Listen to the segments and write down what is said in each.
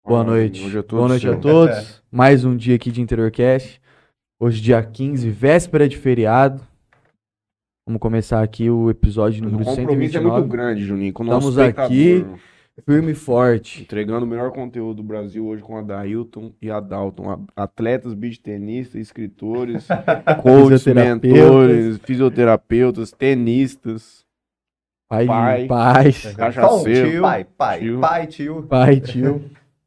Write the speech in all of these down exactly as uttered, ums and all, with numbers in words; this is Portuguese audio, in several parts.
Boa noite. Hoje é Boa noite seu. a todos. Mais um dia aqui de InteriorCast. Hoje, dia quinze, véspera de feriado. Vamos começar aqui o episódio número O cento e compromisso vinte e é muito nove. grande, Juninho, com o nosso Estamos aqui espectador. firme e forte. Entregando o melhor conteúdo do Brasil hoje com a Dailton e a Dalton. a- Atletas, beach-tenistas, escritores, coaches, Fisioterapeutas. mentores, fisioterapeutas, tenistas, Pai, Pai. pais, cachaceiro. Tio, pai, pai, tio. pai, tio. pai, tio.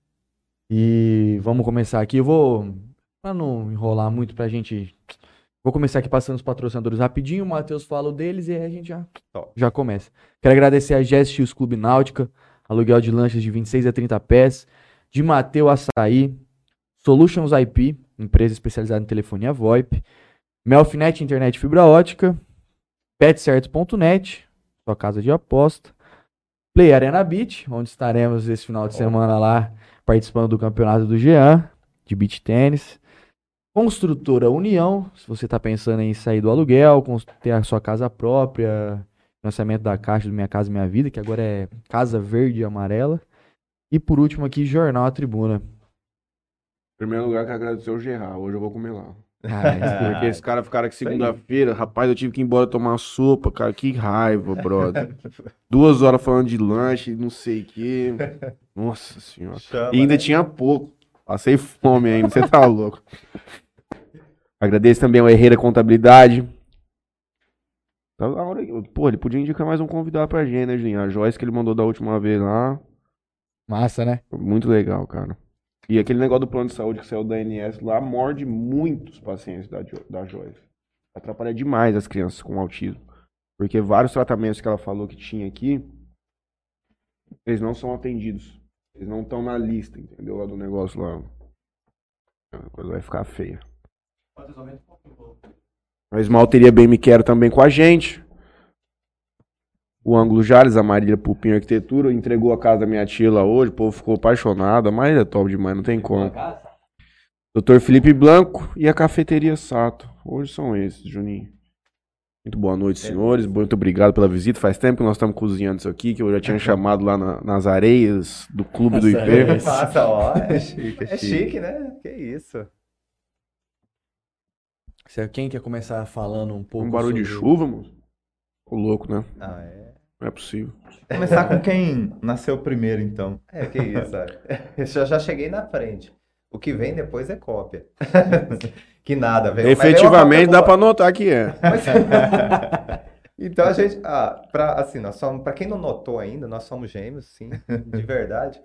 E vamos começar aqui. Eu vou, pra não enrolar muito pra gente, vou começar aqui passando os patrocinadores rapidinho. O Matheus fala o deles e aí a gente já, Top. já começa. Quero agradecer a Gestos Clube Náutica, aluguel de lanchas de vinte e seis a trinta pés, de Mateu Açaí, Solutions I P, empresa especializada em telefonia VoIP, Melfinet Internet Fibra Ótica, petcerto ponto net, sua casa de aposta, Play Arena Beach, onde estaremos esse final de semana lá participando do campeonato do Jean, de beach tênis, Construtora União, se você está pensando em sair do aluguel, cons- ter a sua casa própria, lançamento da caixa do Minha Casa Minha Vida, que agora é Casa Verde e Amarela, e por último aqui, Jornal A Tribuna. Em primeiro lugar, quero agradecer o Gerard. Hoje eu vou comer lá. Ah, Porque esses caras ficaram aqui segunda-feira. Rapaz, eu tive que ir embora tomar sopa, cara. Que raiva, brother. Duas horas falando de lanche, não sei o quê. Nossa senhora. Chama, E ainda né? tinha pouco. Passei fome ainda, você tá louco. Agradeço também ao Herreira Contabilidade. Tá na hora que- Pô, ele podia indicar mais um convidado pra gente, né, Julinho? A Joyce que ele mandou da última vez lá. massa, né? Muito legal, cara. E aquele negócio do plano de saúde que saiu da A N S lá morde muitos pacientes da, Jo- da Joyce. Atrapalha demais as crianças com autismo. Porque vários tratamentos que ela falou que tinha aqui, eles não são atendidos. Eles não estão na lista, entendeu? Lá do negócio lá. A coisa vai ficar feia. A Esmalteria Bem Me Quero também com a gente. O Ângulo Jales, a Marília Pupim Arquitetura, entregou a casa da minha tia lá hoje. O povo ficou apaixonado. A Marília é top demais, não tem como. doutor Felipe Blanco e a Cafeteria Sato. Hoje são esses, Juninho. Muito boa noite, senhores. Muito obrigado pela visita. Faz tempo que nós estamos cozinhando isso aqui, que eu já tinha chamado lá na- nas areias do Clube do I Nas P. areias. Passa, ó. É chique, É chique, né? Que isso. Se- Quem quer começar falando um pouco Um barulho de sobre- chuva, mano. Ô, louco, né? Ah, é. Não é possível. Começar com quem nasceu primeiro, então. É, que isso. é. Eu já, já cheguei na frente. O que vem depois é cópia. Que nada, velho. Efetivamente dá pra notar que é. Então a gente, ah, pra, assim, nós somos, para quem não notou ainda, nós somos gêmeos, sim, de verdade.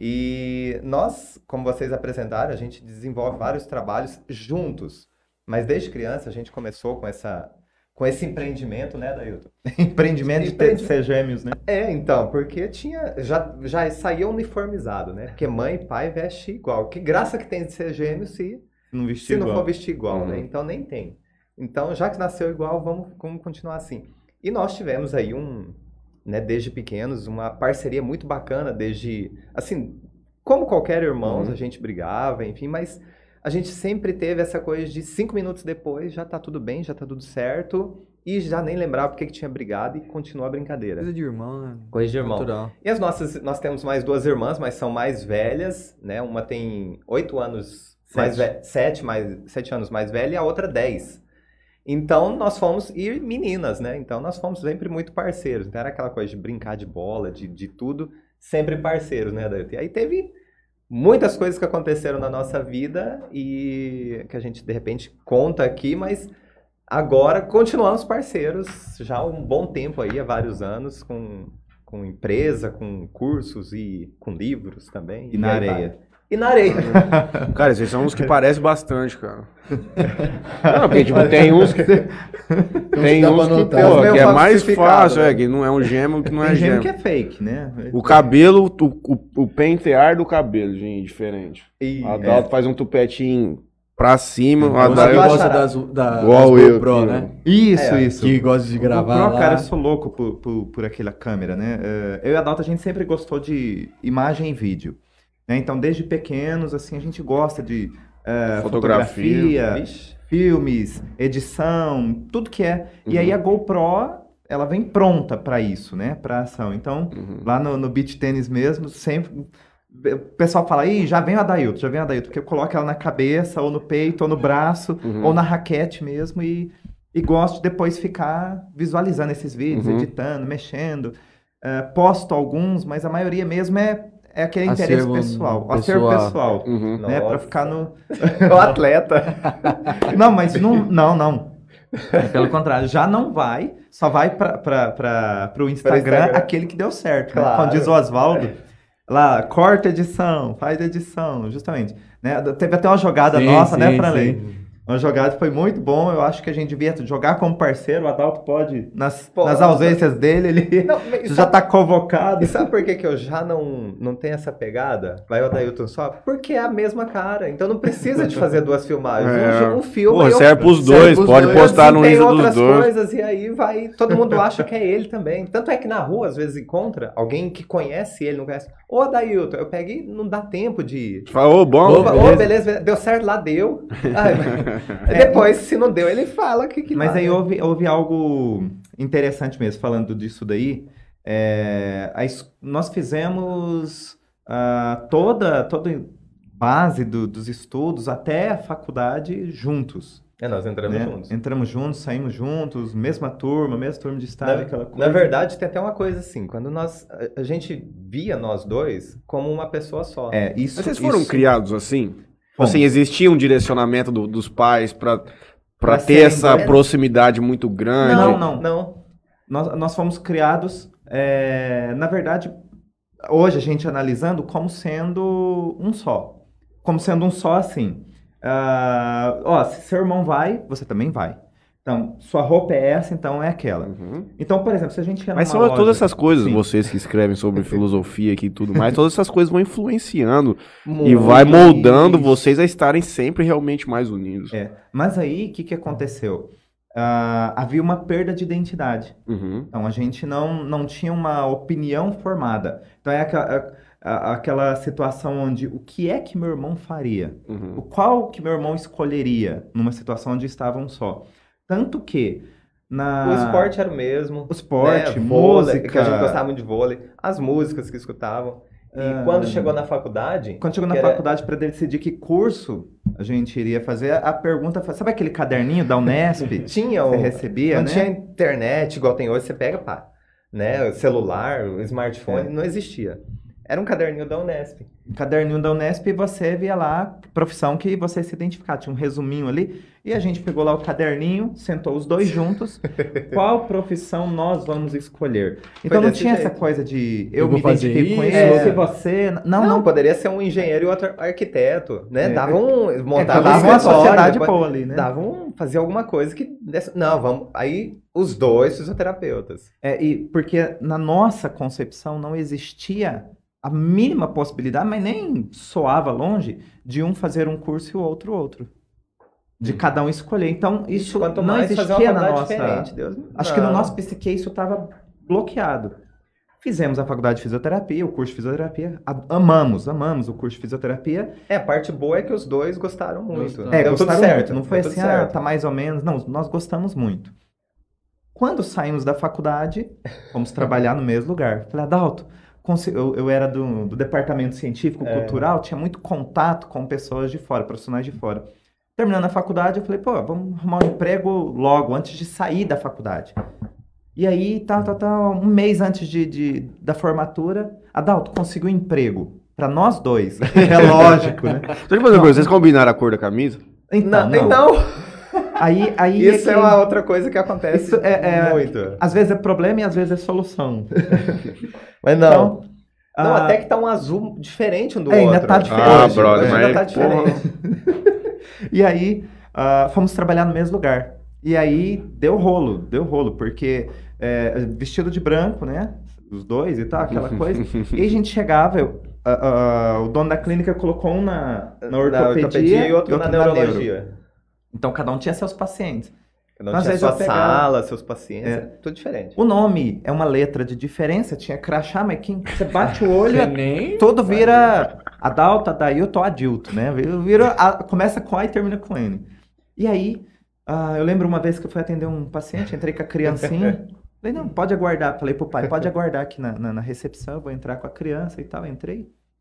E nós, como vocês apresentaram, a gente desenvolve vários trabalhos juntos. Mas desde criança a gente começou com essa, com esse empreendimento, né, Dailton? Empreendimento de ter de Empreendi- ser gêmeos, né? É, então, porque tinha, já, já saía uniformizado, né? Porque mãe e pai vestem igual. Que graça que tem de ser gêmeo se Não se vestir não igual. for vestir igual, Uhum. né? Então nem tem. Então, já que nasceu igual, vamos, vamos continuar assim. E nós tivemos aí um, né, desde pequenos, uma parceria muito bacana, desde, assim, como qualquer irmãos, Uhum. a gente brigava, enfim, mas a gente sempre teve essa coisa de cinco minutos depois, já tá tudo bem, já tá tudo certo, e já nem lembrava porque que tinha brigado e continua a brincadeira. Coisa de irmão, né? Coisa de irmão. Natural. E as nossas, nós temos mais duas irmãs, mas são mais velhas, né? Uma tem oito anos mais Sete. velha, sete, mais, sete anos mais velha e a outra dez. Então nós fomos, e meninas, né? Então nós fomos sempre muito parceiros. Então era aquela coisa de brincar de bola, de, de tudo, sempre parceiros, né, Dailton? E aí teve muitas coisas que aconteceram na nossa vida e que a gente de repente conta aqui, mas agora continuamos parceiros já há um bom tempo aí, há vários anos, com, com empresa, com cursos e com livros também. E na aí vai. areia. E na areia. Cara, esses são uns que parecem bastante, cara. Não, porque tipo, tem uns que. Tem dá uns pra que, notar. pô, Os meio que é mais falsificado, fácil, né? é, que não é um gêmeo que não é Tem gêmeo gêmeo. que é fake, né? O cabelo, o, o, o pentear do cabelo, gente, diferente. E, A Adalto faz um tupetinho pra cima, o Você Adalto que Adalto- gosta das, da, igual das eu. GoPro, aqui, né? Isso, É, isso. Que gosta de gravar O Pro, lá. cara, eu sou louco por, por, por aquela câmera, né? Eh, Eu e a Dalton, a gente sempre gostou de imagem e vídeo. Né? Então, desde pequenos, assim, a gente gosta de eh, Fotografia. fotografia, Vixe. filmes, edição, tudo que é. E Uhum. aí a GoPro, ela vem pronta para isso, né? Para ação. Então, Uhum. lá no, no beach tênis mesmo, sempre O pessoal fala, ih, já vem o Adailton, já vem o Adailton, porque eu coloco ela na cabeça, ou no peito, ou no braço, Uhum. ou na raquete mesmo, e, e gosto de depois ficar visualizando esses vídeos, Uhum. editando, mexendo. Eh, posto alguns, mas a maioria mesmo é, é aquele interesse Acervo pessoal, o acervo pessoal. pessoal, Uhum. né, pra Nossa. ficar no... O atleta. Não, mas não, não, não. É pelo contrário, já não vai, só vai para o Instagram, Instagram. aquele que deu certo, né? Claro. Como diz o Oswaldo, lá, corta edição, faz edição, justamente. Né? Teve até uma jogada Sim, nossa, né, sim, Franley? sim. Uma jogada que foi muito bom, eu acho que a gente devia jogar como parceiro, o Adalto pode, nas, Pô, nas ausências dele, ele Não, mas já sabe- está convocado. E sabe por que, que eu já não, não tenho essa pegada? Vai o Adailton só? Porque é a mesma cara. Então não precisa de fazer duas filmagens. É. Um, um filme. Pô, e eu- serve pros serve dois, pros pode dois. postar no Tem Insta dos outras dois. coisas e aí vai. Todo mundo acha que é ele também. Tanto é que na rua, às vezes, encontra alguém que conhece ele, não conhece. Ô, Adailton, eu pego e não dá tempo de. Fala, ô, bom. Opa, beleza. ô, beleza, deu certo lá, deu. Ai, mas- Depois, se não deu, ele fala que, que Mas lá, aí né? houve, houve algo interessante mesmo, falando disso daí. É, a es- nós fizemos ah, toda, toda base do- dos estudos até a faculdade juntos. É, nós entramos Né? juntos. Entramos juntos, saímos juntos, mesma turma, mesma turma de estágio, Na, aquela coisa. na verdade, tem até uma coisa assim, quando nós, a, a gente via nós dois como uma pessoa só. É, isso, Mas vocês foram isso- criados assim? Fomos. Assim, existia um direcionamento do- dos pais pra, pra Pra ter serem essa dois? proximidade muito grande? Não, não. Não. Nós, nós fomos criados, é, na verdade, hoje a gente analisando como sendo um só. Como sendo um só assim. Ah, ó, se seu irmão vai, você também vai. Então, sua roupa é essa, então é aquela. Uhum. Então, por exemplo, se a gente ia Mas numa são loja- todas essas coisas, Sim. vocês que escrevem sobre filosofia aqui e tudo mais, todas essas coisas vão influenciando e Muito. vai moldando Isso. vocês a estarem sempre realmente mais unidos. É. Mas aí, o que, que aconteceu? Ah, havia uma perda de identidade. Uhum. Então, a gente não, não tinha uma opinião formada. Então, é aquela, a- aquela situação onde o que é que meu irmão faria? Uhum. O qual que meu irmão escolheria numa situação onde estavam só? Tanto que na... O esporte era o mesmo. O esporte, né? Vôlei, música... que a gente gostava muito de vôlei. As músicas que escutavam. E Ah. quando chegou na faculdade... Quando chegou na que era- faculdade para decidir que curso a gente iria fazer, a pergunta foi, sabe aquele caderninho da Unesp? Tinha Você o... recebia, não né? tinha internet igual tem hoje, você pega, pá. Né? O celular, o smartphone, não existia. Era um caderninho da Unesp. Um caderninho da Unesp e você via lá a profissão que você se identificava. Tinha um resuminho ali. E a gente pegou lá o caderninho, sentou os dois juntos. Qual profissão nós vamos escolher? Então não desse tinha jeito. essa coisa de eu, Eu vou me fazer identifico com isso. isso, É. se você... Não, Não, não. poderia ser um engenheiro e outro arquiteto, né? É. Dava um... É, Montava dava um uma escritório, sociedade depois- boa ali, né? Dava um... Fazia alguma coisa que... desse- Não, vamos... Aí, os dois fisioterapeutas. É, e porque na nossa concepção não existia a mínima possibilidade, mas nem soava longe, de um fazer um curso e o outro outro. De cada um escolher. Então, isso Quanto não mais fazer existia uma na faculdade nossa... diferente, Deus... Acho que no Não. nosso psique isso estava bloqueado. Fizemos a faculdade de fisioterapia, o curso de fisioterapia. A- Amamos, amamos o curso de fisioterapia. É, a parte boa é que os dois gostaram muito. Gostaram. É, Deu tudo gostaram certo. muito. Não foi deu tudo assim, ah, certo. tá mais ou menos. Não, nós gostamos muito. Quando saímos da faculdade, fomos trabalhar no mesmo lugar. Falei, Adalto, consi- eu, eu era do, do departamento científico, É. cultural, tinha muito contato com pessoas de fora, profissionais de fora. Terminando a faculdade, eu falei, pô, vamos arrumar um emprego logo, antes de sair da faculdade. E aí, tá, tá, tá, um mês antes de, de- da formatura, Adalto, conseguiu um emprego. Pra nós dois. É lógico, né? Deixa eu fazer uma coisa, vocês combinaram a cor da camisa? Então, Não, não. não. Aí, aí Isso é é que- uma outra coisa que acontece Isso é- é- muito. Às vezes é problema e às vezes é solução. Mas não. Então, Não, ah, até que tá um azul diferente um do É, ainda outro. tá diferente. Ah, Hoje, brother, hoje mas... ainda tá diferente. E aí, ah, fomos trabalhar no mesmo lugar. E aí, deu rolo, deu rolo, porque é, vestido de branco, né? Os dois e tal, aquela coisa. E aí a gente chegava, eu- ah, ah, o dono da clínica colocou um na, na ortopedia, e outro na neuro. neurologia. Então, cada um tinha seus pacientes. Não Às tinha vezes sua eu pegava- sala, seus pacientes, É. é tudo diferente. O nome é uma letra de diferença, tinha crachá, mas quem você bate o olho, Você nem... todo vira Adalto, Adailton, Adilto, né? Vira, a- começa com A e termina com N. E aí, ah, eu lembro uma vez que eu fui atender um paciente, entrei com a criancinha. Falei, não, pode aguardar. Falei pro pai, pode aguardar aqui na, na, na recepção, eu vou entrar com a criança e tal. Entrei. E,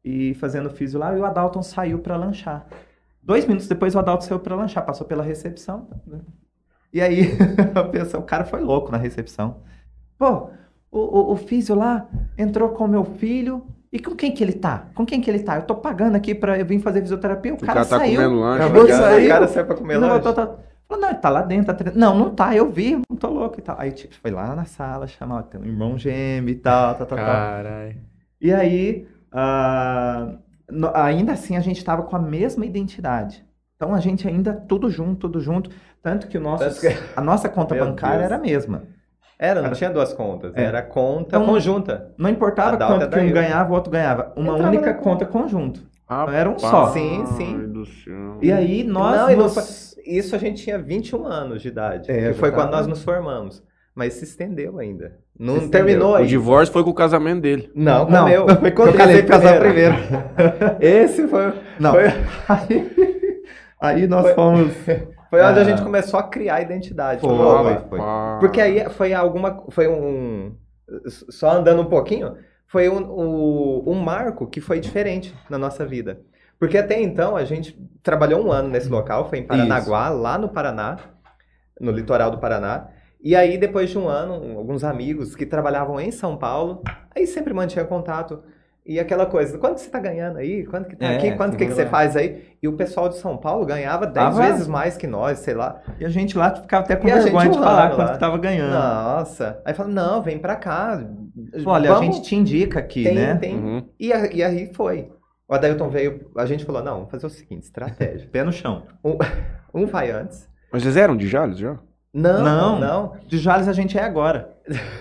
e fazendo físio lá, e o Adalton saiu pra lanchar. Dois minutos depois o Adalton saiu pra lanchar, passou pela recepção. Né? E aí, eu pensei, o cara foi louco na recepção. Pô, o, o, o físio lá entrou com o meu filho, e com quem que ele tá? Com quem que ele tá? Eu tô pagando aqui pra eu vir fazer fisioterapia, o, O cara, cara tá saiu. comendo lanche. Acabou de O sair. cara saiu pra comer Não, lanche. tô, tô, falou, não, ele tá lá dentro. Tá tre... Não, não tá, eu vi, não tô louco e tal. Aí tipo, foi lá na sala, chamar, tem um irmão gêmeo e tal, tal, tal, tal. Caralho. E aí, ah, no- ainda assim, a gente tava com a mesma identidade. Então, a gente ainda tudo junto, tudo junto. Tanto que, o nosso, Tanto que- a nossa conta Meu bancária Deus. era a mesma. Era, não Era- tinha duas contas. É. Era conta Então, conjunta. Não importava Adalto quanto é que um daí. ganhava, o outro ganhava. Uma Entrava única na conta conta. conjunto. Rapaz, Era um só. Sim, sim. do céu. E aí, nós... não, e não nos- foi- isso a gente tinha vinte e um anos de idade. É, que já foi quando tava- nós nos formamos. Mas se estendeu ainda. Não Se estendeu. terminou O aí. divórcio foi com o casamento dele. Não, com Não, o meu. foi quando Eu casei ele casou primeiro. Esse foi, Não. foi, Aí, aí nós Foi- fomos... foi onde Ah. a gente começou a criar a identidade. Foi, nova. foi. Porque aí foi alguma. Foi um. Só andando um pouquinho, foi um, um, um marco que foi diferente na nossa vida. Porque até então a gente trabalhou um ano nesse local, foi em Paranaguá, lá no Paraná, no litoral do Paraná. E aí, depois de um ano, alguns amigos que trabalhavam em São Paulo, aí sempre mantinha contato. E aquela coisa, quanto que você tá ganhando aí? Quanto que tá É, aqui? Quanto que, que você lá. faz aí? E o pessoal de São Paulo ganhava dez Tava- vezes mais que nós, sei lá. E a gente lá ficava até com E a vergonha gente de falar urrando quanto lá. que tava ganhando. Nossa. Aí fala, não, vem pra cá. Olha, a Vamos- gente te indica aqui, tem, né? tem. Uhum. E, a- e aí foi. O Adailton veio, a gente falou, não, vamos fazer o seguinte, estratégia. Pé no chão. Um vai antes. Mas vocês eram de Jales já? Não, Não. não. não. De Jales a gente é agora.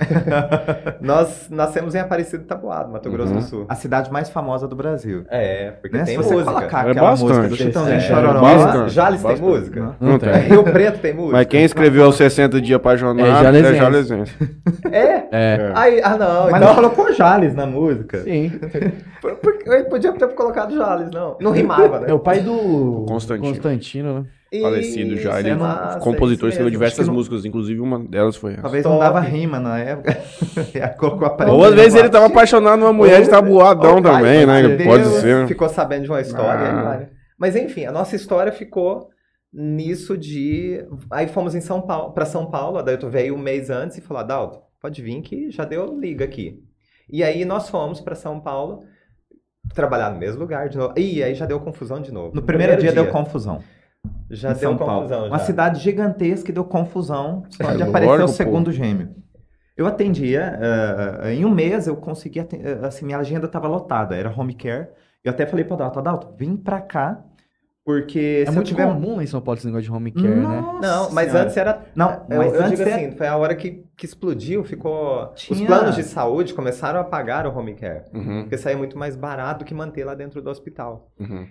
Nós nascemos em Aparecido Taboado, Mato Grosso Uhum. do Sul. A cidade mais famosa do Brasil. É, porque Né? tem Se você música. colocar É aquela bastante. música do Chitãozinho É, Chororó... bastante. Jales tem Bastante. música? Não. Não tem. Rio Preto tem música? Mas quem escreveu os sessenta dias apaixonados É é jalesense. jalesense. É? É. É. Aí, ah, não. Mas então, não colocou Jales na música. Sim. por- por- ele podia ter colocado Jales, não. Não rimava, né? É o pai do Constantino. Constantino, né? Falecido já. Ele é um Massa, compositor, isso escreveu mesmo. diversas Acho que não- músicas, inclusive uma delas foi essa. Talvez Top. não dava rima na época. E aí colocou a Ou às vezes ele tava apaixonado numa mulher de tabuadão Ou- também, ai, né? meu Pode Deus, ser. Ficou sabendo de uma história. Ah. aí vai, né? Mas enfim, a nossa história ficou nisso de... Aí fomos em São Paulo, pra São Paulo, a Adalto veio um mês antes e falou, Adalto, pode vir que já deu liga aqui. E aí nós fomos pra São Paulo trabalhar no mesmo lugar de novo. Ih, aí já deu confusão de novo. No primeiro, dia, deu confusão. Já em deu São Paulo. confusão. Uma já. cidade gigantesca e deu confusão só É de lógico, aparecer o pô. segundo gêmeo. Eu atendia, eh, em um mês eu consegui, aten- eh, assim, minha agenda estava lotada, era home care. Eu até falei para Adalto, Adalto, vim pra cá, porque É se muito eu tiver... comum lá em São Paulo esse negócio de home care, né? Nossa Não, mas Senhora. antes era... Não, eu, mas eu antes digo era- assim, foi a hora que, que explodiu, ficou... Os Tinha- planos de saúde começaram a pagar o home care. Uhum, Porque saía muito mais barato do que manter lá dentro do hospital. uhum.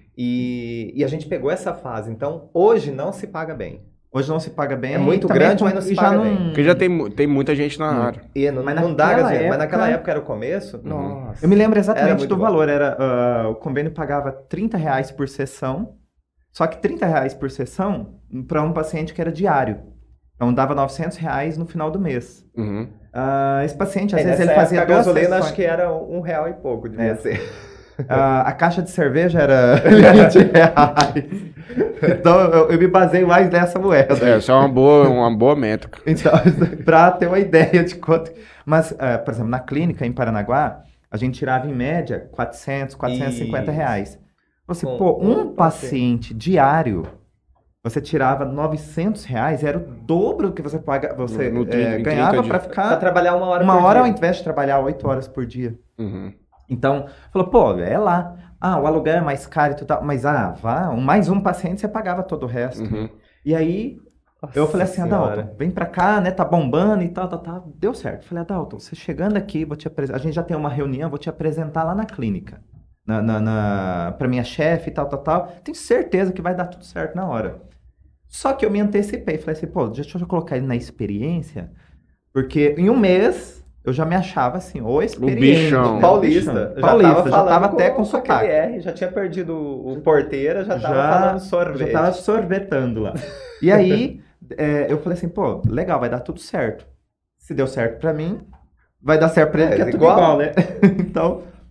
E, e a gente pegou essa fase. Então, hoje não se paga bem. Hoje não se paga bem. É muito e também grande, com- mas não se e já paga não- bem. Porque já tem, mu- tem muita gente na área. E não, Mas não dá naquela gasolina. Mas naquela época- época era o começo. Uhum. Nossa. Eu me lembro Era exatamente muito do bom. valor. Era, ah, o convênio pagava trinta reais por sessão, só que trinta reais por sessão para um paciente que era diário. Então dava novecentos reais no final do mês. Uhum. Ah, esse paciente, às É, vezes, nessa ele fazia época, a duas gasolina sessões. acho que era um real e pouco, devia É. ser. Ah, a caixa de cerveja era vinte reais. Então eu, eu me baseio mais nessa moeda. É, isso é uma boa, uma boa métrica. Então, para ter uma ideia de quanto. Mas, ah, por exemplo, na clínica em Paranaguá, a gente tirava em média quatrocentos, quatrocentos e cinquenta Isso. reais. Você, Com pô, um um paciente diário, você tirava novecentos reais, era o dobro que você, paga, você No- no trinta- eh, em ganhava trinta para dias. Pra ficar trabalhar uma hora uma por hora ao dia. invés de trabalhar oito horas por dia. Uhum. Então, falou, pô, é lá. Ah, o aluguel é mais caro e tudo tal. Mas, ah, vá, um- mais um paciente você pagava todo o resto. Uhum. E aí, eu falei assim, Senhora. Adalton, vem pra cá, né? Tá bombando e tal, tal, tal. Deu certo. Falei, Adalton, você chegando aqui, vou te apresentar. A gente já tem uma reunião, vou te apresentar lá na clínica. Na, na, na... Pra minha chefe e tal, tal, tal. Tenho certeza que vai dar tudo certo na hora. Só que eu me antecipei. Falei assim, pô, deixa eu colocar ele na experiência. Porque em um mês eu já me achava assim, o experiente. bichão. né? Paulista. Bichão. Já Paulista, tava já falando tava até com aquele sotaque. R, já tinha perdido o o porteira, já tava Já- falando sorvete. Já tava sorvetando lá. E aí, é, eu falei assim, pô, legal, vai dar tudo certo. Se deu certo pra mim, vai dar certo pra ele, É, que é tudo igual. igual, né? Então,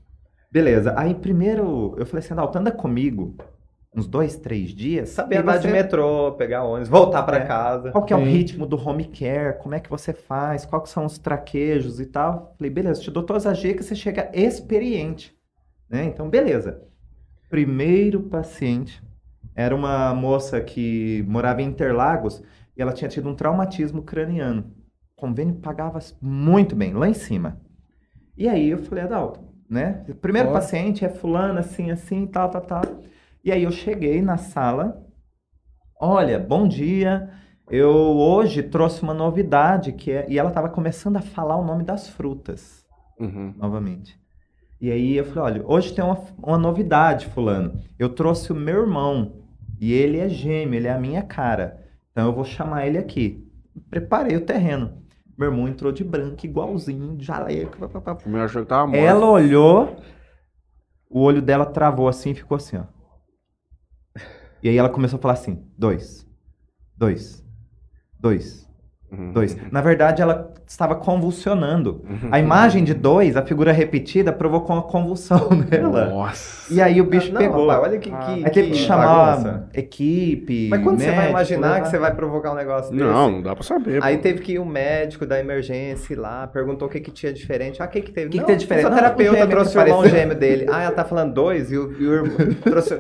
Beleza. Aí primeiro eu falei assim, Adalto, anda comigo uns dois, três dias. Saber e andar de você- metrô, pegar ônibus, voltar pra É. casa. Qual que é o Sim. ritmo do home care? Como é que você faz? Quais que são os traquejos e tal? Falei, beleza, te dou todas as dicas, você chega experiente. Né? Então, beleza. Primeiro paciente era uma moça que morava em Interlagos e ela tinha tido um traumatismo craniano. O convênio pagava muito bem, lá em cima. E aí eu falei, Adalto, né? O primeiro Ó. paciente é fulano, assim, assim, tal, tal, tal. E aí eu cheguei na sala, olha, bom dia, eu hoje trouxe uma novidade, que é... E ela estava começando a falar o nome das frutas, Uhum. novamente. E aí eu falei, olha, hoje tem uma, uma novidade, fulano. Eu trouxe o meu irmão, e ele é gêmeo, ele é a minha cara. Então eu vou chamar ele aqui. Preparei o terreno. Meu irmão entrou de branco, igualzinho, jaleco. pá, pá, pá. O meu achou que tava morto. Ela olhou, o olho dela travou assim e ficou assim, ó. E aí ela começou a falar assim, dois, dois, dois, Uhum. dois. Na verdade, ela estava convulsionando. A imagem de dois, a figura repetida, provocou uma convulsão nela. Nossa. E aí o bicho Não, pegou. rapaz, olha que, que, Aí teve que que chamar bagunça. equipe, Mas quando você vai médico, imaginar levar- que você vai provocar um negócio desse? Não, não dá pra saber. Aí pô. teve que ir um médico da emergência ir lá, perguntou o que que tinha diferente. Ah, o que que teve? O que que Não, tem diferente? O Não, terapeuta o gêmeo trouxe que o irmão apareceu. gêmeo dele. Ah, ela tá falando dois e o, e o irmão trouxe...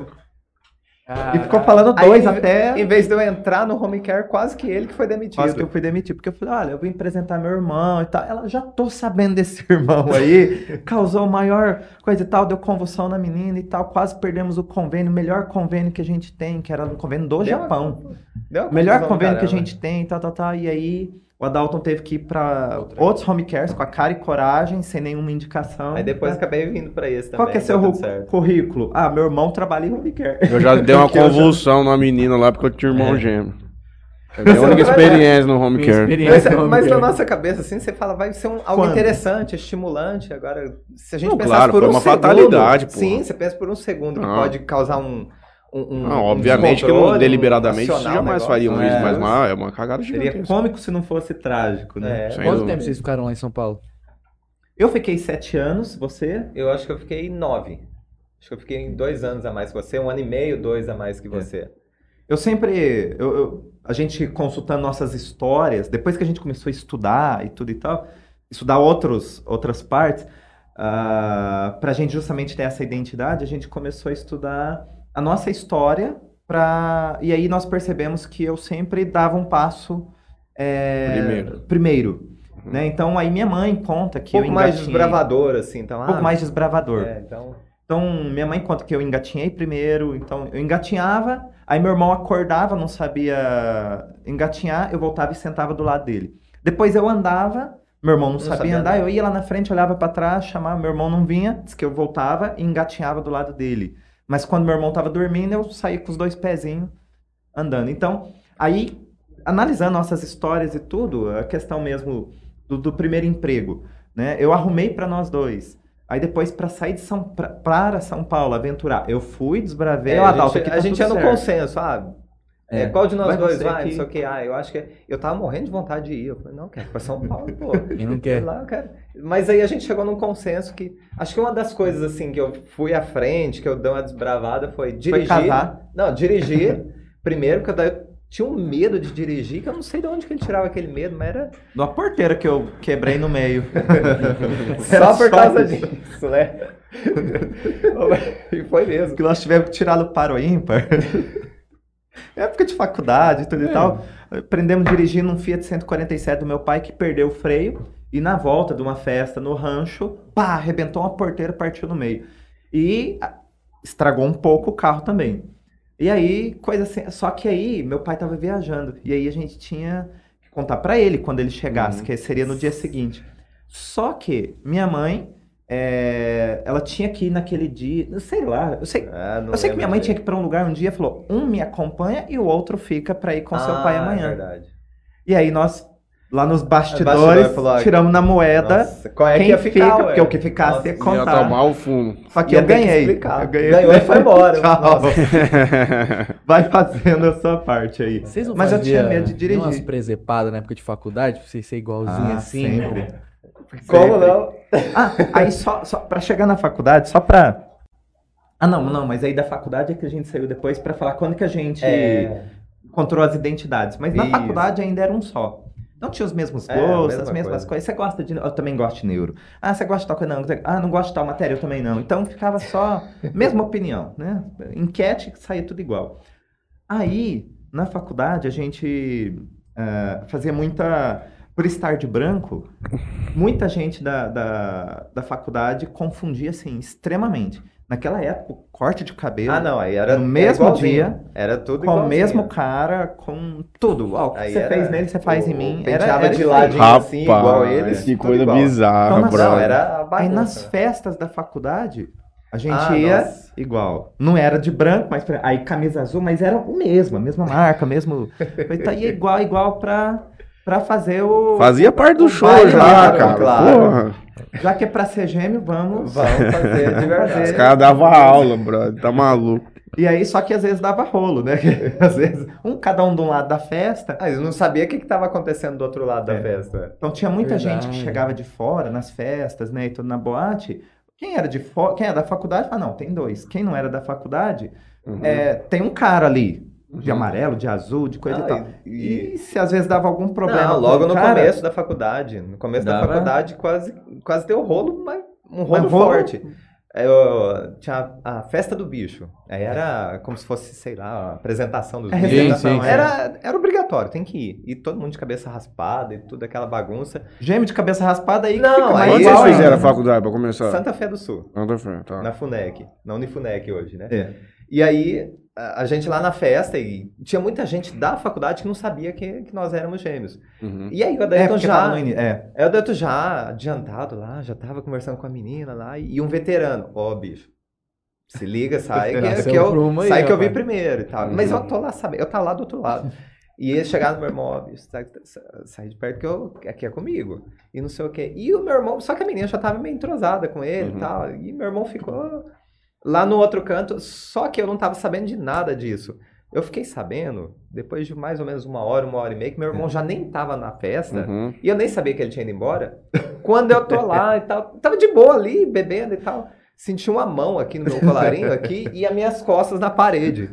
E ficou falando Aí, dois em- até... Em vez de eu entrar no home care, quase que ele que foi demitido. Quase que eu fui demitido, porque eu falei, olha, eu vim apresentar meu irmão e tal. Ela, já tô sabendo desse irmão aí, causou maior coisa e tal, deu convulsão na menina e tal, quase perdemos o convênio, o melhor convênio que a gente tem, que era o convênio do Deu Japão. uma- deu uma Melhor confusão, convênio que a caramba. gente tem, tal, tal, tal. E aí o Adalton teve que ir para outros home cares com a cara e coragem, sem nenhuma indicação. Aí depois Né? acabei vindo pra esse também. Qual que é deu seu tudo ru- certo. currículo? Ah, meu irmão trabalha em home care. Eu já dei uma Porque eu já- convulsão numa menina lá porque eu tinha um irmão É. gêmeo. É a minha única Você vai- experiência no home Minha care. experiência. Mas, no mas home na care. nossa cabeça, assim, você fala, vai ser um, algo Quando? interessante, estimulante. Agora, se a gente Não, pensasse claro, por foi um uma segundo... fatalidade, porra. Sim, você pensa por um segundo que Não. pode causar um... um, um Não, um obviamente que não, descontrole, deliberadamente um isso acionar jamais negócio. fariam isso, É. mas mas é uma cagada Seria gigantesca. cômico se não fosse trágico, né? É. Sem Quanto dúvida. tempo vocês ficaram lá em São Paulo? Eu fiquei sete anos, você? Eu acho que eu fiquei nove. Acho que eu fiquei dois anos a mais que você, um ano e meio, dois a mais que você. Eu sempre. Eu, eu- a gente consultando nossas histórias, depois que a gente começou a estudar e tudo e tal, estudar outros, outras partes, para a gente justamente ter essa identidade, a gente começou a estudar a nossa história, pra, e aí nós percebemos que eu sempre dava um passo é, Primeiro. primeiro, né? Então aí minha mãe conta que Um pouco eu mais engatinhei- desbravador, assim. Então, um pouco ah, mais desbravador. É, então... Então, minha mãe conta que eu engatinhei primeiro, então eu engatinhava, aí meu irmão acordava, não sabia engatinhar, eu voltava e sentava do lado dele. Depois eu andava, meu irmão não, Não sabia, sabia andar, andar. eu ia lá na frente, olhava pra trás, chamava, meu irmão não vinha, disse que eu voltava e engatinhava do lado dele. Mas quando meu irmão tava dormindo, eu saía com os dois pezinhos andando. Então, aí, analisando nossas histórias e tudo, a questão mesmo do, do primeiro emprego, né? Eu arrumei pra nós dois. Aí depois, pra sair de São, pra, para São Paulo, aventurar, eu fui, desbravei, É, ó, a Adalto, gente, aqui a tá gente tudo é no certo. consenso, ah, é, É. qual de nós Vai dois você vai, aqui. não sei o que, ah, eu acho que, eu tava morrendo de vontade de ir, eu falei, não, quero ir pra São Paulo, pô. Quem não Sei quer? lá, eu quero. Mas aí a gente chegou num consenso que, acho que uma das coisas, assim, que eu fui à frente, que eu dei uma desbravada, foi dirigir. casar. Não, dirigir, primeiro, porque daí eu tinha um medo de dirigir, que eu não sei de onde que ele tirava aquele medo, mas era Numa porteira que eu quebrei no meio. só por causa isso. disso, né? E foi mesmo. Que nós tivemos que tirar do par ou ímpar. Época de faculdade e tudo e tal. Aprendemos a dirigir num Fiat cento e quarenta e sete do meu pai que perdeu o freio. E na volta de uma festa no rancho, pá, arrebentou uma porteira, partiu no meio. E ah, estragou um pouco o carro também. E aí, coisa assim. Só que aí, meu pai tava viajando. E aí a gente tinha que contar pra ele quando ele chegasse, Uhum. que seria no dia seguinte. Só que minha mãe, é, ela tinha que ir naquele dia, sei lá, eu sei, Ah, não eu sei que lembro minha mãe direito. tinha que ir pra um lugar um dia, falou, um me acompanha e o outro fica pra ir com seu Ah, pai é amanhã. verdade. E aí nós, lá nos Bastidor bastidores, falou, ah, tiramos na moeda Nossa, qual é que quem ia fica, ficar, ué? porque o que ficasse Nossa, ia Ia contar. tomar o fumo. Só que ia eu ter que ganhei. explicar. Eu ganhei. Ganhou e foi embora. Tchau. Nossa. Vai fazendo a sua parte aí. Vocês não Mas eu fazia tinha medo de dirigir. umas presepadas na época de faculdade, pra vocês ser igualzinho Ah, assim? sempre. Como não? Ah, aí só, só pra chegar na faculdade, só pra... Ah, não, não, mas aí da faculdade é que a gente saiu depois pra falar quando que a gente É. encontrou as identidades. Mas na Isso. faculdade ainda era um só. Não tinha os mesmos É, gostos, mesma as mesmas coisa. coisas. Você gosta de... Eu também gosto de neuro. Ah, você gosta de tal coisa? Não. Ah, não gosto de tal matéria? Eu também não. Então ficava só... Mesma opinião, né? Enquete que saía tudo igual. Aí, na faculdade, a gente eh, fazia muita... Por estar de branco, muita gente da, da, da faculdade confundia, assim, extremamente. Naquela época, o corte de cabelo... Ah, não, aí era No era mesmo igualzinho. dia, Era tudo com o igualzinho. mesmo cara, com tudo. Ó, o que Aí você era- fez nele, você faz o- em mim. penteava de isso aí. ladinho. assim, igual eles, que tudo coisa igual. bizarra, Então, nas- brother. Não, era a Aí bagunça. nas festas da faculdade, a gente Ah, ia nossa. igual. Não era de branco, mas pra- aí camisa azul, mas era o mesmo, a mesma marca, mesmo. Então ia igual, igual pra, pra fazer o. Fazia parte do o show baile já, claro, cara. claro. Porra. Já que é pra ser gêmeo, vamos. Vamos fazer de verdade. Os caras davam aula, brother. Tá maluco. E aí, só que às vezes dava rolo, né? Às vezes, um cada um de um lado da festa. Ah, eu não sabia o que estava acontecendo do outro lado da É. festa. Então tinha muita Verdade. gente que chegava de fora, nas festas, né, e tudo na boate. Quem era de fora, quem era da faculdade, fala, não, tem dois. Quem não era da faculdade, Uhum. é, tem um cara ali, de Uhum. amarelo, de azul, de coisa Não, e tal. e- E, se às vezes dava algum problema Não, com logo o no cara, começo da faculdade. No começo da Dava- faculdade quase, quase deu rolo, mas um rolo Mas rolo- forte. Eu, tinha a festa do bicho. Aí era como se fosse, sei lá, a apresentação dos É bichos. representação, sim, é. Era, era obrigatório, tem que ir. E todo mundo de cabeça raspada e tudo aquela bagunça. Gêmeo de cabeça raspada aí que Não, fica mais aí Quando igual vocês ainda. fizeram a faculdade pra começar? Santa Fé do Sul, Santa Fé, tá. na FUNEC. Na Unifunec hoje, né? É. E aí, a a gente lá na festa, e tinha muita gente da faculdade que não sabia que, que nós éramos gêmeos. Uhum. E aí o É, Adelton porque já... tava no ini- é. É, o Adelton já adiantado lá, já tava conversando com a menina lá, e um veterano. Ó, bicho, se liga, sai que, Nasceu que um eu, prumo aí, sai que eu vi rapaz. primeiro e tal. Uhum. Mas eu tô lá sabendo, eu tava lá do outro lado. E eles chegaram no meu irmão, ó, bicho, sai, sai de perto que eu, aqui é comigo. E não sei o quê. E o meu irmão, só que a menina já tava meio entrosada com ele Uhum. e tal. E meu irmão ficou lá no outro canto, só que eu não tava sabendo de nada disso. Eu fiquei sabendo, depois de mais ou menos uma hora, uma hora e meia, que meu irmão já nem tava na festa. Uhum. E eu nem sabia que ele tinha ido embora. Quando eu tô lá e tal, tava de boa ali, bebendo e tal. Senti uma mão aqui no meu colarinho aqui e as minhas costas na parede.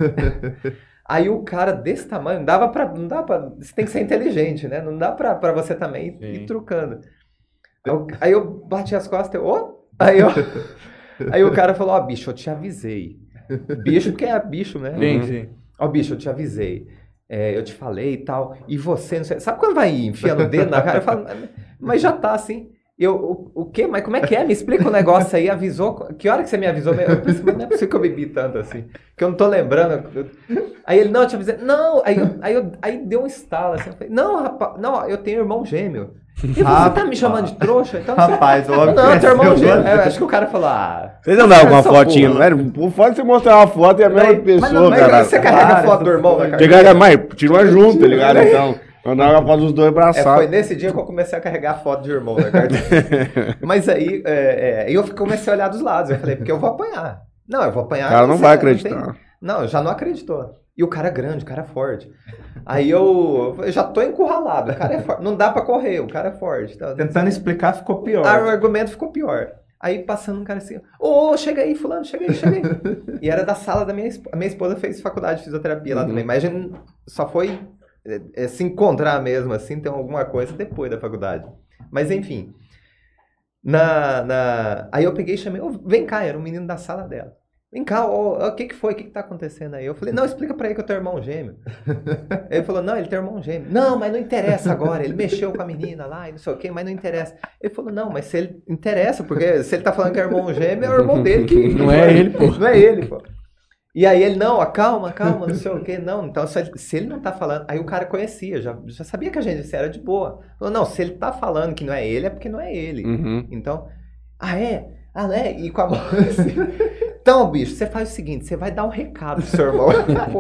Aí o cara desse tamanho, não dava pra, não dá pra, você tem que ser inteligente, né? Não dá pra, pra você também ir, ir Sim. trucando. Aí eu, aí eu bati as costas, eu, ô? Aí, eu, aí o cara falou, ó, bicho, eu te avisei. Bicho, porque é bicho, né? Sim, sim. Ó, bicho, eu te avisei. É, eu te falei e tal. E você, não sei. Sabe quando vai enfiando o dedo na cara? Eu falo, mas já tá assim. Eu, o, o quê? Mas como é que é? Me explica o negócio aí. Avisou? Que hora que você me avisou? Eu pensei, mas não é possível que eu bebi tanto assim. Que eu não tô lembrando. Eu- Aí ele, não, eu te avisei. Não, aí, eu- aí, eu- aí deu um estalo assim. Eu falei, não, rapaz, não, eu tenho irmão gêmeo. E você tá me chamando de trouxa? Então você... Rapaz, o homem Não, teu irmão cresceu, gêmeo. mano. Eu acho que o cara falou, ah. Vocês não davam com uma essa fotinha, porra. não era? Pô, foda você mostrar uma foto e a mesma Mas pessoa, não, mas cara. você carrega a Várias foto do irmão na coisas. carteira? Chegar, mas tira uma junto, tá ligado? Então, mandava a foto dos dois É, foi braçados. nesse dia que eu comecei a carregar a foto de irmão na carteira. Mas aí, é, é, eu comecei a olhar dos lados. Eu falei, porque eu vou apanhar. Não, eu vou apanhar. O cara não isso vai é, tem- acreditar. Não, já não acreditou. E o cara é grande, o cara é forte. Aí eu, eu já tô encurralado. O cara é forte. Não dá pra correr, o cara é forte. Tá? Tentando explicar, ficou pior. Ah, o argumento ficou pior. Aí passando um cara assim, ô, ô, chega aí, fulano, chega aí, chega aí. E era da sala da minha esposa. A minha esposa fez faculdade de fisioterapia lá Uhum. também, mas a gente só foi é, é, se encontrar mesmo, assim, ter alguma coisa depois da faculdade. Mas enfim. Na, na... Aí eu peguei e chamei, ô, vem cá, era um menino da sala dela. Vem cá, ô, ô, o que que foi? O que que tá acontecendo aí? Eu falei, não, explica pra ele que eu tenho irmão gêmeo. Ele falou, não, ele tem irmão gêmeo. Não, mas não interessa agora, ele mexeu com a menina lá e não sei o quê, mas não interessa. Ele falou, não, mas se ele interessa, porque se ele tá falando que é irmão gêmeo, é o irmão dele que... Não é ele, pô. Não é ele, pô. E aí ele, não, calma, calma, não sei o quê, não. Então, se ele, se ele não tá falando... Aí o cara conhecia, já, já sabia que a gente era de boa. Falou, não, se ele tá falando que não é ele, é porque não é ele. Uhum. Então, ah, é? Ah, é? E com a mão assim. Então, bicho, você faz o seguinte, você vai dar um recado pro seu irmão. Pô.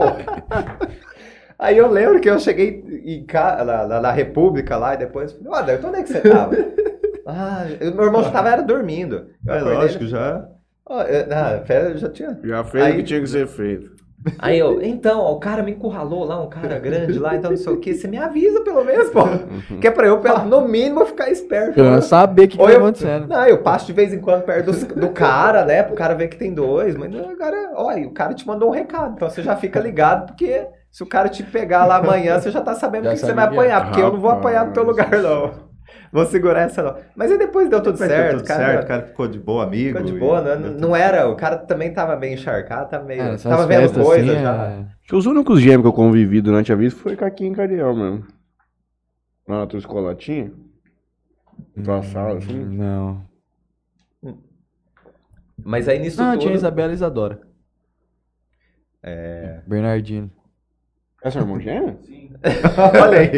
Aí eu lembro que eu cheguei em ca... na, na, na República lá e depois falei, ó, Adelton, onde é que você tava? Ah, eu- meu irmão já tava era dormindo. Eu É acordei, lógico, já. Ó, eu- na férias eu já tinha. Já fez Aí- o que tinha que ser feito. Aí eu, então, ó, o cara me encurralou lá, um cara grande lá, então não sei o que, você me avisa pelo menos, pô. Que é pra eu, pelo- no mínimo, ficar esperto. Eu né? não saber o que, que Ou tá eu- acontecendo. Não, eu passo de vez em quando perto dos- do, cara, né? Pro cara ver que tem dois. Mas não, agora, olha, o cara te mandou um recado. Então você já fica ligado, porque se o cara te pegar lá amanhã, você já tá sabendo Já o que, que você sabe vai o que é. apanhar. Porque eu não vou apanhar no teu lugar, Rapaz, não. Vou segurar essa, não. Mas aí depois deu tudo Depois deu certo. tudo cara, certo, o cara ficou de boa, amigo. ficou de e boa, né? deu Não, tudo não era. O cara também tava bem encharcado, tava meio. É, essas tava vendo festas coisa assim, já. é- Acho que os únicos gêmeos que eu convivi durante a vida foi Caquinho e Cariel mesmo. Lá na tua escola tinha? Na tua sala, assim? Não. Mas aí nisso Não, tudo. tinha Isabela e Isadora. É. Bernardino. É seu irmão gêmeo? Olha aí.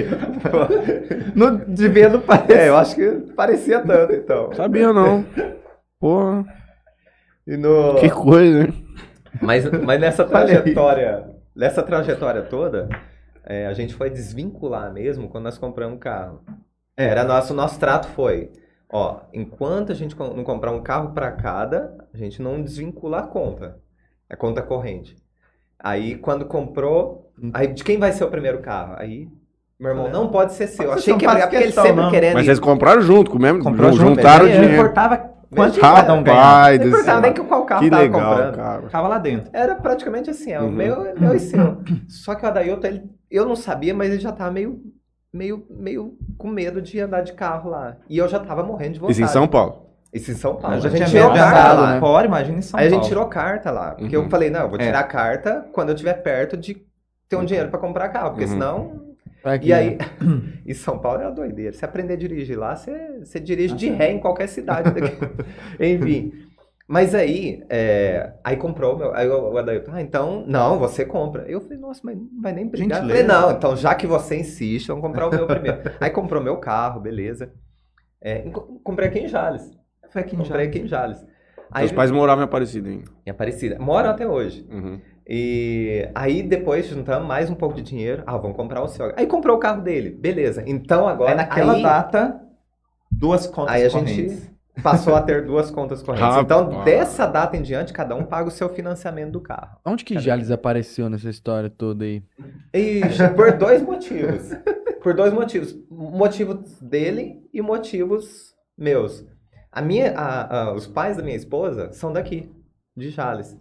Não devia não parecer. É, eu acho que parecia tanto, então. Sabia não. Porra, E no... que coisa, hein? Mas, mas nessa trajetória, nessa trajetória toda, é, a gente foi desvincular mesmo quando nós compramos um carro. Era nosso, nosso trato foi, ó, enquanto a gente com- não comprar um carro para cada, a gente não desvincula a conta, a conta corrente. Aí quando comprou, aí de quem vai ser o primeiro carro? Aí, meu irmão, não pode ser seu. Vocês Achei não que ia brigar, fazem porque ele questão, sempre não. querendo Mas ir. vocês compraram junto, com o mesmo? Comprou jun- junto, juntaram o mas Não dinheiro. importava quanto Mesmo, cada um ganhava. Rapaz Não do importava céu. nem que qual carro Que tava legal, comprando. cara. Ficava lá dentro. Era praticamente assim, é, o Uhum. meu, meu e seu. Só que o Adailton, ele, eu não sabia, mas ele já tava meio, meio, meio com medo de andar de carro lá. E eu já tava morrendo de vontade. Isso em São Paulo. Isso em São Paulo. Eu já a gente tinha tirou medo de carta andar lá. lá fora, imagina em São Aí a Paulo. gente tirou carta lá. Porque Uhum. eu falei, não, eu vou É. tirar a carta quando eu estiver perto de ter um dinheiro pra comprar carro. Porque Uhum. senão... Pra quê, E aí, né? em São Paulo é uma doideira. Se aprender a dirigir lá, você, você dirige de ré em qualquer cidade daqui. Enfim. Mas aí, é, aí comprou o meu. Aí o Adailton, ah, então, não, você compra. Eu falei, nossa, mas não vai nem brigar. Eu falei, Gentileza. não, então já que você insiste, vamos comprar o meu primeiro. Aí comprou meu carro, beleza. É, enco- comprei aqui em Jales. Foi aqui em Comprei Jales. aqui em Jales. Aí, Meus pais moravam em Aparecida, hein? em Aparecida. Moram até hoje. Uhum. E aí depois juntamos mais um pouco de dinheiro. Ah, vamos comprar o seu. Aí comprou o carro dele. Beleza. Então agora. Aí naquela aí, data, duas contas Aí a correntes. gente passou a ter duas contas correntes. Rapaz. Então, dessa data em diante, cada um paga o seu financiamento do carro. Onde que Jales apareceu nessa história toda aí? Ixi, por dois motivos. Por dois motivos. Motivos dele e motivos meus. A minha, a- a- os pais da minha esposa são daqui, de Jales.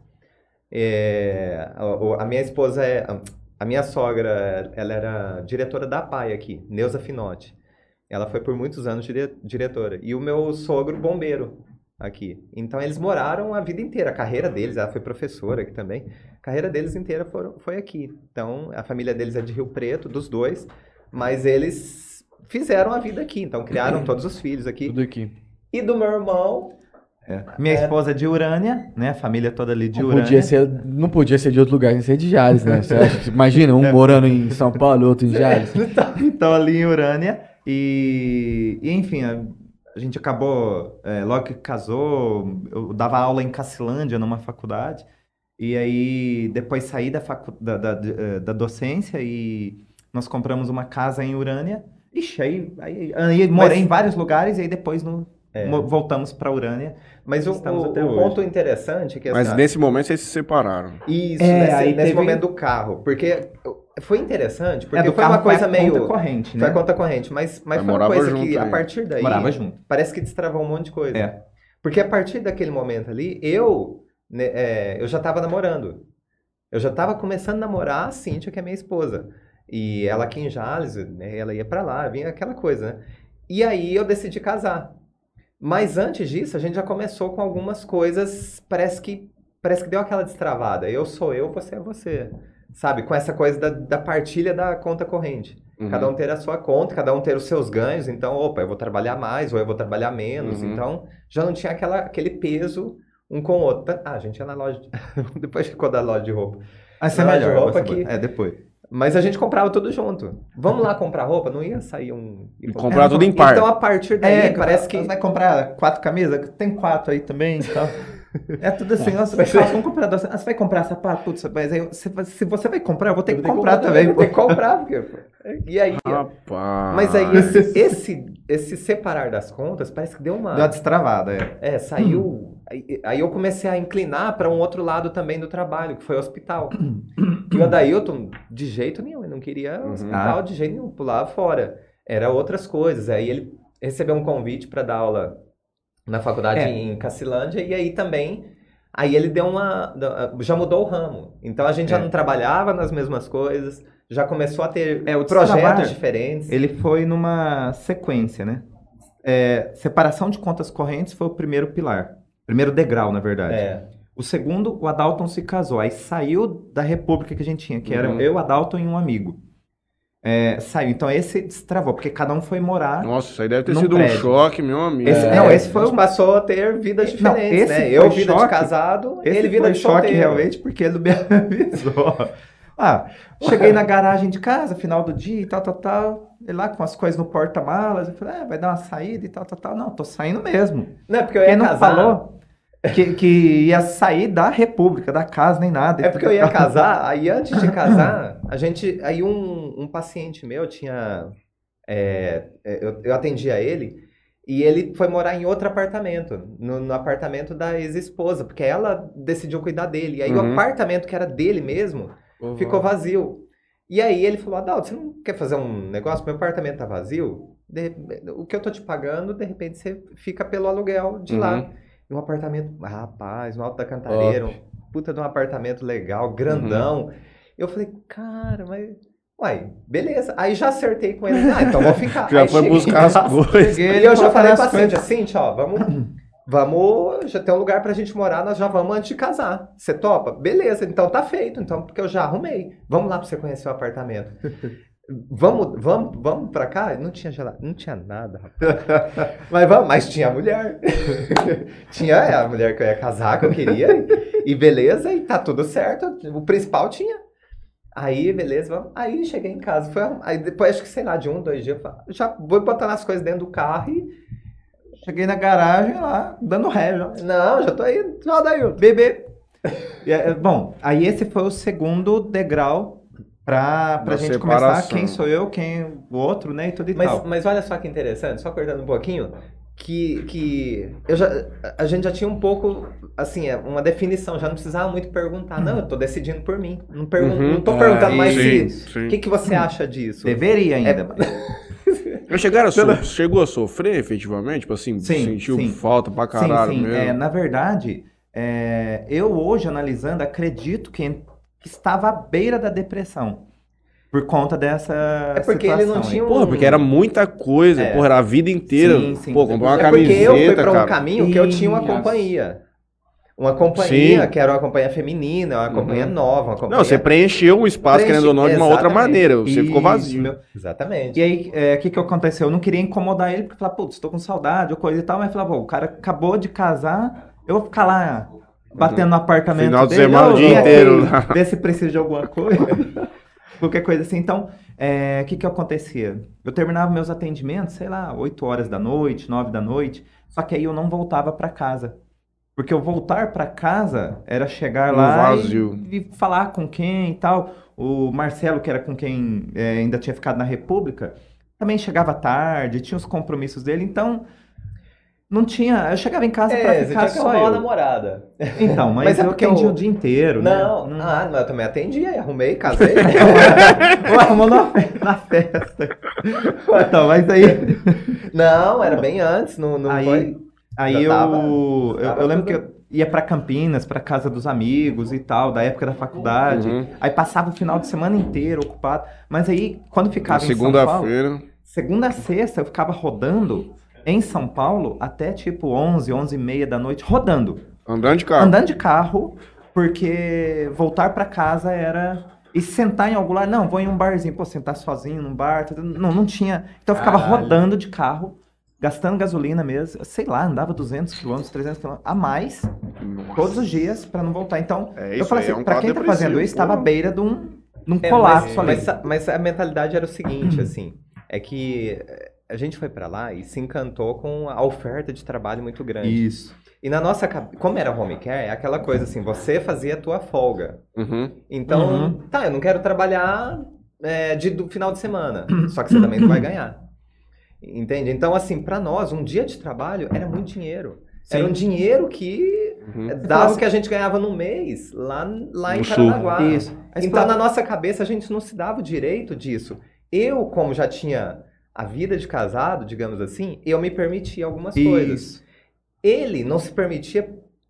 É, a, o- a minha esposa é. A minha sogra, ela era diretora da APAE aqui, Neuza Finotti. Ela foi por muitos anos dire- diretora. E o meu sogro, bombeiro, aqui. Então eles moraram a vida inteira. A carreira deles, ela foi professora aqui também. A carreira deles inteira foram, foi aqui. Então a família deles é de Rio Preto, dos dois. Mas eles fizeram a vida aqui. Então criaram todos os filhos aqui. Tudo aqui. E do meu irmão, É. Minha esposa é de Urânia, né? A família toda ali de Não Urânia. podia, ser, não podia ser de outro lugar, tem que ser de Jales, né? Você acha? Imagina, um morando em São Paulo e outro em Jales. Então ali em Urânia. E, e, enfim, a, a gente acabou, é, logo que casou, eu dava aula em Cacilândia, numa faculdade. E aí depois saí da, facu, da, da, de- da docência e nós compramos uma casa em Urânia. Ixi, aí, aí, aí morei Mas- em vários lugares e aí depois no, É. mo- voltamos para Urânia. mas o, Estamos o- até o hoje. ponto interessante é que Mas assim, nesse momento vocês se separaram. isso, É, nesse, aí nesse teve- momento do carro. Porque foi interessante, porque É, do foi uma carro foi coisa a meio. conta corrente, Foi né? a conta corrente, mas, mas Mas foi uma morava coisa junto que a aí. partir daí Morava junto. parece que destravou um monte de coisa. É. Porque a partir daquele momento ali, eu, né, é, eu já estava namorando. Eu já estava começando a namorar a Cíntia, que é minha esposa. E ela aqui em Jales, né, ela ia pra lá, vinha aquela coisa, né? E aí eu decidi casar. Mas antes disso, a gente já começou com algumas coisas, parece que, parece que deu aquela destravada. Eu sou eu, você é você. Sabe? Com essa coisa da, da partilha da conta corrente. Uhum. Cada um ter a sua conta, cada um ter os seus ganhos. Então, opa, eu vou trabalhar mais ou eu vou trabalhar menos. Uhum. Então, já não tinha aquela, aquele peso um com o outro. Ah, a gente ia na loja. de- Depois ficou da loja de roupa. Vai ser Não, de melhor. roupa vai ser que- bom. É, depois. Mas a gente comprava tudo junto. Vamos lá comprar roupa? Não ia sair um. E comprar É, tudo em par. Então, a partir daí, É, parece que. Você vai comprar quatro camisas? Tem quatro aí também, então. É tudo assim, nossa, Mas- vamos comprar doce. Ah, você vai comprar sapato? Putz, mas aí, você vai- se você vai comprar, eu vou ter Eu que vou ter que comprar comprar também. Tem que comprar, porque. E aí. Rapaz. Mas aí, esse, esse esse separar das contas parece que deu uma... Deu uma destravada, é. É, saiu... Aí, aí eu comecei a inclinar para um outro lado também do trabalho, que foi o hospital. E o Adailton, de jeito nenhum, ele não queria Uhum. hospital Ah. de jeito nenhum, pulava fora. Era outras coisas. Aí ele recebeu um convite para dar aula na faculdade É. em Cacilândia, e aí também... Aí ele deu uma... Já mudou o ramo. Então a gente já É. não trabalhava nas mesmas coisas, já começou a ter É, o projetos destravar, diferentes. Ele foi numa sequência, né? É, separação de contas correntes foi o primeiro pilar. Primeiro degrau, na verdade. É. O segundo, o Adalton se casou. Aí saiu da república que a gente tinha, que era Uhum. eu, Adalton e um amigo. É, saiu. Então esse destravou, porque cada um foi morar. Nossa, isso aí deve ter Num sido um prédio. choque, meu amigo. Esse- É, não, esse foi a gente um- passou a ter vidas Não, diferentes, esse né? foi Eu vida de choque. casado, Esse ele vida foi de choque solteiro. realmente, porque ele não me avisou. Ah, cheguei na garagem de casa, final do dia e tal, tal, tal. Ele lá com as coisas no porta-malas. Eu falei, é, vai dar uma saída e tal, tal, tal. Não, tô saindo mesmo. Não, é porque eu ia Quem não casar. falou que, que ia sair da república, da casa, nem nada. É porque eu ia casar, aí antes de casar, a gente. Aí um, um paciente meu tinha. é, é, eu, eu atendia ele, e ele foi morar em outro apartamento, no, no apartamento da ex-esposa, porque ela decidiu cuidar dele. E aí Uhum. o apartamento que era dele mesmo ficou vazio. E aí ele falou: Adalto, você não quer fazer um negócio? Meu apartamento tá vazio. De- o que eu tô te pagando, de repente você fica pelo aluguel de Uhum. lá. E um apartamento, rapaz, no Alto da Cantareira, um puta de um apartamento legal, grandão. Eu falei, cara, mas. Uai, beleza. Aí já acertei com ele. Ah, então vou ficar. Já Aí foi cheguei buscar as lá, coisas. E eu já falei pra Cintia, Cintia, ó, vamos. Vamos, já tem um lugar pra gente morar, nós já vamos antes de casar. Você topa? Beleza, então tá feito, então, porque eu já arrumei. Vamos lá pra você conhecer o apartamento. Vamos, vamos, vamos pra cá? Não tinha gelado, não tinha nada, rapaz. Mas vamos, mas tinha a mulher. Tinha é, a mulher que eu ia casar, que eu queria. E, e beleza, e tá tudo certo. O principal tinha. Aí, beleza, vamos. Aí cheguei em casa. Foi, arrum- aí depois, acho que sei lá, de um, dois dias, eu falei, já vou botando as coisas dentro do carro e. Cheguei na garagem lá, dando ré já. Não, já tô aí, roda aí. Bebê. E, é, bom, aí esse foi o segundo degrau pra, pra Da gente separação. começar quem sou eu, quem o outro, né, e tudo e Mas, tal. mas olha só que interessante, só cortando um pouquinho, que, que eu já, a gente já tinha um pouco, assim, é, uma definição, já não precisava muito perguntar. Não, eu tô decidindo por mim. Não, pergun Uhum. não tô É, perguntando mais sim, se... sim. O que, que você acha disso? Deveria ainda. É- mas- Mas chegaram a so- chegou a sofrer efetivamente? Tipo assim, Sim, sentiu sim. falta pra caralho sim, sim. mesmo? É, na verdade, é, eu hoje analisando, acredito que estava à beira da depressão. Por conta dessa É porque ele não situação aí. tinha um- Porra, porque era muita coisa, É. porra, era a vida inteira. Sim, sim. Pô, comprar uma É camiseta, porque eu fui pra um cara. caminho que eu tinha uma Ih, companhia. Uma companhia Sim. que era uma companhia feminina, uma companhia Uhum. nova, uma companhia... Não, você preencheu o espaço, Preenche- querendo ou não, de uma outra exatamente. maneira. Você ficou Isso, vazio. meu. Exatamente. E aí, o que que aconteceu? Eu não queria incomodar ele, porque falava, putz, tô com saudade ou coisa e tal, mas falava, pô, o cara acabou de casar, eu vou ficar lá batendo no apartamento Final de dele, semana, "Ô, o dia vem inteiro aqui, lá." Ver se precisa de alguma coisa. Qualquer coisa assim. Então, o que que acontecia? Eu terminava meus atendimentos, sei lá, oito horas da noite, nove da noite, só que aí eu não voltava pra casa. Porque eu voltar pra casa era chegar No lá vazio. e, e falar com quem e tal. O Marcelo, que era com quem é, ainda tinha ficado na República, também chegava tarde, tinha os compromissos dele, então não tinha. Eu chegava em casa pra É, você ficar tinha que só arrumar uma eu. namorada. Então, mas, Mas é eu porque atendia o- o dia inteiro, Não, né? ah, mas eu também atendi, aí arrumei, casei. Não arrumou na, fe- na festa. Então, mas aí. Não, era bem antes, não, não Aí- foi. Aí Já eu, tava- eu, tava eu lembro tudo- que eu ia pra Campinas, pra casa dos amigos e tal, da época da faculdade. Uhum. Aí passava o final de semana inteiro ocupado. Mas aí, quando Na ficava em São Paulo, segunda-feira. segunda a sexta, eu ficava rodando em São Paulo até tipo onze, onze e meia da noite, rodando. Andando de carro. Andando de carro, porque voltar pra casa era... E sentar em algum lugar, não, vou em um barzinho. Pô, sentar sozinho num bar, tudo- não, não tinha. Então eu ficava Caralho. rodando de carro, gastando gasolina mesmo, sei lá, andava duzentos quilômetros, trezentos quilômetros a mais, todos os dias, pra não voltar. Então, É, eu isso falei aí assim, é um pra quadro quem tá fazendo depressivo, isso, estava à pô. beira de um, de um É, colapso mas, ali. mas, a- mas a mentalidade era o seguinte, assim, é que eh, a gente foi pra lá e se encantou com a oferta de trabalho muito grande. Isso. E na nossa cabeça, como era home care, é aquela coisa assim, você fazia a tua folga. Uhum. Então, Uhum. tá, eu não quero trabalhar é, de, do final de semana, só que você também não vai ganhar. Entende? Então, assim, pra nós, um dia de trabalho era muito dinheiro. Sim. Era um dinheiro que Uhum. dava o que a gente ganhava no mês lá, lá em No sul. Paranaguá. Isso. Aí você Então, fala, na nossa cabeça, a gente não se dava o direito disso. Eu, como já tinha a vida de casado, digamos assim, eu me permitia algumas coisas. isso. Ele não se permitia,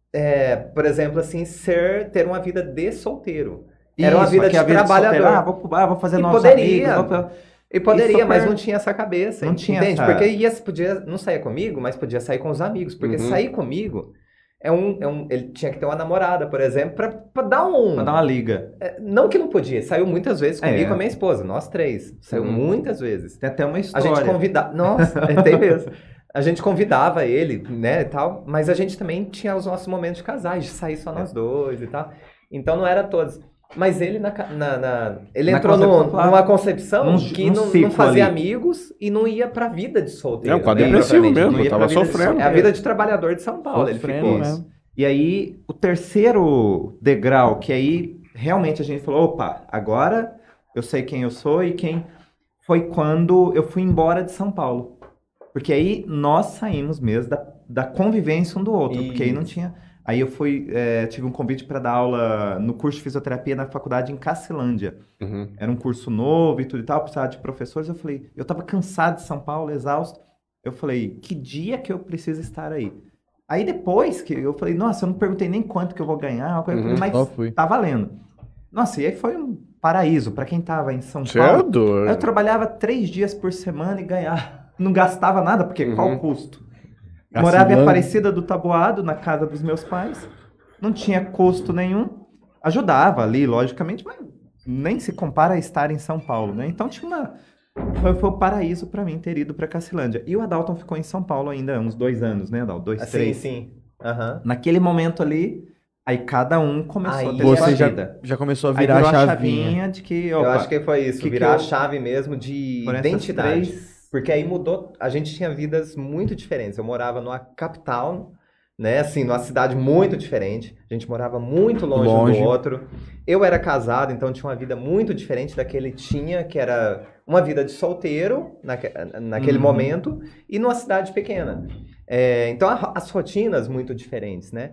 é, por exemplo, assim, ser, ter uma vida de solteiro. Era uma Isso, vida aqui de a vida de trabalhador. solteiro. Ah, vou, ah, vou fazer E novos poderia. amigos. Vou... E poderia, super- mas não tinha essa cabeça. Não tinha entende? essa- Porque ia, podia, não saía comigo, mas podia sair com os amigos. Porque Uhum. sair comigo é um, é um. Ele tinha que ter uma namorada, por exemplo, pra, pra dar um. Pra dar uma liga. É, não que não podia, saiu muitas vezes comigo É. e com a minha esposa, nós três. Saiu Uhum. muitas vezes. Tem até uma A história. gente convidava. Nossa, é, tem mesmo. A gente convidava ele, né, e tal, mas a gente também tinha os nossos momentos de casais, de sair só nós dois e tal. Então não era todos. Mas ele na, ca- na- na- ele Na entrou concepção, num- claro. numa concepção Num- que num não, não ciclo fazia ali. amigos e não ia pra vida de solteiro. É um quadro né, depressivo propriamente mesmo, dito. eu ia tava pra vida de sofrendo. É a vida de trabalhador de São Paulo, ele Sofrendo ficou. mesmo. E aí, o terceiro degrau, que aí realmente a gente falou, opa, agora eu sei quem eu sou e quem foi quando eu fui embora de São Paulo. Porque aí nós saímos mesmo da, da convivência um do outro, porque aí não Isso. tinha... Aí eu fui, é, tive um convite para dar aula no curso de fisioterapia na faculdade em Cacilândia. Uhum. Era um curso novo e tudo e tal, precisava de professores. Eu falei, eu tava cansado de São Paulo, exausto. Eu falei, que dia que eu preciso estar aí? Aí depois que eu falei, nossa, eu não perguntei nem quanto que eu vou ganhar, uma coisa, Uhum. mas Só fui. tá valendo. Nossa, e aí foi um paraíso para quem tava em São Você é Paulo. Aí eu doido. trabalhava três dias por semana e ganhava. Não gastava nada, porque Uhum. qual o custo? Gastando. Morava em Aparecida do Taboado, na casa dos meus pais. Não tinha custo nenhum. Ajudava ali, logicamente, mas nem se compara a estar em São Paulo, né? Então tinha uma... Foi, foi o paraíso pra mim ter ido pra Cacilândia. E o Adalton ficou em São Paulo ainda uns dois anos, né, Adalton? Dois, Sim, três. sim. Aham. Naquele momento ali, aí cada um começou Aí a ter você sua Você já, vida. já começou a Aí virar virou a chavinha. de que, Eu opa, acho que foi isso, que que virar eu- a chave mesmo de por essas identidade. três- Porque aí mudou, a gente tinha vidas muito diferentes. Eu morava numa capital, né, assim, numa cidade muito diferente. A gente morava muito longe, um Longe. do outro. Eu era casado, então tinha uma vida muito diferente da que ele tinha, que era uma vida de solteiro naque, naquele Uhum. momento e numa cidade pequena. É, então a- as rotinas muito diferentes, né?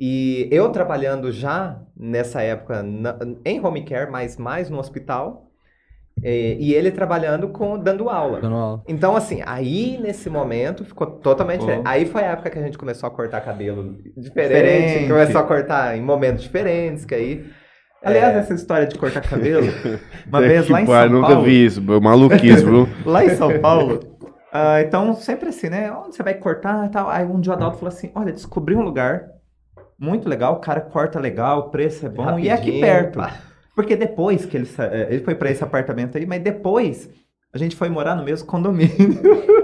E eu trabalhando já nessa época na- em home care, mas mais no hospital, é, e ele trabalhando com dando aula. Dando aula. Então, assim, aí nesse momento ficou totalmente Ficou. diferente. Aí foi a época que a gente começou a cortar cabelo diferente, Diferente. começou a cortar em momentos diferentes, que aí. Aliás, é, essa história de cortar cabelo, uma vez lá em Pai, São nunca Paulo... vi isso, meu maluquice, viu? Lá em São Paulo, ah, então sempre assim, né? Onde você vai cortar e tal. Aí um dia o Adalto falou assim: olha, descobri um lugar muito legal, o cara corta legal, o preço é bom, e é aqui rapidinho, perto. pá. Porque depois que ele, sa- eh, ele foi pra esse apartamento aí, mas depois a gente foi morar no mesmo condomínio.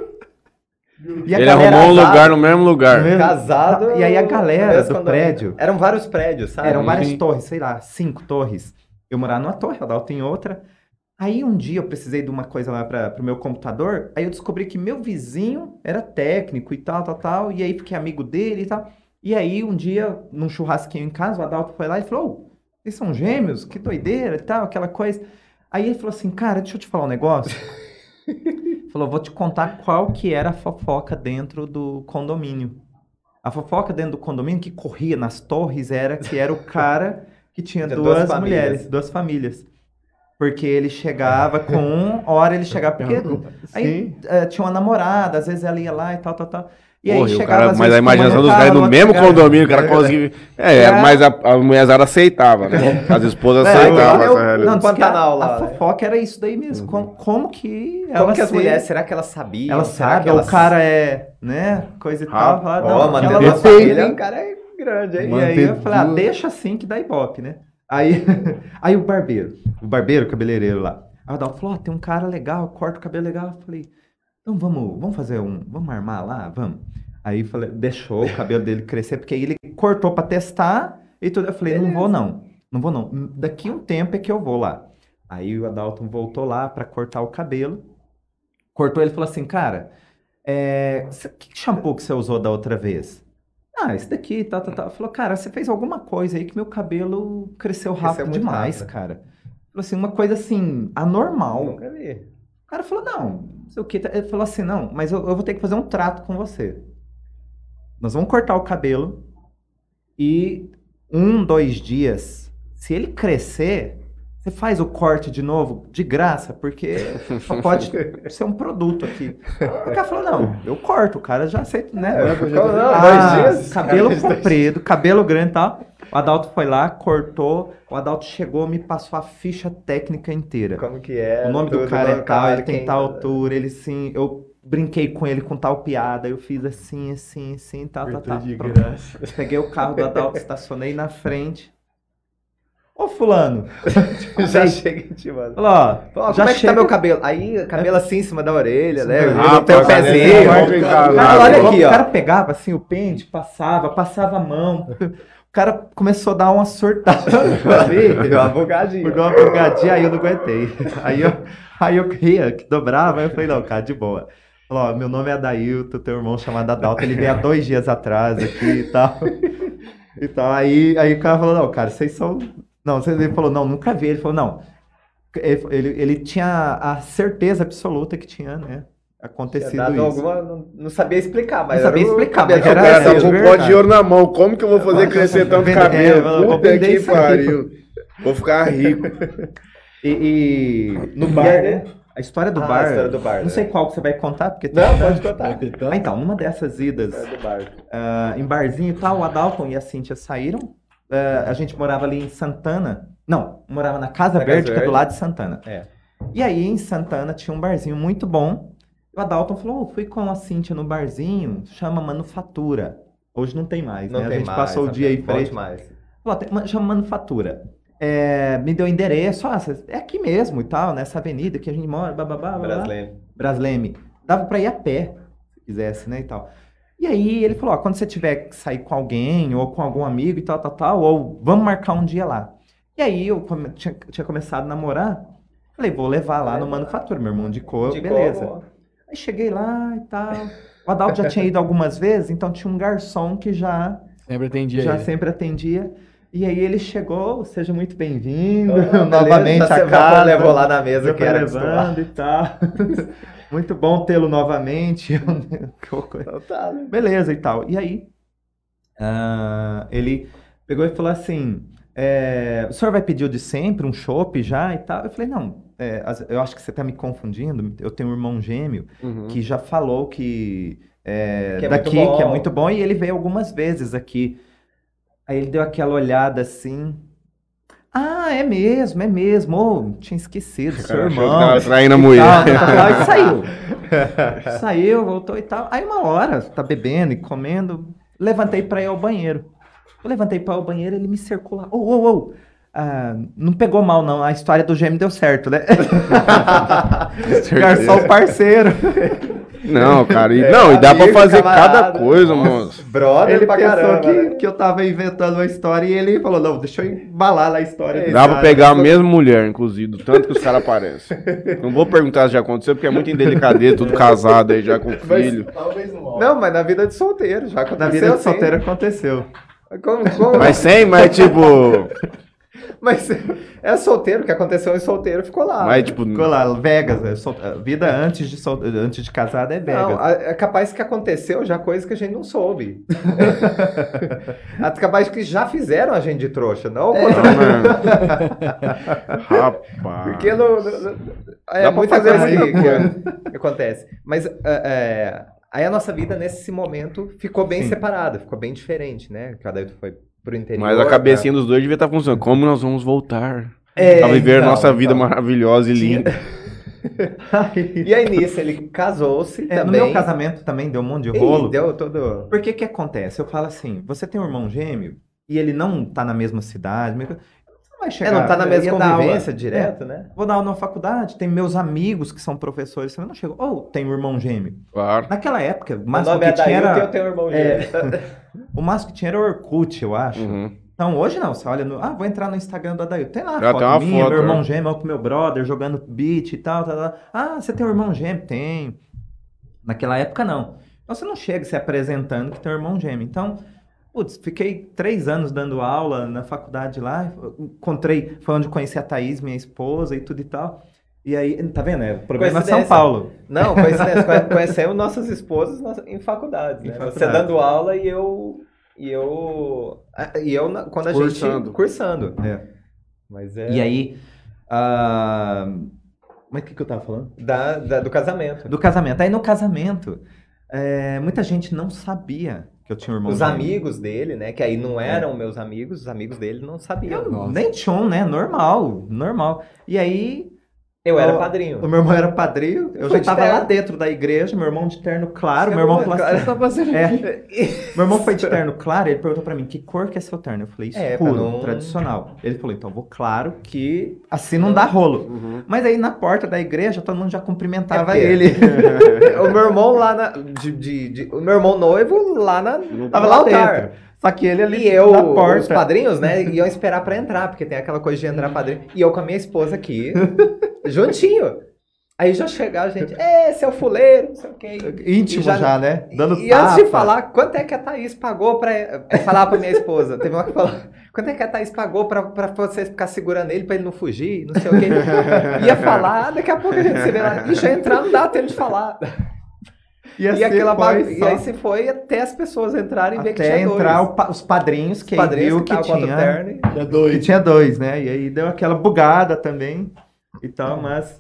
E a Ele galera- arrumou um casado. lugar no mesmo lugar. Mesmo. Casado. E aí a galera mesmo do condomínio. prédio- Eram vários prédios, sabe? Eram várias Sim. torres, sei lá, cinco torres. Eu morava numa torre, o Adalto em outra. Aí um dia eu precisei de uma coisa lá para o meu computador, aí eu descobri que meu vizinho era técnico e tal, tal, tal, e aí fiquei amigo dele e tal. E aí um dia, num churrasquinho em casa, o Adalto foi lá e falou, "Ô, eles são gêmeos? Que doideira e tal, aquela coisa." Aí ele falou assim, cara, deixa eu te falar um negócio. Falou, vou te contar qual que era a fofoca dentro do condomínio. A fofoca dentro do condomínio que corria nas torres era que era o cara que tinha Tinha duas, duas famílias. mulheres, duas famílias. Porque ele chegava com um, hora ele chegava, porque aí eh, tinha uma namorada, às vezes ela ia lá e tal, tal, tal. E aí Porra, e o chegava, cara, às mas a vezes, com uma imaginação no dos caras carro, no outra mesmo cara- condomínio, o cara conseguia. É, É. mas a, a mulherzada aceitava, né? As esposas É, aceitavam eu- essa realidade. Não, diz que Pantanal a, lá, a né? fofoca era isso daí mesmo. Como, como que Como ela que as se- mulheres, será que elas sabiam? Ela Será sabe, que ou elas... o cara é, né, coisa e tal. Rapaz, Fala, Ó, não, mantendo ela a não nossa sabe. família, o cara é grande, hein? E aí eu Manter falei, ah, duas- deixa assim que dá ibope, né? Aí, aí o barbeiro, o barbeiro, o cabeleireiro lá. Aí o Adalto falou, ó, tem um cara legal, corta o cabelo legal. Eu falei, então vamos, vamos fazer um, vamos armar lá, vamos. Aí eu falei, deixou o cabelo dele crescer, porque aí ele cortou pra testar e tudo. Eu falei, não vou não, não vou não. Daqui um tempo é que eu vou lá. Aí o Adalton voltou lá pra cortar o cabelo. Cortou, ele falou assim, cara, é, cê- que shampoo que você usou da outra vez? Ah, esse daqui, tal, tal, tal. Falou, cara, você fez alguma coisa aí que meu cabelo cresceu rápido muito demais, rápido. cara. Falou assim, uma coisa assim, anormal. Nunca vi. cara falou, não, não sei o que. Ele falou assim, não, mas eu, eu vou ter que fazer um trato com você. Nós vamos cortar o cabelo e um, dois dias, se ele crescer, você faz o corte de novo de graça, porque só pode ser um produto aqui. O cara falou, não, eu corto, o cara já aceita, né? É, não, não, Ah, dois dias. cabelo Cara, comprido, cabelo grande e tal. O Adalto foi lá, cortou, o Adalto chegou, me passou a ficha técnica inteira. Como que é? O nome do tudo, cara é do tal, cara, ele tem quem- tal altura, ele sim, eu brinquei com ele com tal piada, eu fiz assim, assim, assim, tal, tal, tal. de Pronto. graça. Peguei o carro do Adalto, estacionei na frente. Ô, fulano, Já Aí- chega e te manda. falou, ó, Ó, já como é que chega... tá meu cabelo? Aí, cabelo assim em cima da orelha, né? Ah, no teu pô, cara, pezinho. ele Cara, vem casado. olha o aqui, ó. cara pegava assim o pente, passava, passava a mão. O cara começou a dar uma surtada. Deu uma bugadinha. Deu uma bugadinha, aí eu não aguentei. Aí eu, aí eu ria, que dobrava, aí eu falei, não, cara, de boa. Falou, ó, meu nome é Adailton, teu irmão chamado Adalto, ele veio há dois dias atrás aqui e tal. Então, aí, aí o cara falou, não, cara, vocês são... Não, ele falou, não, nunca vi. Ele falou, não. Ele, ele, ele tinha a certeza absoluta que tinha, né, acontecido Tinha dado isso. alguma- não, não sabia explicar, mas Não sabia era o explicar, cabelo mas era que O cara cresceu. tá de com um verdade. pote de ouro na mão. Como que eu vou fazer crescer tanto Vender- cabelo? é, vou Puta vender que isso aqui. pariu. Vou ficar rico. E, e no E bar, aí, né? A história do Ah, bar. a história do bar, Não né? sei qual que você vai contar, porque tem Não, bastante. pode contar. Ah, então, numa dessas idas É do bar. ah, em barzinho e tal, o Adalton e a Cíntia saíram. Ah, a gente morava ali em Santana. Não, morava na Casa Na Casa Verde, que é do Verde. lado de Santana. É. E aí, em Santana, tinha um barzinho muito bom. O Adalton falou: "Oh, fui com a Cíntia no barzinho, chama Manufatura. Hoje não tem mais, Não né? tem a gente mais, passou o tá dia aí bom frente. demais. Falou, "Tem- ma- chama Manufatura. É, me deu endereço, ah, cês- é aqui mesmo e tal, nessa avenida que a gente mora, bababá, babá. Brasileiro. Brasleme. Dava pra ir a pé, se quisesse, né, e tal. E aí ele falou, ó, quando você tiver que sair com alguém ou com algum amigo e tal, tal, tal, ou vamos marcar um dia lá. E aí eu come- tinha, tinha começado a namorar, falei, vou levar lá no Manufatura, meu irmão indicou, De beleza. como? Aí cheguei lá e tal. O Adalto já tinha ido algumas vezes, então tinha um garçom que já, Sempre atendia já ele. sempre atendia. E aí ele chegou, seja muito bem-vindo, Ah, novamente beleza, a já casa. levou lá na mesa Já que foi era levando e tal. Muito bom tê-lo novamente. Então tá, né? Beleza e tal. E aí, ah, ele pegou e falou assim: é, o senhor vai pedir o de sempre, um chopp já e tal? Eu falei: não, é, as- eu acho que você está me confundindo. Eu tenho um irmão gêmeo Uhum. que já falou que, é, Que é daqui, muito bom. que é muito bom, e ele veio algumas vezes aqui. Aí ele deu aquela olhada assim. Ah, é mesmo, é mesmo. Ô, tinha esquecido, seu Cara, achou que irmão. tava traindo a E mulher. tal, tal, tal, e saiu. Saiu, voltou e tal. Aí uma hora, tá bebendo e comendo, levantei pra ir ao banheiro. Eu levantei pra ir ao banheiro, ele me cercou lá. Ô, ô, ô. Ah, não pegou mal, não. A história do gêmeo deu certo, né? Garçom parceiro. Não, cara. E, É, não, e dá pra amigo, fazer camarada. cada coisa, moço. Brother Ele pra pensou caramba. que, né? que eu tava inventando uma história e ele falou: não, deixa eu embalar na história. É, desse Dá pra cara. pegar a mesma mulher, inclusive, do tanto que os caras aparecem. Não vou perguntar se já aconteceu, porque é muito indelicadeza, tudo casado aí já com filho. Talvez não. Não, mas na vida de solteiro, já aconteceu Na vida de assim. solteiro aconteceu. Como, como- Mas sem, mas tipo. Mas é solteiro, o que aconteceu em solteiro ficou lá. Mas né? tipo. Ficou lá, Vegas. é sol- a vida antes de, sol- antes de casado é Vegas. Não, a- é capaz que aconteceu já coisa que a gente não soube. É capaz que já fizeram a gente de trouxa, não? ao Não, contrário. né? Rapaz. Porque não, não- não- é Dá pra muita fazer coisa muita que, coisa. que- que acontece. Mas é, é, aí a nossa vida nesse momento ficou bem Sim. separada, ficou bem diferente, né? Cada um foi pro interior. Mas a cabecinha né? dos dois devia estar funcionando. Como nós vamos voltar? É, Pra viver então, nossa vida então. maravilhosa e Tinha- linda. E aí nisso ele casou-se É, no também. meu casamento também deu um monte de Ih, rolo. deu todo. Porque que acontece? Eu falo assim, você tem um irmão gêmeo e ele não tá na mesma cidade, mesmo- você não vai É, chegar... não tá na mesma ia dar aula. convivência É, direto, né? vou dar aula na faculdade, tem meus amigos que são professores, você não chegou, ou tem um irmão gêmeo. Claro. Naquela época, o Meu máximo nome que é tinha Dailton e eu era... tenho um irmão É. gêmeo. O máximo que tinha era o Orkut, eu acho. Uhum. Então, hoje não, você olha no... Ah, vou entrar no Instagram do Adailton. Tem lá a Já foto tem uma minha, foto, meu irmão né? gêmeo, eu com meu brother, jogando beat e tal, tal, tal. Ah, você tem um irmão gêmeo? Tem. Naquela época, não. Então, você não chega se apresentando que tem um irmão gêmeo. Então, putz, fiquei três anos dando aula na faculdade lá. Encontrei, foi onde conheci a Thaís, minha esposa e tudo e tal. E aí, tá vendo? É, o problema é São Coincidência. Paulo. Não, coincidência. conhe- Conhecemos nossas esposas nas- em faculdades, Em né? Você faculdade. dando aula e eu... E eu... ah, E eu, na- quando a Cursando. gente... Cursando. É. Mas é... E aí, ah, mas o que, que eu tava falando? Da, da- do casamento. Do casamento. Aí no casamento, é, muita gente não sabia que eu tinha um irmão Os gêmeo. amigos dele, né? Que aí não eram meus amigos, os amigos dele não sabiam. Eu Nossa. nem tinha, né? Normal, normal. E aí, Eu era o- padrinho. o meu irmão era padrinho, eu Foi já de tava terno. lá dentro da igreja, meu irmão de terno claro, Chegou, meu irmão falou assim, cara. "Você tá fazendo é, meu irmão foi de terno claro, ele perguntou pra mim, que cor que é seu terno? Eu falei, É, escuro, pra não- tradicional. Ele falou, então vou claro que assim não dá rolo. Uhum. Mas aí na porta da igreja, todo mundo já cumprimentava É porque- ele. O meu irmão lá na. De, de- de- o meu irmão noivo lá na. No Tava lá altar. dentro. Só que ele ali E eu, na os porta. padrinhos, né, iam esperar pra entrar, porque tem aquela coisa de entrar padrinho. E eu com a minha esposa aqui, juntinho. Aí já chegar a gente, é, seu fuleiro, não sei o quê. Íntimo E já, né? Dando e antes de tapa. falar, quanto é que a Thaís pagou pra, pra falar pra minha esposa? Teve uma que falou, quanto é que a Thaís pagou pra, pra você ficar segurando ele, pra ele não fugir, não sei o quê. Ia falar, daqui a pouco a gente se vê lá. Ixi, entrar não dá tempo de falar. E, E, assim aquela foi bagu- e só aí você foi até as pessoas entrarem e ver que até tinha entrar dois. o pa- os padrinhos, que Os aí padrinhos viu que que, estavam com o tinha, terno. e- É que doido. tinha dois, né? E aí deu aquela bugada também e tal, mas...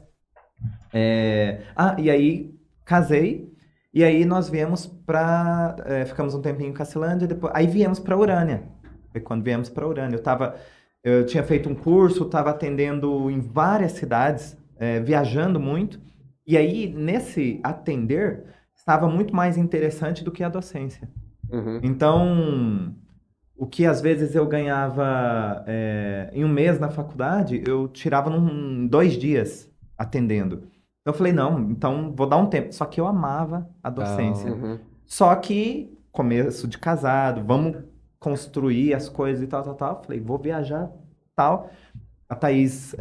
é, Ah, e aí casei, e aí nós viemos pra... é, ficamos um tempinho em Cacilândia, depois... aí viemos pra Urânia. Foi quando viemos pra Urânia. Eu tava... Eu tinha feito um curso, estava atendendo em várias cidades, é, viajando muito, e aí nesse atender estava muito mais interessante do que a docência. Uhum. Então, o que às vezes eu ganhava é, em um mês na faculdade, eu tirava em dois dias atendendo. Então eu falei, não, então vou dar um tempo. Só que eu amava a docência. Uhum. Só que, começo de casado, vamos construir as coisas e tal, tal, tal. Falei, vou viajar, tal. A Thaís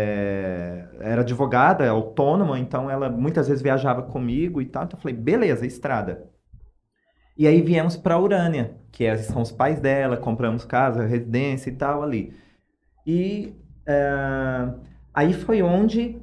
é, era advogada, autônoma, então ela muitas vezes viajava comigo e tal. Então eu falei, beleza, estrada. E aí viemos para Urânia, que é- são os pais dela, compramos casa, residência e tal ali. E é, aí foi onde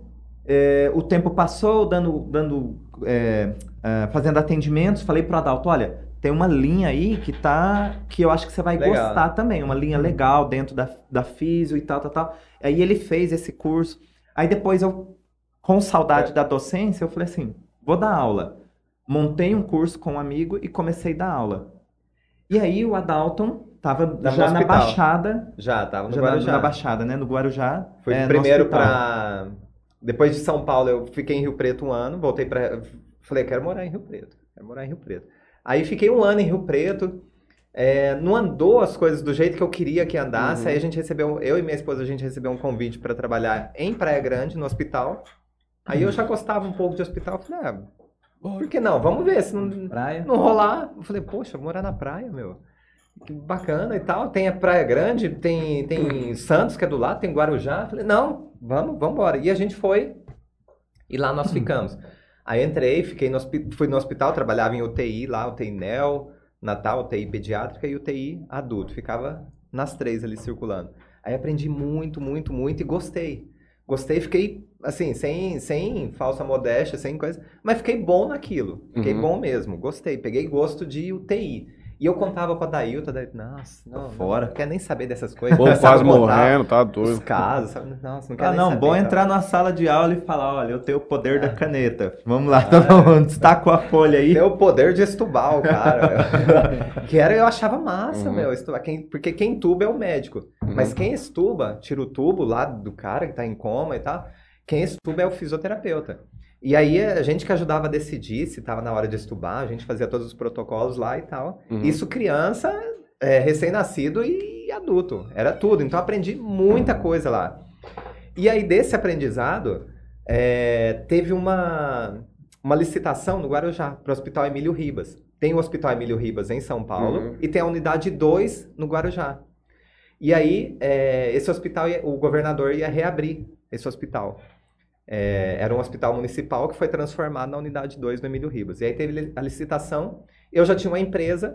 é, o tempo passou, dando, dando, é, é, fazendo atendimentos. Falei pro Adalto, olha, tem uma linha aí que tá, que eu acho que você vai Legal. gostar também, uma linha legal dentro da, da físio e tal, tal, tal. Aí ele fez esse curso. Aí depois eu, com saudade da docência, eu falei assim, vou dar aula. Montei um curso com um amigo e comecei a dar aula. E aí o Adalton tava no já na hospital. Baixada, Já, tava no já na, Guarujá. na Baixada, né, no Guarujá. Fui é, no primeiro hospital. pra... Depois de São Paulo, eu fiquei em Rio Preto um ano, voltei pra... Falei, quero morar em Rio Preto, quero morar em Rio Preto. Aí fiquei um ano em Rio Preto, é, não andou as coisas do jeito que eu queria que andasse, Uhum. aí a gente recebeu, eu e minha esposa, a gente recebeu um convite para trabalhar em Praia Grande, no hospital. Aí eu já gostava um pouco de hospital, falei, ah, por que não? Vamos ver, se não, Praia. não rolar. Eu falei, poxa, vou morar na praia, meu. Que bacana e tal. Tem a Praia Grande, tem, tem Santos, que é do lado, tem Guarujá. Eu falei, não, vamos, vamos embora. E a gente foi, e lá nós ficamos. Aí entrei, fiquei no, hospi- fui no hospital, trabalhava em U T I lá, U T I Neo, Natal, U T I pediátrica e U T I adulto. Ficava nas três ali circulando. Aí aprendi muito, muito, muito e gostei. Gostei, fiquei, assim, sem, sem falsa modéstia, sem coisa, mas fiquei bom naquilo. Fiquei Uhum. bom mesmo, gostei. Peguei gosto de U T I. E eu contava com a Dailton, a Dailton, nossa, não, fora. não quer nem saber dessas coisas. Pô, Começava quase a contar morrendo, tá Os doido. casos, sabe? Nossa, não quer Ah, nem não, saber, bom então. entrar numa sala de aula e falar, olha, eu tenho o poder da caneta. Vamos lá, todo mundo, destaca a folha aí. Tem o poder de estubar o cara, meu. Que era, eu achava massa, Uhum. meu, estubar. Quem, porque quem tuba é o médico. Uhum. Mas quem estuba, tira o tubo lá do cara que tá em coma e tal, quem estuba é o fisioterapeuta. E aí a gente que ajudava a decidir se tava na hora de estubar, a gente fazia todos os protocolos lá e tal. Uhum. Isso criança, é, recém-nascido e adulto. Era tudo. Então aprendi muita coisa lá. E aí desse aprendizado, é, teve uma, uma licitação no Guarujá para o Hospital Emílio Ribas. Tem o Hospital Emílio Ribas em São Paulo Uhum. e tem a unidade dois no Guarujá. E aí, é, esse hospital, ia- o governador ia reabrir esse hospital. É, era um hospital municipal que foi transformado na unidade dois do Emílio Ribas. E aí teve li- a licitação. Eu já tinha uma empresa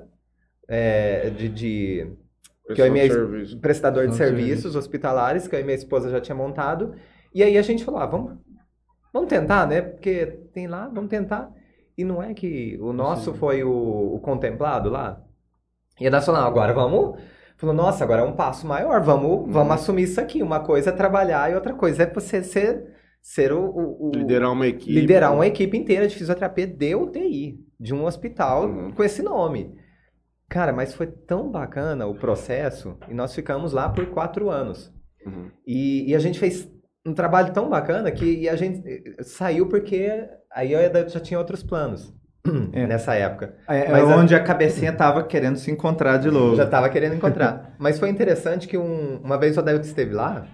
é, de, de que eu e minha- Serviço. prestador de Prestador de serviços hospitalares, que eu e minha esposa já tinha montado. E aí a gente falou, ah, vamos, vamos tentar, né? Porque tem lá, vamos tentar. E não é que o nosso foi o, o contemplado lá? E a Nacional, agora vamos... Falou, nossa, agora é um passo maior, vamos, vamos assumir isso aqui. Uma coisa é trabalhar e outra coisa é você ser, ser o, o- o- Liderar uma equipe. liderar uma equipe inteira de fisioterapia de U T I, de um hospital Uhum. com esse nome. Cara, mas foi tão bacana o processo e nós ficamos lá por quatro anos. Uhum. E, e a gente fez um trabalho tão bacana que a gente eh, saiu porque aí eu já tinha outros planos É. nessa época. É, é Mas a- onde a cabecinha tava querendo se encontrar de novo. Já estava querendo encontrar. Mas foi interessante que um- uma vez o Adailton esteve lá,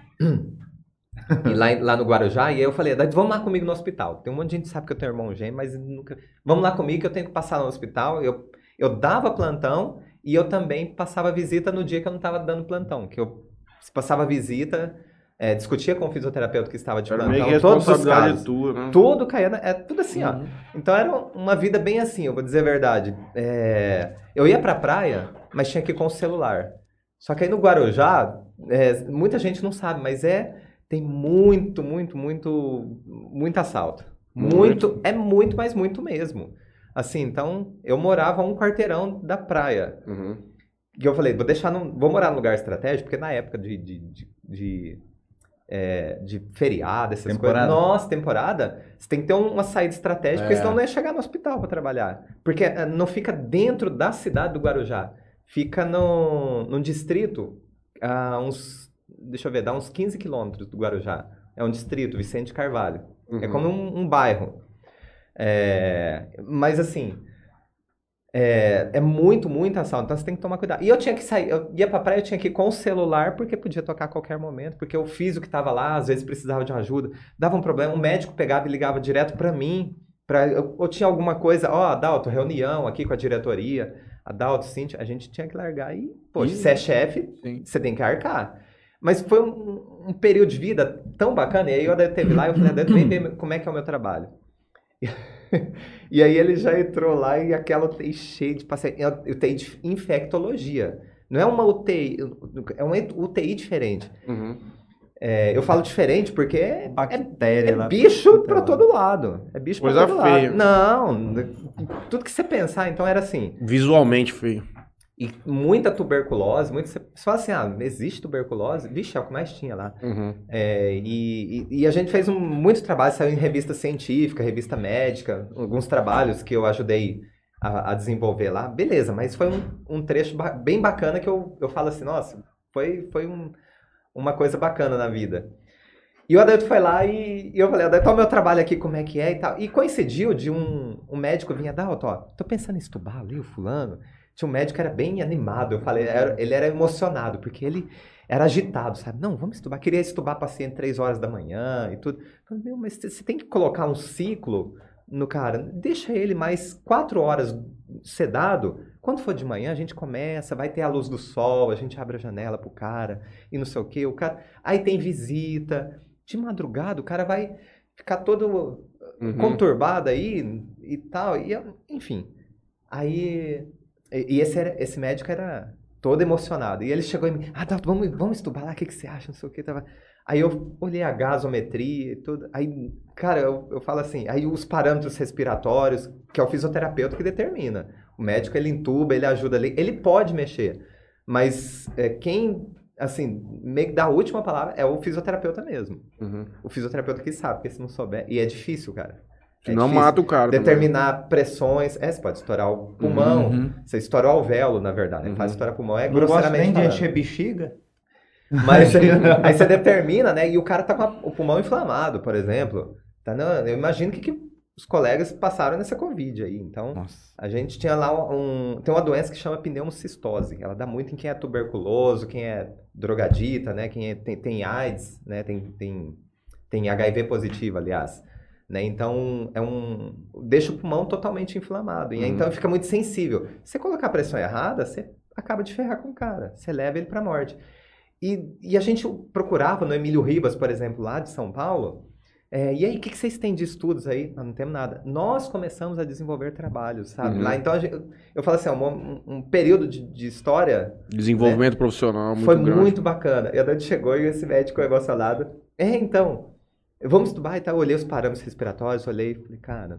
e lá, em- lá no Guarujá, e aí eu falei, Adailton, vamos lá comigo no hospital. Tem um monte de gente que sabe que eu tenho irmão gêmeo, mas nunca... Vamos lá comigo que eu tenho que passar no hospital. Eu, eu dava plantão e eu também passava visita no dia que eu não estava dando plantão. Que eu passava visita, é, discutia com o fisioterapeuta que estava de Era plantão, meio que todos os responsabilidade casos. tua, né? Tudo caía, na- é tudo assim, ó. Uhum. Então era uma vida bem assim, eu vou dizer a verdade. É, eu ia pra praia, mas tinha que ir com o celular. Só que aí no Guarujá, é, muita gente não sabe, mas é tem muito, muito, muito, muito assalto. Muito, Muito. é muito, mas muito mesmo. Assim, então eu morava a um quarteirão da praia. Uhum. E eu falei, vou deixar num, vou morar num lugar estratégico, porque na época de, de, de, de, é, de feriado, essas Temporada. coisas. Nossa, temporada, você tem que ter uma saída estratégica, porque É. senão não ia chegar no hospital para trabalhar. Porque eh, não fica dentro da cidade do Guarujá, fica no, no distrito, a uns, deixa eu ver, dá uns quinze quilômetros do Guarujá. É um distrito, Vicente Carvalho. É Uhum. como um, um bairro. É, mas assim, é, é muito, muito assalto, então você tem que tomar cuidado. E eu tinha que sair, eu ia pra praia, eu tinha que ir com o celular, porque podia tocar a qualquer momento, porque o físico que tava lá, às vezes precisava de uma ajuda, dava um problema, o médico pegava e ligava direto pra mim, pra, eu, ou tinha alguma coisa, ó, Adalto, reunião aqui com a diretoria, Adalto, Cíntia, a gente tinha que largar e, poxa, Ih, você é chefe, sim. você tem que arcar. Mas foi um, um período de vida tão bacana, e aí eu teve lá, eu falei, Adalto, vem ver como é que é o meu trabalho. E aí ele já entrou lá e aquela U T I cheia de paciente, é U T I de infectologia. Não é uma U T I, é uma U T I diferente. Uhum. É, eu falo diferente porque é, Bactéria é lá. bicho pra Puta, todo lado. É bicho pra Coisa todo feia. lado. Não, tudo que você pensar, então era assim. Visualmente feio. E muita tuberculose, muito, você fala assim, ah, existe tuberculose? Vixe, é o que mais tinha lá. Uhum. É, e, e- e a gente fez um, muito trabalho, saiu em revista científica, revista médica, alguns trabalhos que eu ajudei a, a desenvolver lá. Beleza, mas foi um, um trecho ba- bem bacana que eu, eu falo assim, nossa, foi, foi um- uma coisa bacana na vida. E o Adalto foi lá e, e eu falei, Adalto, olha o meu trabalho aqui, como é que é e tal. E coincidiu de um, um médico vir, Adalto, ó, tô pensando em estubar ali, o fulano. Tinha um médico que era bem animado, eu falei, era- ele era emocionado, porque ele era agitado, sabe? Não, vamos estubar, queria estubar paciente três horas da manhã e tudo. Eu falei, meu, mas você tem que colocar um ciclo no cara, deixa ele mais quatro horas sedado. Quando for de manhã, a gente começa, vai ter a luz do sol, a gente abre a janela pro cara e não sei o quê. O cara... Aí tem visita. De madrugada, o cara vai ficar todo Uhum. conturbado aí e tal. E, enfim. Aí. E e esse, era- esse médico era todo emocionado. E ele chegou em mim, ah, Dalton, vamos, vamos estudar lá, o que, que você acha? Não sei o que. Tava... Aí eu olhei a gasometria e tudo. Aí, cara, eu, eu falo assim, aí os parâmetros respiratórios, que é o fisioterapeuta que determina. O médico, ele entuba, ele ajuda ali, ele pode mexer. Mas é, quem, assim, meio que dá a última palavra é o fisioterapeuta mesmo. Uhum. O fisioterapeuta que sabe, porque se não souber... E é difícil, cara. É Senão difícil. mata o cara. também. Determinar pressões. É, você pode estourar o pulmão. Uhum. Você estoura o alvéolo, na verdade. Uhum. Faz estourar o pulmão. É Não gosto grosseiramente nem de falando. encher bexiga. Mas aí, aí você determina, né? E o cara tá com a- o pulmão inflamado, por exemplo. Tá, não, eu imagino que, que os colegas passaram nessa Covid aí. Então, Nossa. a gente tinha lá um... Tem uma doença que chama pneumocistose. Ela dá muito em quem é tuberculoso, quem é drogadita, né? Quem é- tem, tem AIDS, né? Tem, tem, tem H I V positivo, aliás. Né? Então, é um... deixa o pulmão totalmente inflamado. E aí, Uhum. então, fica muito sensível. Se você colocar a pressão errada, você acaba de ferrar com o cara. Você leva ele pra morte. E, e a gente procurava no Emílio Ribas, por exemplo, lá de São Paulo. É, e aí, o que, que vocês têm de estudos aí? Nós não temos nada. Nós começamos a desenvolver trabalhos, sabe? Uhum. Lá, então, a gente- eu falo assim, um, um período de, de história Desenvolvimento profissional muito foi grande. muito bacana. E a Dani chegou e esse médico emocionado. É, então, Vamos estubar e tal. Eu olhei os parâmetros respiratórios, olhei e falei, cara,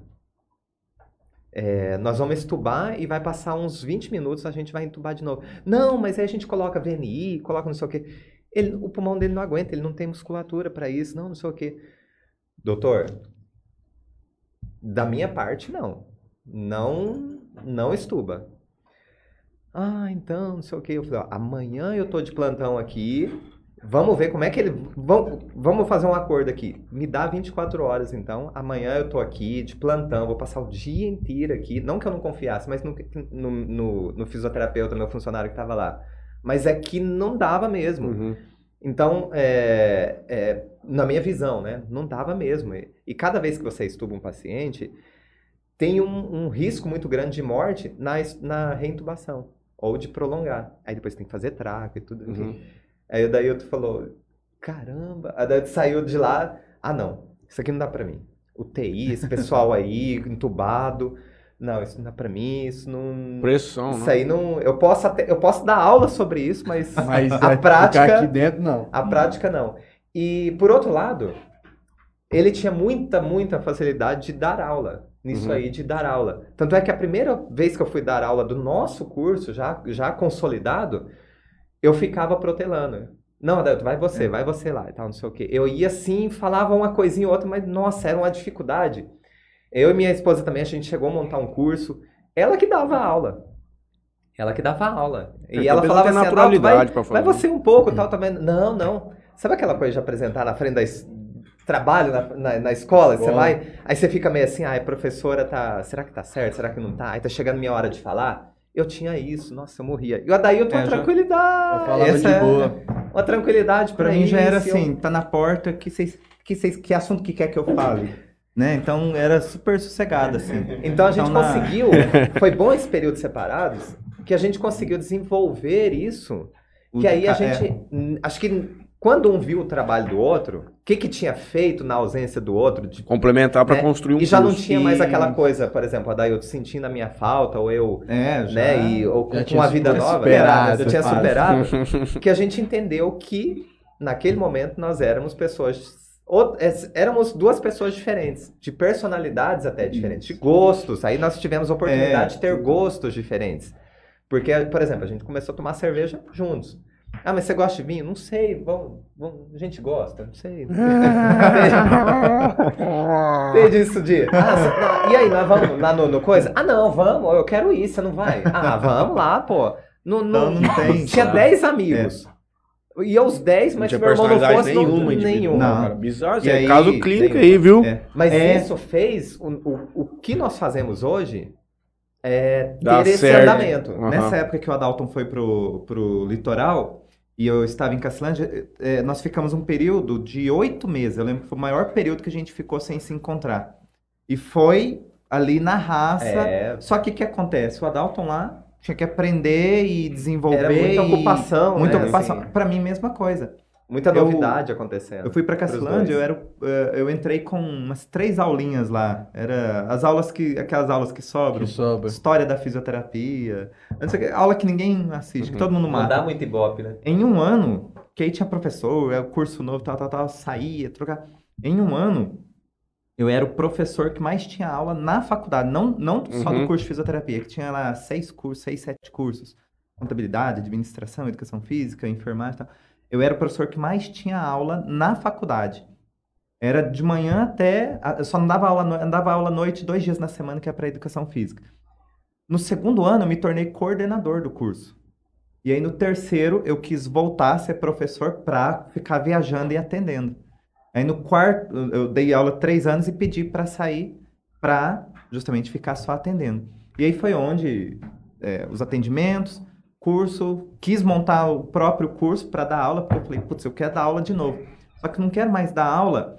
é, nós vamos estubar e vai passar uns vinte minutos, a gente vai entubar de novo. Não, mas aí a gente coloca V N I, coloca não sei o quê. Ele, o pulmão dele não aguenta, ele não tem musculatura para isso, não, não sei o quê. Doutor, da minha parte, não. Não, não estuba. Ah, então, não sei o quê. Eu falei, ó, amanhã eu tô de plantão aqui, vamos ver como é que ele... Vamos, vamos fazer um acordo aqui. Me dá vinte e quatro horas, então. Amanhã eu tô aqui de plantão, vou passar o dia inteiro aqui. Não que eu não confiasse, mas no, no, no, no fisioterapeuta, meu funcionário que tava lá. Mas é que não dava mesmo. Uhum. Então, é, é, na minha visão, né? Não dava mesmo. E, e cada vez que você estuba um paciente, tem um, um risco muito grande de morte na, na reintubação. Ou de prolongar. Aí depois tem que fazer traco e tudo. Uhum. Aí o Dailton falou, caramba. Aí o Dailton saiu de lá. Ah, não. Isso aqui não dá pra mim. U T I, esse pessoal aí, entubado. Não, isso não dá pra mim, isso não... Pressão, Isso né? aí não... Eu posso, até, eu posso dar aula sobre isso, mas, Mas a ficar prática... aqui dentro, não. A prática, não. E, por outro lado, ele tinha muita, muita facilidade de dar aula. Nisso Uhum. aí, de dar aula. Tanto é que a primeira vez que eu fui dar aula do nosso curso, já, já consolidado, eu ficava protelando. Não, Adalto, vai você, É. vai você lá e tal, não sei o quê. Eu ia assim, falava uma coisinha ou outra, mas, nossa, era uma dificuldade. Eu e minha esposa também, a gente chegou a montar um curso. Ela que dava aula. Ela que dava aula. E É, ela talvez falava não assim, tenha Adalto, vai, naturalidade pra vai fazer. você um pouco, tal, também. Não, não. Sabe aquela coisa de apresentar na frente da es... trabalho na, na, na escola? Você Escola. vai, aí você fica meio assim, ai, professora, tá, será que tá certo? Será que não tá? Aí tá chegando minha hora de falar. Eu tinha isso, nossa, eu morria. E daí eu tô É, uma já- tranquilidade. Eu falava Essa de é- boa. Uma tranquilidade Pra pra mim já era isso, eu- assim, tá na porta, que, vocês, que, vocês, que assunto que quer que eu fale? Né? Então era super sossegado, assim. Então a gente Então, na- conseguiu, foi bom esse período separados, que a gente conseguiu desenvolver isso, O que de aí a ca- é. gente, hum, acho que quando um viu o trabalho do outro, o que que tinha feito na ausência do outro, de- Complementar pra né? construir um e já não curso. tinha mais E- aquela coisa, por exemplo, a daí eu sentindo a minha falta, ou eu, É, já... né, e, ou com, já com tinha uma vida super nova, superado, já tinha quase. superado, que a gente entendeu que naquele momento nós éramos pessoas, ou- é- éramos duas pessoas diferentes, de personalidades até diferentes, de gostos. Aí nós tivemos a oportunidade É. de ter gostos diferentes. Porque, por exemplo, a gente começou a tomar cerveja juntos. Ah, mas você gosta de vinho? Não sei, vamos, vamos- a gente gosta, não sei. Entende isso de... Ah, você- não, e aí, nós vamos lá no, no coisa? Ah, não, vamos, eu quero ir, você não vai? Ah, vamos lá, pô. Não, não, Não, não tem, Tinha cara. dez amigos. Ia os dez, Não mas se tinha meu irmão não personalidade fosse, não nenhuma, individual, nenhuma. Não. cara. Bizarro. Isso E é aí, caso clínico nenhuma. aí, viu? É. Mas É. isso fez o, o, o que nós fazemos hoje é Dá ter esse certo. andamento. Aham. Nessa época que o Adalton foi pro, pro litoral e eu estava em Cacilândia, eh, nós ficamos um período de oito meses. Eu lembro que foi o maior período que a gente ficou sem se encontrar. E foi ali na raça. É, Só que o que acontece? O Adalton lá tinha que aprender e desenvolver. era muita e- ocupação, Muita né, ocupação. assim. Pra mim, mesma coisa. muita Eu- novidade acontecendo. Eu fui pra pros Cacilândia, eu, dois. era, o- eh, eu entrei com umas três aulinhas lá. Era as aulas que, aquelas aulas que sobram. Que sobra. História da fisioterapia. Não sei o que, aula que ninguém assiste, que Uhum. todo mundo Não mata. dá muito ibope, né? Em um ano, que aí tinha professor, é o curso novo, tal, tal, tal, saía, trocar. Em um ano, eu era o professor que mais tinha aula na faculdade, não, não só Uhum. do curso de fisioterapia, que tinha lá seis cursos, seis, sete cursos. Contabilidade, administração, educação física, enfermagem e tal. Eu era o professor que mais tinha aula na faculdade. Era de manhã até... Eu só não dava aula, no- dava aula à noite, dois dias na semana, que é para educação física. No segundo ano, eu me tornei coordenador do curso. E aí, no terceiro, eu quis voltar a ser professor para ficar viajando e atendendo. Aí, no quarto, eu dei aula três anos e pedi para sair para justamente ficar só atendendo. E aí foi onde é, os atendimentos, curso, quis montar o próprio curso para dar aula, porque eu falei, putz, eu quero dar aula de novo. Só que não quero mais dar aula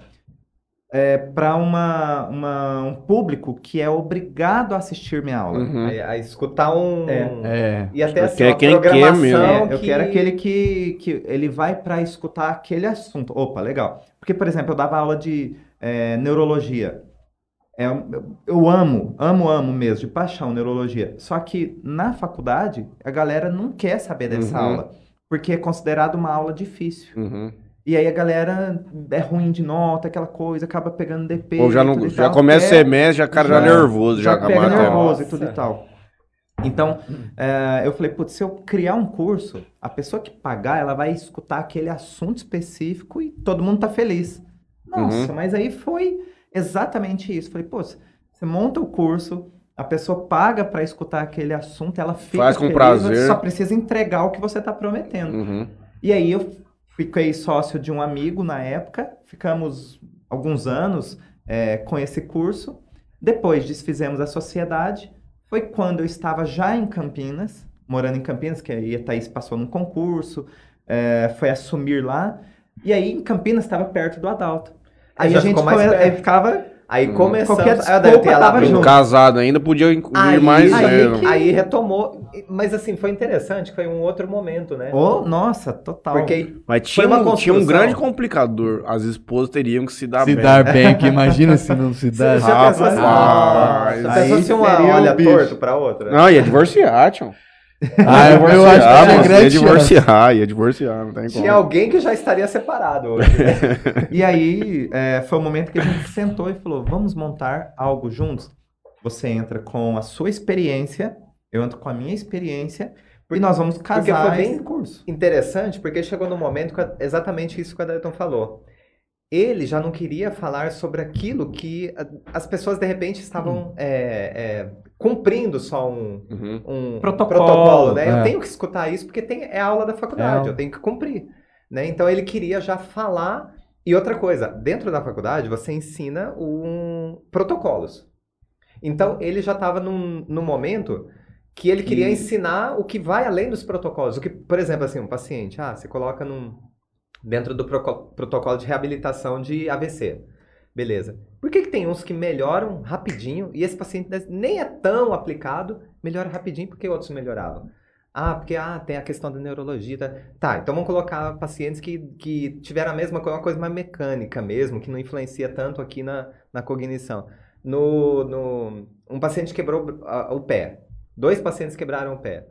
é, para uma, uma- um público que é obrigado a assistir minha aula. Uhum. A, a escutar um... É. É. E até assim, Quer uma quem quer programação mesmo. É, eu que- quero aquele que, que ele vai para escutar aquele assunto. Opa, legal. Porque, por exemplo, eu dava aula de é, neurologia. É, eu, eu amo, amo, amo mesmo, de paixão, neurologia. Só que na faculdade, a galera não quer saber dessa Uhum. aula, porque é considerado uma aula difícil. Uhum. E aí a galera é ruim de nota, aquela coisa, acaba pegando D P. Ou já, e não, tudo e já tal, começa o quer- semestre, já cara já, já- nervoso, já, já com a pega matéria. nervoso e Nossa. tudo e tal. Então, é, eu falei, putz, se eu criar um curso, a pessoa que pagar, ela vai escutar aquele assunto específico e todo mundo tá feliz. Nossa, Uhum. mas aí foi exatamente isso. Falei, pô, você monta o curso, a pessoa paga para escutar aquele assunto, ela fica Faz com feliz, prazer. só precisa entregar o que você tá prometendo. Uhum. E aí eu fiquei sócio de um amigo na época, ficamos alguns anos é, com esse curso. Depois desfizemos a sociedade. Foi quando eu estava já em Campinas, morando em Campinas, que aí a Thaís passou num concurso, é, foi assumir lá. E aí em Campinas estava perto do Adalto. Aí já a gente ficou mais come- perto. aí ficava... Aí Uhum. começamos. Qualquer Aí eu daí eu desculpa ia lá tava pro- junto. Casado ainda, podia vir Aí, mais aí, cedo. que- aí retomou. Mas assim, foi interessante, foi um outro momento, né? Oh, nossa, total. Porque Mas tinha, Foi uma um, tinha um construção. grande complicador. As esposas teriam que se dar Se bem. dar bem, que imagina se não se Você dá. já pensou assim, Rapaz, nossa, pensou aí se uma seria o olha bicho. torto pra outra? Não, ia divorciar, tio. Ah, eu, eu acho que Ah, tinha moço, ia grande chance. divorciar, ia divorciar, não tem Tinha como. alguém que já estaria separado hoje. né? E aí, é, foi o momento que a gente sentou e falou, vamos montar algo juntos? Você entra com a sua experiência, eu entro com a minha experiência, e nós vamos Porque casar foi bem esse curso. interessante, porque chegou no momento que exatamente isso que o Adelton falou. Ele já não queria falar sobre aquilo que a- as pessoas de repente estavam é, é, cumprindo só um, Uhum. um Protocolo, né? é. Eu tenho que escutar isso porque tem, é aula da faculdade, É. eu tenho que cumprir. Né? Então ele queria já falar. E outra coisa, dentro da faculdade você ensina um, protocolos. Então ele já estava num, num momento que ele queria E- ensinar o que vai além dos protocolos. O que, por exemplo, assim, um paciente, ah, você coloca num, dentro do proco- protocolo de reabilitação de A V C. Beleza. Por que, que tem uns que melhoram rapidinho e esse paciente nem é tão aplicado, melhora rapidinho porque outros melhoravam? Ah, porque ah, tem a questão da neurologia. Tá, tá então vamos colocar pacientes que, que tiveram a mesma coisa, uma coisa mais mecânica mesmo, que não influencia tanto aqui na, na cognição. No, no, um paciente quebrou a- o pé. Dois pacientes quebraram o pé.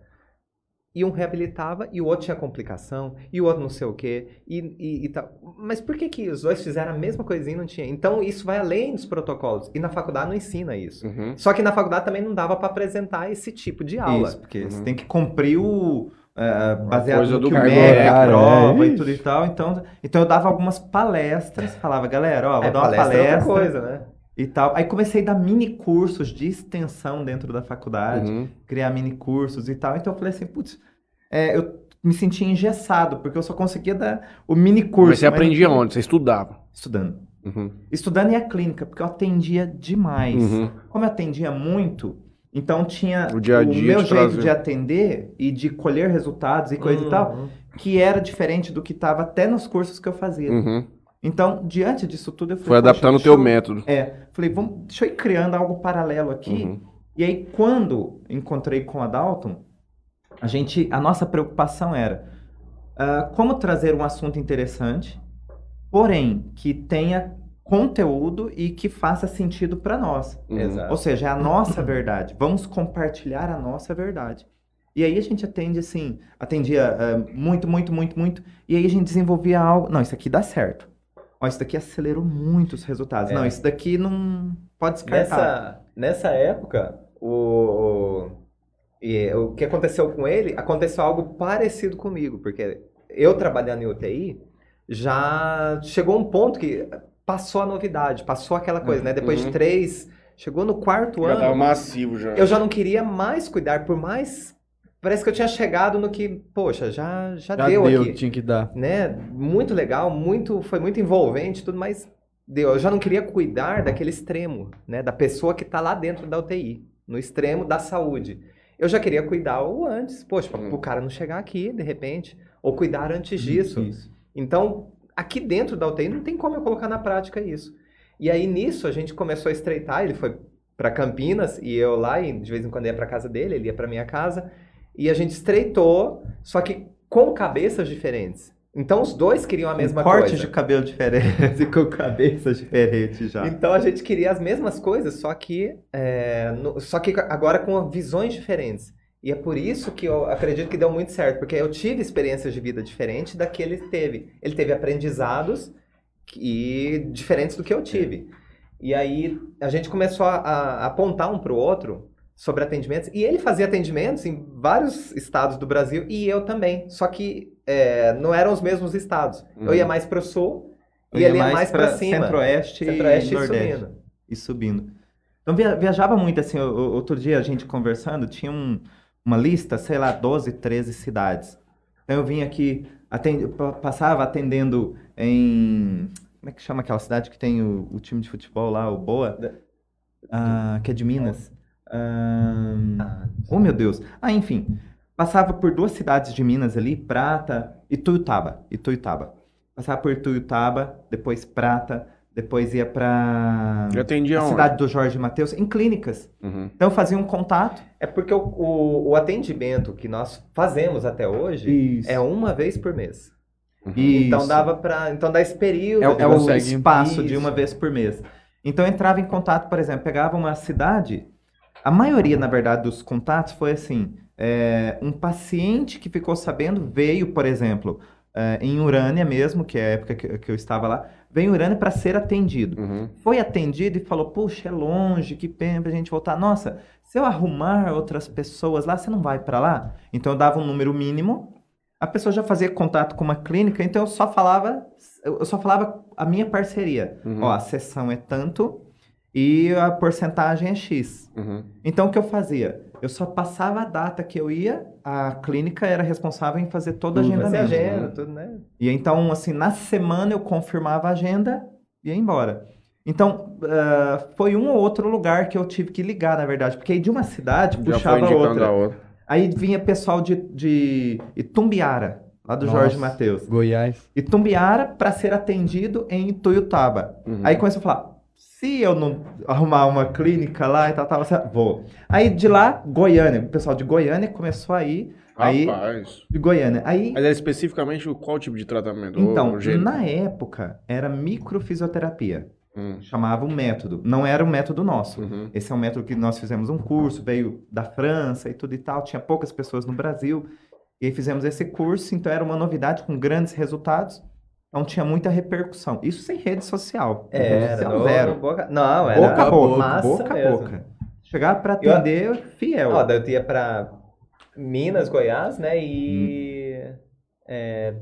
E um reabilitava e o outro tinha complicação, e o outro não sei o quê, e, e, e tal. Mas por que, que os dois fizeram a mesma coisinha e não tinha? Então isso vai além dos protocolos. E na faculdade não ensina isso. Uhum. Só que na faculdade também não dava para apresentar esse tipo de aula. Isso, porque Uhum. você tem que cumprir o... é, baseado coisa no do que o cargo médico horário, aprova é e tudo e tal. Então, então eu dava algumas palestras, falava, galera, ó, vou É, dar uma palestra é outra palestra coisa, né? e tal. Aí comecei a dar mini cursos de extensão dentro da faculdade, Uhum. criar mini cursos e tal. Então eu falei assim, putz, é, eu me sentia engessado, porque eu só conseguia dar o mini curso. Mas você não aprendia tinha- onde? Você estudava. Estudando. Uhum. Estudando em a clínica, porque eu atendia demais. Uhum. Como eu atendia muito, então tinha O dia a dia meu te jeito trazia. de atender e de colher resultados e coisa e tal, Uhum. que era diferente do que estava até nos cursos que eu fazia. Uhum. Então, diante disso tudo, eu falei, Foi "Poxa, adaptando o deixa teu eu- método. É, falei, vamos, deixa eu ir criando algo paralelo aqui. Uhum. E aí, quando encontrei com a Dalton, a gente, a nossa preocupação era ah, como trazer um assunto interessante, porém que tenha conteúdo e que faça sentido para nós. Uhum. Exato. Ou seja, é a nossa verdade. Vamos compartilhar a nossa verdade. E aí a gente atende assim, atendia ah, muito, muito, muito, muito. E aí a gente desenvolvia algo. Não, isso aqui dá certo. Ó, isso daqui acelerou muito os resultados. É. Não, isso daqui não pode descartar. Nessa, nessa época, o, o, e o que aconteceu com ele, aconteceu algo parecido comigo, porque eu trabalhando em U T I, já chegou um ponto que passou a novidade, passou aquela coisa, né? Depois Uhum. de três, chegou no quarto Já tava ano, massivo já. eu já não queria mais cuidar, por mais... Parece que eu tinha chegado no que, poxa, já, já, Já deu, deu, aqui. tinha que dar. Né? Muito legal, muito, foi muito envolvente, tudo, mas deu. Eu já não queria cuidar daquele extremo, né? Da pessoa que está lá dentro da U T I, no extremo da saúde. Eu já queria cuidar o antes, poxa, para Uhum. o cara não chegar aqui, de repente, ou cuidar antes disso. Isso. Então, aqui dentro da U T I não tem como eu colocar na prática isso. E aí nisso a gente começou a estreitar, ele foi para Campinas e eu lá, e de vez em quando ia para casa dele, ele ia para minha casa, e a gente estreitou, só que com cabeças diferentes. Então os dois queriam a mesma Com cortes coisa. de cabelo diferentes e com cabeças diferentes já. Então a gente queria as mesmas coisas, só que, é, no- só que agora com visões diferentes. E é por isso que eu acredito que deu muito certo, porque eu tive experiências de vida diferentes da que ele teve. Ele teve aprendizados e diferentes do que eu tive. E aí a gente começou a, a apontar um para o outro sobre atendimentos. E ele fazia atendimentos em vários estados do Brasil e eu também. Só que é, não eram os mesmos estados. Uhum. Eu ia mais para o sul eu e ia ele ia mais, mais para cima. Centro-Oeste Centro-Oeste e Nordeste. subindo. E subindo. Então viajava muito assim. Outro dia a gente conversando, tinha um, uma lista, sei lá, doze, treze cidades. Então eu vim aqui, atend... passava atendendo em... Como é que chama aquela cidade que tem o, o time de futebol lá, o Boa? Ah, que é de Minas. Ah, oh, meu Deus. Ah, enfim. Passava por duas cidades de Minas ali, Prata e Ituiutaba. Ituiutaba. Passava por Ituiutaba, depois Prata, depois ia para a cidade do Jorge Mateus, em clínicas. Uhum. Então eu fazia um contato. É porque o, o, o atendimento que nós fazemos até hoje Isso. é uma vez por mês. Uhum. Então dava para, então dá esse período. É, é o espaço Isso. de uma vez por mês. Então eu entrava em contato, por exemplo, pegava uma cidade. A maioria, na verdade, dos contatos foi assim: é, um paciente que ficou sabendo veio, por exemplo, é, em Urânia mesmo, que é a época que, que eu estava lá, veio em Urânia para ser atendido. Uhum. Foi atendido e falou: puxa, é longe, que pena pra gente voltar. Nossa, se eu arrumar outras pessoas lá, você não vai para lá? Então eu dava um número mínimo. A pessoa já fazia contato com uma clínica, então eu só falava, eu só falava a minha parceria. Uhum. Ó, a sessão é tanto e a porcentagem é X. Uhum. Então o que eu fazia? Eu só passava a data que eu ia, a clínica era responsável em fazer todo o agendamento. Agenda, tudo, né? E então, assim, na semana eu confirmava a agenda e ia embora. Então, uh, foi um ou outro lugar que eu tive que ligar, na verdade, porque aí de uma cidade já puxava a outra. a outra. Aí vinha pessoal de, de Itumbiara, lá do Nossa, Jorge Mateus. Goiás. Itumbiara para ser atendido em Ituiutaba. Uhum. Aí começou a falar, se eu não arrumar uma clínica lá e tal, tal, tal, vou. Aí de lá, Goiânia. O pessoal de Goiânia começou a ir. Aí, Rapaz. De Goiânia. Aí, Mas era especificamente qual tipo de tratamento? Então, na época, era microfisioterapia. Hum. Chamava um método. Não era um método nosso. Uhum. Esse é um método que nós fizemos um curso, veio da França e tudo e tal. Tinha poucas pessoas no Brasil. E aí fizemos esse curso, então era uma novidade com grandes resultados. Então tinha muita repercussão. Isso sem rede social. É, rede era social no, zero. Boca... Não, era boca a boca. Massa boca a mesmo. boca. Chegava para atender eu... fiel. Ó, eu ia para Minas, Goiás, né? E... Hum. É...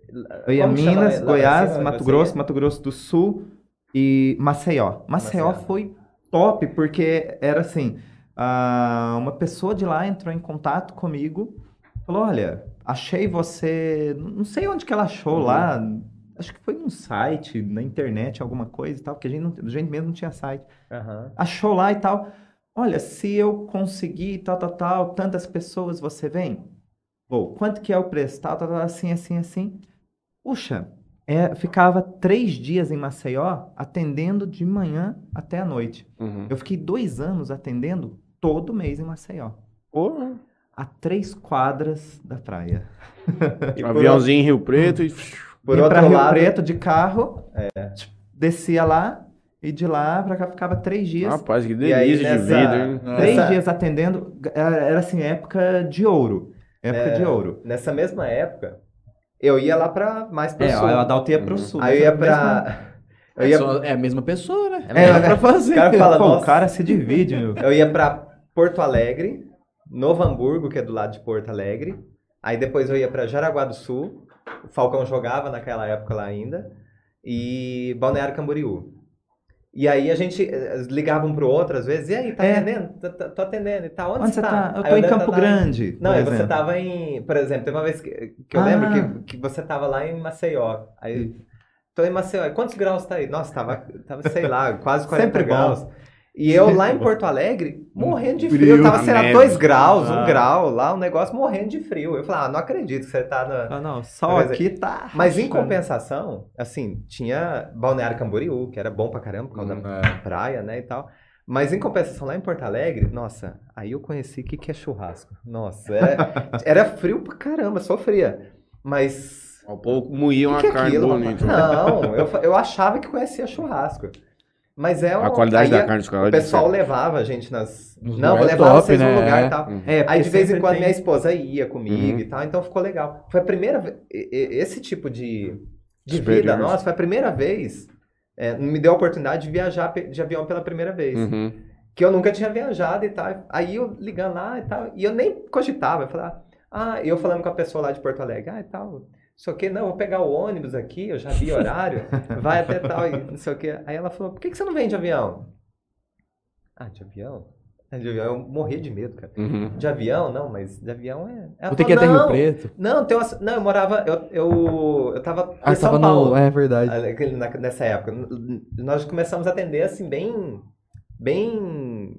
Eu ia Minas, Goiás, cima, Mato Grosso, Mato Grosso do Sul... E Maceió. Maceió. Maceió foi top, porque era assim, uh, uma pessoa de lá entrou em contato comigo, falou, olha, achei você, não sei onde que ela achou uhum. lá, acho que foi num site, na internet, alguma coisa e tal, porque a gente, não, a gente mesmo não tinha site. Uhum. Achou lá e tal, olha, se eu conseguir tal, tal, tal, tantas pessoas você vem? Pô, quanto que é o preço? Tal, tal, tal, assim, assim, assim. Puxa... É, ficava três dias em Maceió, atendendo de manhã até a noite. Uhum. Eu fiquei dois anos atendendo todo mês em Maceió. Uhum. A três quadras da praia. Um aviãozinho em Rio Preto e... Por Ia para Rio lado... Preto de carro, é. descia lá e de lá para cá ficava três dias. Rapaz, que delícia nessa... de vida, hein? Três nessa... dias atendendo, era, era assim, época de ouro. Época é, de ouro. Nessa mesma época... Eu ia lá pra mais pro é, sul. É, o Adalto ia pro sul. Aí eu ia pra... Mesma... Eu ia... É, só... é a mesma pessoa, né? É, é pra fazer. O cara, fala, Pô, o cara se divide, meu. Eu ia pra Porto Alegre, Novo Hamburgo, que é do lado de Porto Alegre. Aí depois eu ia pra Jaraguá do Sul. O Falcão jogava naquela época lá ainda. E Balneário Camboriú. E aí a gente ligava um pro outro às vezes, e aí, tá é. atendendo? Tô, tô, tô atendendo e tal. Onde, Onde você tá? tá? Eu tô aí em Campo tá Grande. Não, aí você tava em... Por exemplo, teve uma vez que, que eu ah. lembro que, que você tava lá em Maceió. Aí, tô em Maceió. Quantos graus tá aí? Nossa, tava, tava sei lá, quase quarenta Sempre graus. Bom. E eu Sempre lá em bom. Porto Alegre, morrendo de frio. Eu tava, sei lá, dois graus, ah. um grau lá, um negócio morrendo de frio. Eu falei, ah, não acredito que você tá na... Ah, não, só aqui tá... Mas em compensação, assim, tinha Balneário Camboriú, que era bom pra caramba, por causa hum, da é. praia, né, e tal. Mas em compensação, lá em Porto Alegre, nossa, aí eu conheci o que, que é churrasco. Nossa, era, era frio pra caramba, sofria. Mas... O povo moía uma que carne é bonita. Não, eu, eu achava que conhecia churrasco. Mas é um... A qualidade aí da a- carne dos caras O é pessoal diferente. levava a gente nas... Nos Não, vou lugares levar top, vocês num né? lugar É. e tal. Uhum. É, Aí porque de vez em sempre quando tem- minha esposa ia comigo Uhum. e tal, então ficou legal. Foi a primeira vez... Esse tipo de, de vida Experiência. nossa, foi a primeira vez... é, me deu a oportunidade de viajar pe- de avião pela primeira vez. Uhum. Que eu nunca tinha viajado e tal. Aí eu ligando lá e tal, e eu nem cogitava. Eu falava, ah, e eu falando com a pessoa lá de Porto Alegre, ah, e tal, não sei o que, não, vou pegar o ônibus aqui, eu já vi horário, vai até tal, e não sei o que. Aí ela falou, por que, que você não vem de avião? Ah, de avião? Ah, de avião, eu morria de medo, cara. Uhum. De avião, não, mas de avião é... Ela Vou ter que ir até falou, Rio não, Preto. não, tem uma... não, eu morava, eu, eu, eu tava Ah, em você São tava Paulo. no... É verdade. Aquele- na- Nessa época. Nós começamos a atender assim, bem. Bem.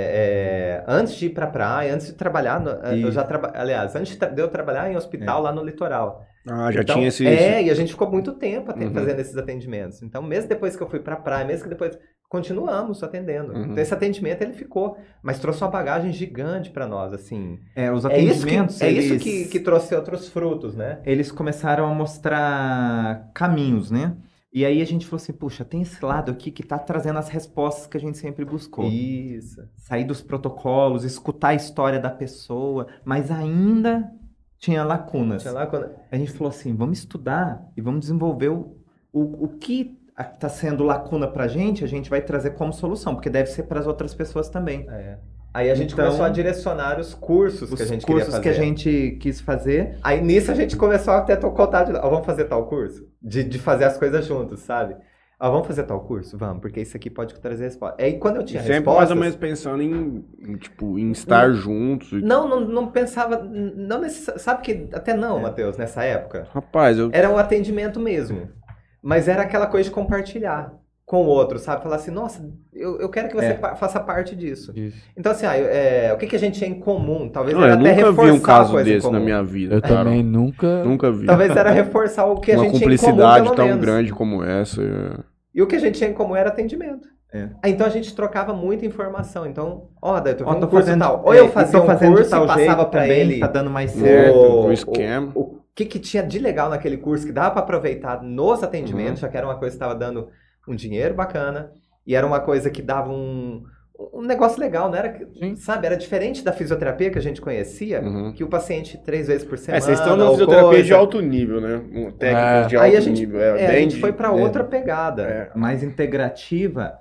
é, é, antes de ir pra praia, antes de trabalhar. no- eu já traba, aliás, antes de tra- de eu trabalhar em hospital lá no litoral. Ah, já Então, tinha esse... É, e a gente ficou muito tempo aten- Uhum. fazendo esses atendimentos. Então, mesmo depois que eu fui pra praia, mesmo que depois. Continuamos atendendo. Uhum. Então, esse atendimento ele ficou. Mas trouxe uma bagagem gigante pra nós, assim. É, os É isso, que, atendimentos, é isso eles, que, que trouxe outros frutos, né? eles começaram a mostrar caminhos, né? E aí a gente falou assim, puxa, tem esse lado aqui que tá trazendo as respostas que a gente sempre buscou. Isso. Sair dos protocolos, escutar a história da pessoa, mas ainda tinha lacunas. Tinha lá quando. A gente falou assim, vamos estudar e vamos desenvolver o, o, o que está sendo lacuna pra gente, a gente vai trazer como solução, porque deve ser para as outras pessoas também. É. Aí a gente Então, começou a direcionar os cursos Os que a gente queria cursos fazer. que a gente quis fazer. Aí nisso a gente começou a ter contato de, ó, vamos fazer tal curso? De, de fazer as coisas juntos, sabe? Ó, vamos fazer tal curso? Vamos, porque isso aqui pode trazer resposta. Aí quando eu E tinha sempre respostas... mais ou menos pensando em, em, tipo, em estar Não. juntos. e- Não, não, não pensava... Não necess... Sabe que... Até não, É. Matheus, nessa época. Rapaz, eu... Era o atendimento mesmo. Mas era aquela coisa de compartilhar com o outro, sabe? Falar assim, nossa, eu, eu quero que você É. pa- faça parte disso. Isso. Então assim, ah, eu- é, o que, que a gente tinha em comum? Talvez Não, era eu até nunca vi reforçar um caso coisa em desse na comum. minha vida, Eu cara. também nunca... Nunca vi. Talvez era reforçar o que a Uma gente tinha em comum, cumplicidade pelo tão menos. grande como essa. é. E o que a gente tinha em comum era atendimento. É. Ah, então a gente trocava muita informação. Então, ó, daí tu Ó, um tô curso fazendo, tal. Ou é, eu e fazia tô um fazendo curso de tal e passava jeito pra também, ele tá dando mais o, certo. o esquema. O, o que que tinha de legal naquele curso que dava pra aproveitar nos atendimentos, já que era uma coisa que estava dando um dinheiro bacana e era uma coisa que dava um, um negócio legal, não era, que- Sim. sabe, era diferente da fisioterapia que a gente conhecia, Uhum. que o paciente três vezes por semana. É, vocês estão numa ou fisioterapia coisa. de alto nível, né? Um técnicos É. de alto Aí a gente, nível. é, a bem gente de- foi pra é. outra pegada. É. Mais integrativa,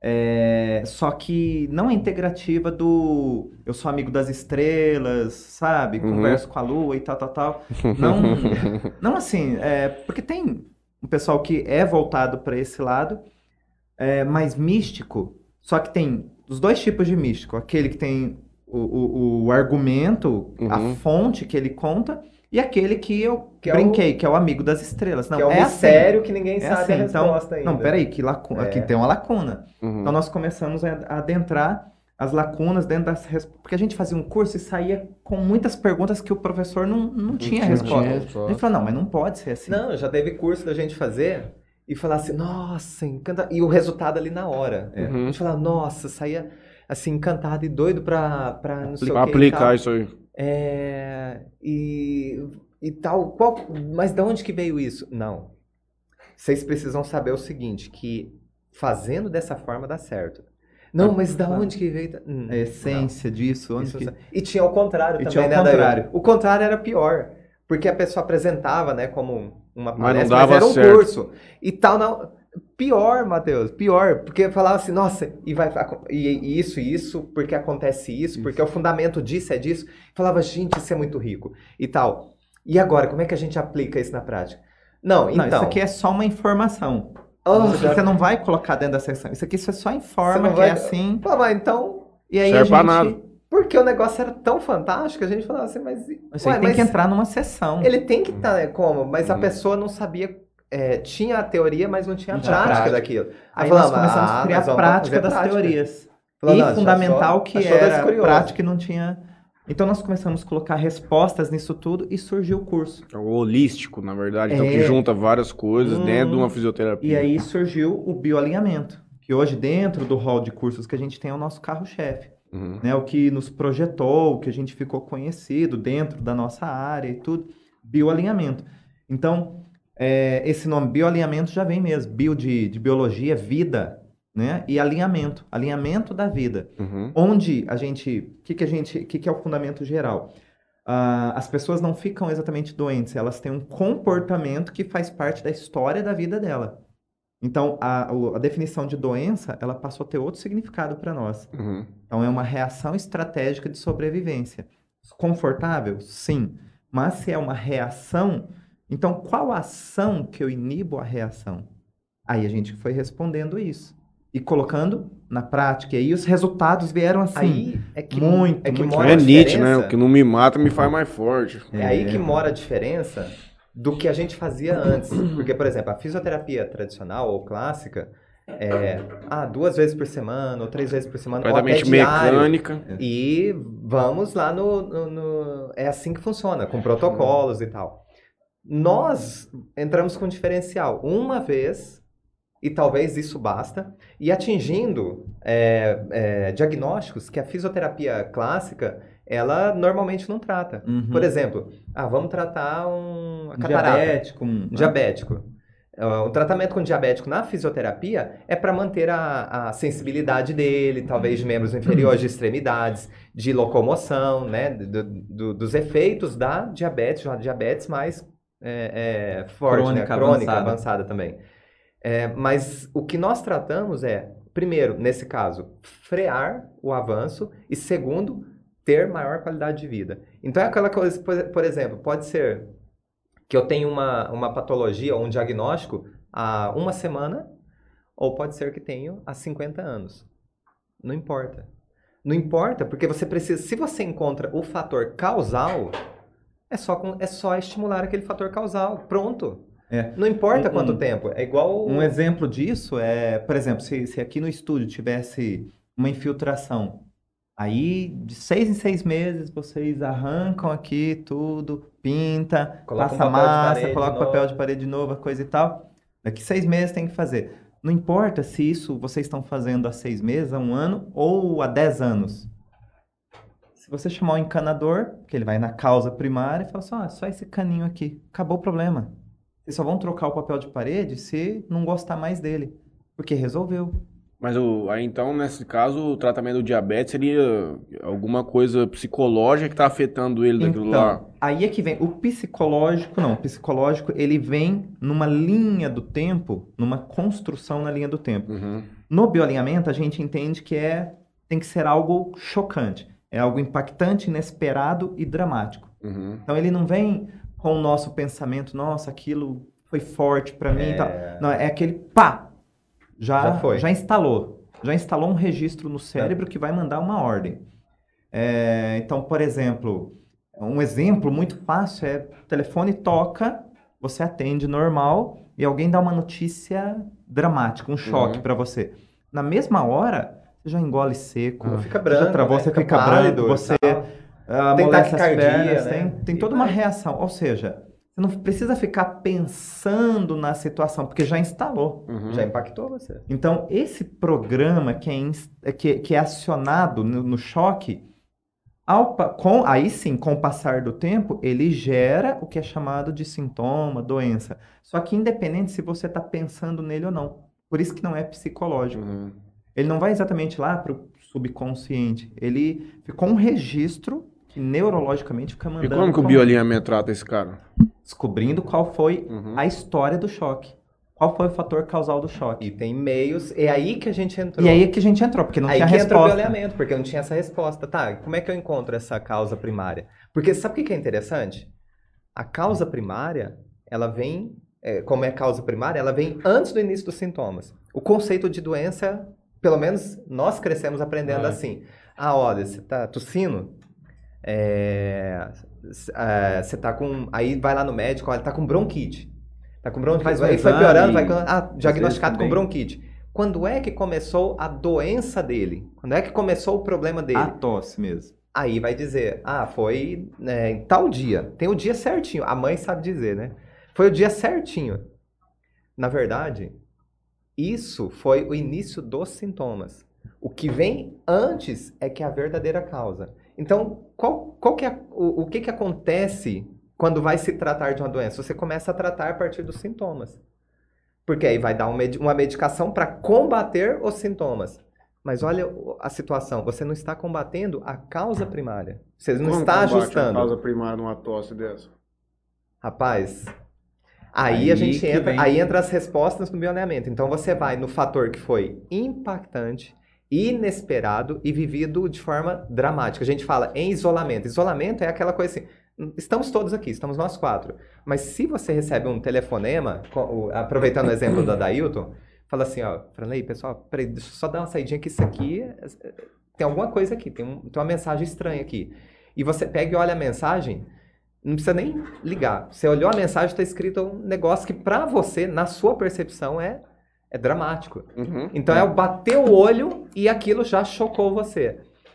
é, só que não é integrativa do eu sou amigo das estrelas, sabe? Uhum. Converso com a lua e tal, tal, tal. Não, não assim, é, porque tem um pessoal que é voltado para esse lado, é, mais místico, só que tem os dois tipos de místico. Aquele que tem o, o, o argumento, a Uhum. fonte que ele conta, e aquele que eu Que é brinquei, que é o amigo das estrelas. Não, que é um é assim. mistério que ninguém É sabe assim, a então, resposta ainda. não, peraí, que lacuna, É. aqui tem uma lacuna. Uhum. Então nós começamos a a adentrar as lacunas dentro das respostas, porque a gente fazia um curso e saía com muitas perguntas que o professor não, não tinha tinha resposta. resposta. A gente falou, não, mas não pode ser assim. Não, já teve curso da gente fazer e falar assim, nossa, encanta... E o resultado ali na hora. É. A gente falava, nossa, saía assim, encantado e doido pra, pra não sei Pra o que. aplicar isso aí. É, e, e tal. Qual, mas de onde que veio isso? Não. Vocês precisam saber o seguinte, que fazendo dessa forma dá certo. Não, Ah, mas da tá. onde que veio? Hum, A essência disso, não. onde Isso que... não sabe. E tinha o contrário E também, tinha o né, Daí? contrário. O contrário era pior. Porque a pessoa apresentava, né, como uma Mas palestra, não dava era um certo. curso. E tal, não... Pior, Matheus, pior. Porque falava assim, nossa, e, vai, e, e isso e isso, porque acontece isso, Isso. porque o fundamento disso é disso. Falava, gente, isso é muito rico. E tal. E agora, como é que a gente aplica isso na prática? Não, então... Não, isso aqui é só uma informação. Oh, Isso aqui você não vai colocar dentro da sessão. Isso aqui você só Você informa não que vai- é assim. Pô, mas então... E aí Serve a pra gente... nada. Porque o negócio era tão fantástico, a gente falava assim, mas... Isso ué, aí tem mas que entrar numa sessão. Ele tem que estar, né, como? Mas a Uhum. pessoa não sabia... é, tinha a teoria, mas não tinha a Não tinha prática prática. daquilo. Aí falamos, nós começamos ah, a criar nós a vamos prática fazer das prática. teorias. Falou, não, e achou fundamental só- que achou desse era curioso. prática e não tinha... Então nós começamos a colocar respostas nisso tudo e surgiu o curso. É o holístico, na verdade. Então, É. que junta várias coisas Hum. dentro de uma fisioterapia. E aí surgiu o bioalinhamento, que hoje dentro do hall de cursos que a gente tem é o nosso carro-chefe. Uhum. Né, o que nos projetou, o que a gente ficou conhecido dentro da nossa área e tudo, bioalinhamento. Então, é, esse nome bioalinhamento já vem mesmo, bio de, de biologia, vida, né? E alinhamento, alinhamento da vida. Uhum. Onde a gente, o que que a gente, o que que é o fundamento geral? Ah, as pessoas não ficam exatamente doentes, elas têm um comportamento que faz parte da história da vida dela. Então, a, o- a definição de doença, ela passou a ter outro significado para nós. Uhum. Então, é uma reação estratégica de sobrevivência. Confortável? Sim. Mas se é uma reação, então qual ação que eu inibo a reação? Aí a gente foi respondendo isso. E colocando na prática. E aí os resultados vieram assim. Aí é que, muito, é que muito mora É a Nietzsche, né? diferença. O que não me mata me faz mais forte. É aí que mora a diferença do que a gente fazia antes. Porque, por exemplo, a fisioterapia tradicional ou clássica é ah, duas vezes por semana ou três vezes por semana, ou até Completamente diário. mecânica. E vamos lá no, no- no- É assim que funciona, com protocolos e tal. Nós entramos com um diferencial. Uma vez, e talvez isso basta, e atingindo é, é, diagnósticos que a fisioterapia clássica, ela normalmente não trata. Uhum. Por exemplo, ah, vamos tratar um a catarata. diabético. um- Diabético. Uh, o tratamento com diabético na fisioterapia é para manter a, a sensibilidade dele, talvez de membros inferiores, de extremidades, de locomoção, né? Do- do- dos efeitos da diabetes, uma diabetes mais é, é, forte, Crônica, né? Crônica, avançada. avançada também. É, mas o que nós tratamos é, primeiro, nesse caso, frear o avanço e, segundo, ter maior qualidade de vida. Então é aquela coisa, por, por exemplo, pode ser que eu tenho uma, uma patologia ou um diagnóstico há uma semana, ou pode ser que tenho há cinquenta anos. Não importa. Não importa, porque você precisa. Se você encontra o fator causal, é só, com- é só estimular aquele fator causal. Pronto. É. Não importa Um- quanto um- tempo. É igual. Um exemplo disso é, por exemplo, se, se aqui no estúdio tivesse uma infiltração, aí de seis em seis meses vocês arrancam aqui tudo, pinta, Coloca um passa papel de massa, parede coloca de papel novo. de parede de novo, coisa e tal. Daqui seis meses tem que fazer. Não importa se isso vocês estão fazendo há seis meses, há um ano ou há dez anos. Se você chamar o encanador, que ele vai na causa primária e fala assim, ah, só esse caninho aqui, acabou o problema. Vocês só vão trocar o papel de parede se não gostar mais dele, porque resolveu. Mas o, aí então, nesse caso, o tratamento do diabetes seria alguma coisa psicológica que tá afetando ele daquilo lá. Então, aí é que vem o psicológico, não, o psicológico ele vem numa linha do tempo, numa construção na linha do tempo. Uhum. No bioalinhamento a gente entende que é tem que ser algo chocante, é algo impactante, inesperado e dramático. Uhum. Então ele não vem com o nosso pensamento, nossa, aquilo foi forte pra mim e tal. Não, é aquele pá, já, Já foi. já instalou. Já instalou um registro no cérebro que vai mandar uma ordem. É, então, por exemplo, um exemplo muito fácil é o telefone toca, você atende normal e alguém dá uma notícia dramática, um choque Uhum. pra você. Na mesma hora, você já engole seco, Fica você já branco, travou, né? você Fica fica pálido branco, e você tal. ah, Tem amolece as taquicardia, pernas, né? tem, tem E toda uma vai. reação. Ou seja, você não precisa ficar pensando na situação, porque já instalou. Uhum. Já impactou você. Então, esse programa que é, ins- é que, que é acionado no, no choque, ao pa- com, aí sim, com o passar do tempo, ele gera o que é chamado de sintoma, doença. Só que independente se você está pensando nele ou não. Por isso que não é psicológico. Uhum. Ele não vai exatamente lá para o subconsciente. Ele ficou um registro que neurologicamente fica E mandando. como que o comando, bioalinhamento trata esse cara? descobrindo qual foi Uhum. a história do choque. Qual foi o fator causal do choque. E tem meios. É aí que a gente entrou. E aí é que a gente entrou, porque não Aí tinha que entra o resposta. bioalinhamento, porque eu não tinha essa resposta. Tá, como é que eu encontro essa causa primária? Porque sabe o que que é interessante? A causa primária, ela vem, é, como é causa primária, ela vem antes do início dos sintomas. O conceito de doença, pelo menos nós crescemos aprendendo Ah. assim. Ah, olha, você tá tossindo? É, s- é, você tá com... Aí vai lá no médico, olha, tá com bronquite. Tá com bronquite. Faz um Aí foi exame, piorando, vai... Ah, às diagnosticado com vezes também. bronquite. Quando é que começou a doença dele? Quando é que começou o problema dele? A tosse mesmo. Aí vai dizer, ah, foi né, em tal dia. Tem o dia certinho. A mãe sabe dizer, né? Foi o dia certinho. Na verdade, isso foi o início dos sintomas. O que vem antes é que é a verdadeira causa. Então, qual, qual que é, o, o que, que acontece quando vai se tratar de uma doença? Você começa a tratar a partir dos sintomas. Porque aí vai dar um medi- uma medicação para combater os sintomas. Mas olha o- a situação, você não está combatendo a causa primária. Você não Como está combate a ajustando. causa primária numa tosse dessa? Rapaz, aí, Aí a gente que entra, vem- aí entra as respostas no bioalinhamento. Então você vai no fator que foi impactante, inesperado e vivido de forma dramática. A gente fala em isolamento. Isolamento é aquela coisa assim, estamos todos aqui, estamos nós quatro. Mas se você recebe um telefonema, co- o- aproveitando o exemplo do Adailton, fala assim, ó, Franley, pessoal, peraí, deixa eu só dar uma saidinha que isso aqui, é- é- tem alguma coisa aqui, tem, um- tem uma mensagem estranha aqui. E você pega e olha a mensagem, não precisa nem ligar. Você olhou a mensagem, está escrito um negócio que pra você, na sua percepção, é, é dramático. Uhum. Então é o bater o olho e aquilo já chocou você.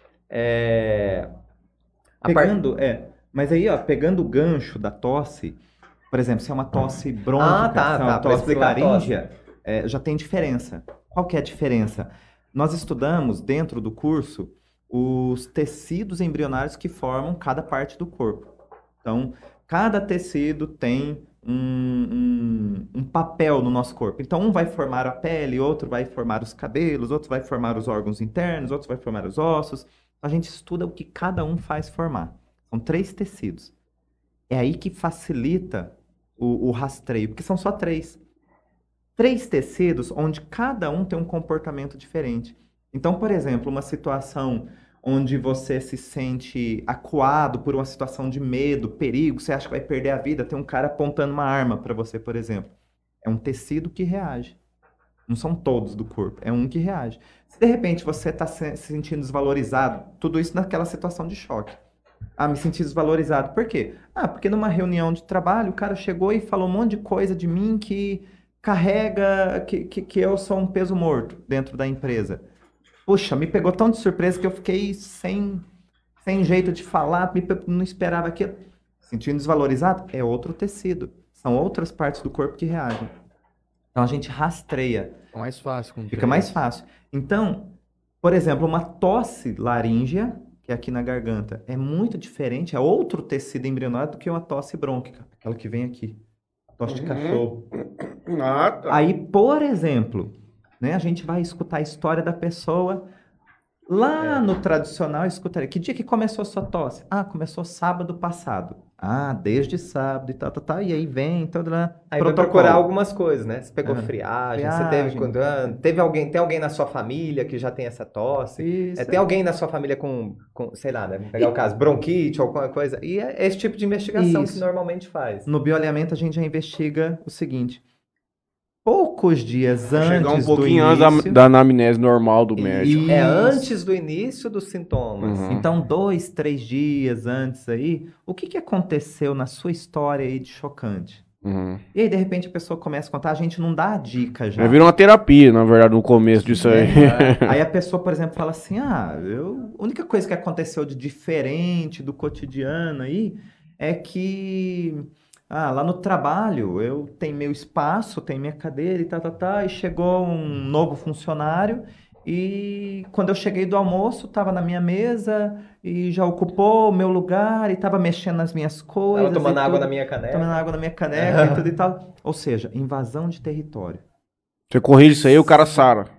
É... a par- Pegando, é, mas aí, ó, pegando o gancho da tosse, por exemplo, se é uma tosse brônquica, Ah, tá, se é tá, uma pra tosse explicar a tosse. laríngea, é, já tem diferença. Qual que é a diferença? Nós estudamos dentro do curso os tecidos embrionários que formam cada parte do corpo. Então, cada tecido tem um, um, um papel no nosso corpo. Então, um vai formar a pele, outro vai formar os cabelos, outro vai formar os órgãos internos, outro vai formar os ossos. A gente estuda o que cada um faz formar. São três tecidos. É aí que facilita o, o rastreio, porque são só três. Três tecidos onde cada um tem um comportamento diferente. Então, por exemplo, uma situação onde você se sente acuado por uma situação de medo, perigo, você acha que vai perder a vida, tem um cara apontando uma arma para você, por exemplo. É um tecido que reage. Não são todos do corpo, é um que reage. Se de repente você está se sentindo desvalorizado, tudo isso naquela situação de choque. Ah, me senti desvalorizado. Por quê? Ah, porque numa reunião de trabalho o cara chegou e falou um monte de coisa de mim que carrega, que, que, que eu sou um peso morto dentro da empresa. Puxa, me pegou tão de surpresa que eu fiquei sem, sem jeito de falar, me pe- não esperava aquilo. Sentindo desvalorizado? É outro tecido. São outras partes do corpo que reagem. Então a gente rastreia. É mais fácil. Com Fica três. mais fácil. Então, por exemplo, uma tosse laríngea, que é aqui na garganta, é muito diferente, é outro tecido embrionário do que uma tosse brônquica, aquela que vem aqui. Tosse de Uhum. cachorro. Ah, tá. Aí, por exemplo, né, a gente vai escutar a história da pessoa. Lá É. no tradicional, eu escutaria. Que dia que começou a sua tosse? Ah, começou sábado passado. Ah, desde sábado e tal, tal, tal. E aí vem todo lá. Aí vai procurar algumas coisas, né? Você pegou Ah, friagem, você friagem. teve, quando- ah, teve alguém, tem alguém na sua família que já tem essa tosse? Isso. É, tem alguém na sua família com, com, sei lá, né? Vamos pegar o caso, bronquite ou alguma coisa. E é esse tipo de investigação Isso. que normalmente faz. No bioalinhamento, a gente já investiga o seguinte. Poucos dias antes Chegar um do pouquinho início... antes da, da anamnese normal do médico. É Isso. antes do início dos sintomas. Uhum. Então, dois, três dias antes aí, o que, que aconteceu na sua história aí de chocante? Uhum. E aí, de repente, a pessoa começa a contar, a gente não dá a dica já. Já virou uma terapia, na verdade, no começo disso aí. É. Aí a pessoa, por exemplo, fala assim, ah, eu... a única coisa que aconteceu de diferente do cotidiano aí é que... Ah, lá no trabalho, eu tenho meu espaço, tenho minha cadeira e tal, tal, tal, e chegou um novo funcionário e quando eu cheguei do almoço, estava na minha mesa e já ocupou o meu lugar e estava mexendo nas minhas coisas. Tava tomando e água tudo, na minha caneca. tomando água na minha caneca e tudo e tal. Ou seja, invasão de território. Você corrige isso aí, o cara sara.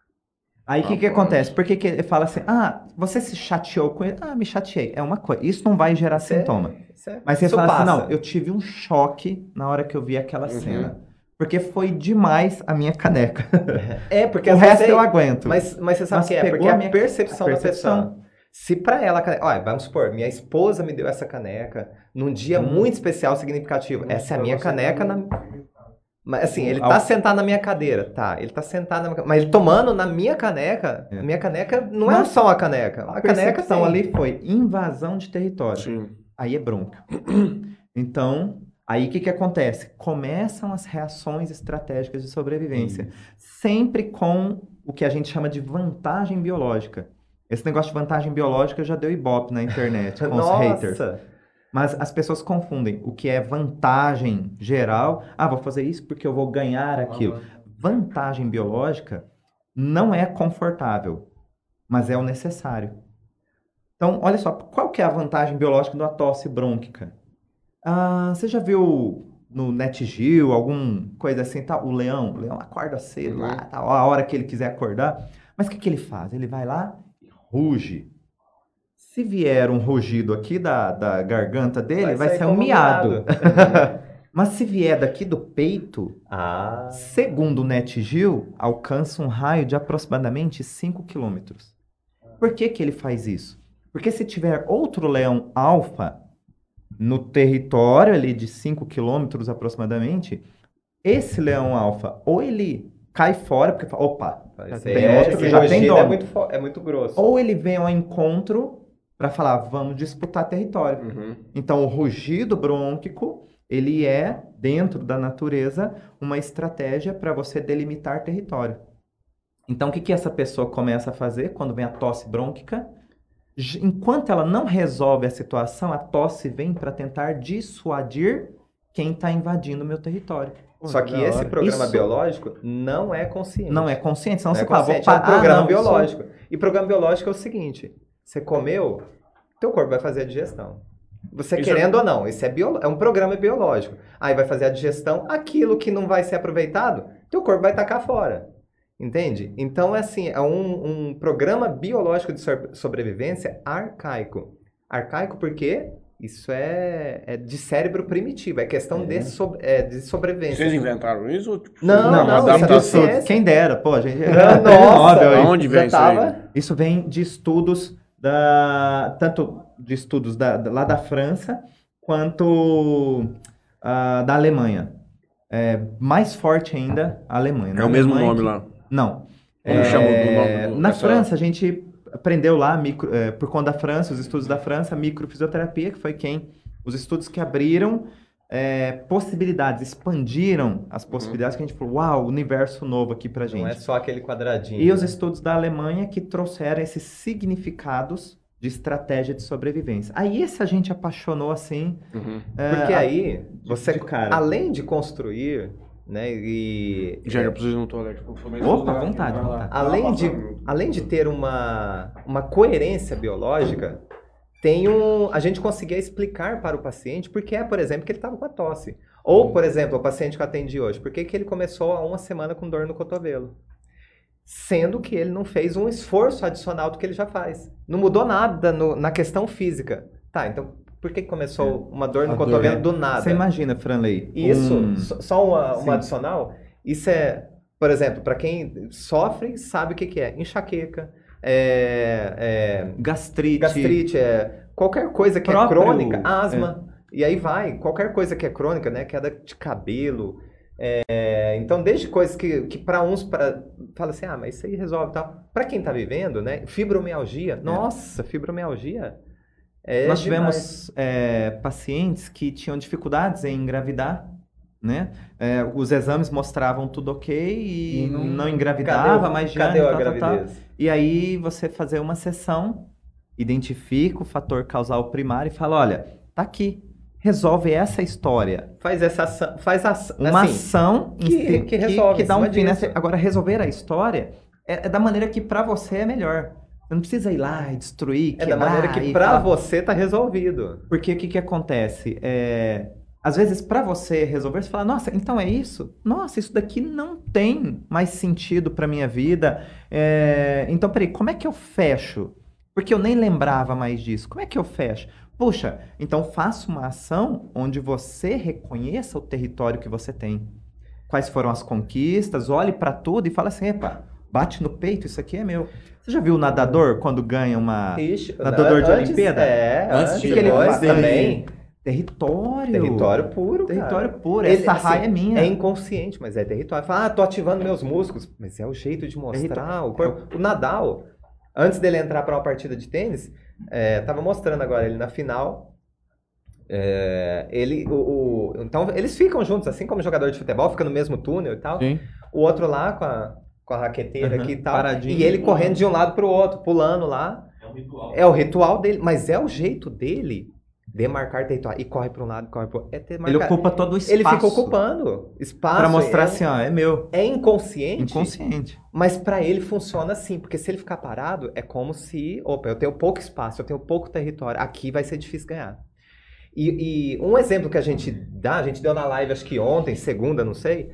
Aí o que que acontece? Por que que ele fala assim, ah, você se chateou com ele? Ah, me chateei. É uma coisa. Isso não vai gerar Isso é- sintoma. isso é- Mas você isso fala assim, passa. não, eu tive um choque na hora que eu vi aquela Uhum. cena. Porque foi demais a minha caneca. É, porque O às resto vezes eu é- aguento. Mas, mas você sabe Mas o que é? pegou Porque a a minha- percepção, a percepção. da pessoa. Se pra ela, a caneca- olha, vamos supor, minha esposa me deu essa caneca num dia Hum. muito especial, significativo. Essa é a minha caneca na... Mas assim, ele Ao- tá sentado na minha cadeira, tá? Ele tá sentado na minha... Mas ele tomando na minha caneca, É. a minha caneca não é Mas só uma caneca. A A caneca percepção tem. ali foi invasão de território. Sim. Aí é bronca. Então, aí o que que acontece? Começam as reações estratégicas de sobrevivência. Sempre com o que a gente chama de vantagem biológica. Esse negócio de vantagem biológica já deu ibope na internet com os haters. Nossa! Mas as pessoas confundem o que é vantagem geral. Ah, vou fazer isso porque eu vou ganhar aquilo. Vantagem biológica não é confortável, mas é o necessário. Então, olha só, qual que é a vantagem biológica de uma tosse brônquica? Ah, você já viu no NetGeo, alguma coisa assim, tal, o leão, o leão acorda cedo lá, tal, a hora que ele quiser acordar. Mas o que, que ele faz? Ele vai lá e ruge. Se vier um rugido aqui da, da garganta dele, vai, sair ser um como miado. Mas se vier daqui do peito, Ah, segundo o NetGeo, alcança um raio de aproximadamente cinco quilômetros. Por que que ele faz isso? Porque se tiver outro leão alfa no território ali de cinco quilômetros aproximadamente, esse leão alfa, ou ele cai fora, porque fala, opa, já esse tem é, outro, esse já tem rugido é dono. muito, fo- é muito grosso. Ou ele vem ao encontro para falar, vamos disputar território. Uhum. Então, o rugido brônquico, ele é, dentro da natureza, uma estratégia para você delimitar território. Então, o que, que essa pessoa começa a fazer quando vem a tosse brônquica? J- Enquanto ela não resolve a situação, a tosse vem para tentar dissuadir quem está invadindo o meu território. Só que esse programa Isso- biológico não é consciente. Não é consciente, senão Não você é fala, vou consciente, é um parar. programa Ah, não, isso- biológico. E programa biológico é o seguinte: você comeu, teu corpo vai fazer a digestão. Você Isso querendo ou não, isso é, bio, é um programa biológico. Aí vai fazer a digestão, aquilo que não vai ser aproveitado, teu corpo vai tacar fora. Entende? Então, é assim, é um, um programa biológico de so- sobrevivência arcaico. Arcaico porque isso é, é de cérebro primitivo, é questão De, so- é, de sobrevivência. Vocês inventaram isso? Ou, tipo, Não, uma não, isso é adaptação? da ciência. Quem dera, pô, a gente. Não, Prêmio nossa, Nobel aí. aonde vem já isso aí? tava... Isso vem de estudos da. Tanto de estudos da, da- lá da França, quanto ah, da Alemanha. É, mais forte ainda a Alemanha. É Na o mesmo Alemanha nome que- lá. Não. Como É, chama o nome do- na dessa- França, a gente aprendeu lá, micro, é, por conta da França, os estudos da França, microfisioterapia, que foi quem. Os estudos que abriram é, possibilidades, expandiram as possibilidades, que a gente falou, uau, universo novo aqui pra gente. Não é só aquele quadradinho. E os né? estudos da Alemanha que trouxeram esses significados de estratégia de sobrevivência. Aí esse a gente apaixonou assim. Uhum. é, Porque a- aí, você, de cara. além de construir, né, e... Gente, eu preciso ir no toalete. eu sou meio Opa, desligado. vontade, Vai lá. vontade. Além de, além de ter uma, uma coerência biológica, tem um, a gente conseguia explicar para o paciente por que é, por exemplo, que ele estava com a tosse. Ou, por exemplo, o paciente que eu atendi hoje, por que que ele começou há uma semana com dor no cotovelo? Sendo que ele não fez um esforço adicional do que ele já faz. Não mudou nada no- na questão física. Tá, então por que que começou uma dor no A dor, cotovelo é. do nada? Você imagina, Franley. Isso, um- só- só uma, Sim. uma adicional, isso é, por exemplo, para quem sofre, sabe o que que é. Enxaqueca, é, é, gastrite. gastrite, é, qualquer coisa que Próprio- é crônica, asma, e aí vai, qualquer coisa que é crônica, né, queda de cabelo, é, então desde coisas que, que para uns, pra, fala assim, ah, mas isso aí resolve e tal. Para quem tá vivendo, né, fibromialgia, nossa, fibromialgia é Nós demais. tivemos é, pacientes que tinham dificuldades em engravidar, né? É, os exames mostravam tudo ok e, E não, não- engravidava, Cadê, o- mas cadê já a tal, tal, tal. gravidez? E aí você fazer uma sessão, identifica o fator causal primário e fala, olha, tá aqui, resolve essa história. Faz essa ação, faz ação, Uma assim, ação em que- si- que resolve que em dá um cima fim disso. nessa. Agora, resolver a história é, é da maneira que pra você é melhor. Você não precisa ir lá e destruir, é quebrar. da maneira que e pra falar- você tá resolvido. Porque o que, que acontece? É, às vezes, para você resolver, você fala, nossa, então é isso? Nossa, isso daqui não tem mais sentido para minha vida. É, então, peraí, como é que eu fecho? Porque eu nem lembrava mais disso. Como é que eu fecho? Puxa, então faça uma ação onde você reconheça o território que você tem. Quais foram as conquistas, olhe para tudo e fala assim, epa, bate no peito, isso aqui é meu. Você já viu o nadador quando ganha uma... Ixi, Nadador de antes- Olimpíada? É, Antes antes, de depois ele fazer- também. Território. Território puro, cara. Território puro. Ele, Essa assim, raia é minha. É inconsciente, mas é território. Fala, ah, tô ativando meus músculos. Mas é o jeito de mostrar o corpo. O Nadal, antes dele entrar para uma partida de tênis, é, tava mostrando agora ele na final. É, ele, o, o- então, eles ficam juntos, assim como jogador de futebol, fica no mesmo túnel e tal. Sim. O outro lá com a, com a raqueteira Uhum, aqui e tal. paradinho. E ele correndo de um lado pro outro, pulando lá. É um ritual. É o ritual dele, mas é o jeito dele demarcar território. E corre para um lado, corre para o outro. É Ele demarcar. ocupa todo o espaço. Ele fica ocupando espaço. Pra mostrar é, assim, ó, é meu. é inconsciente, Inconsciente. mas para ele funciona assim, porque se ele ficar parado, é como se, opa, eu tenho pouco espaço, eu tenho pouco território, aqui vai ser difícil ganhar. E, e um exemplo que a gente dá, a gente deu na live, acho que ontem, segunda, não sei,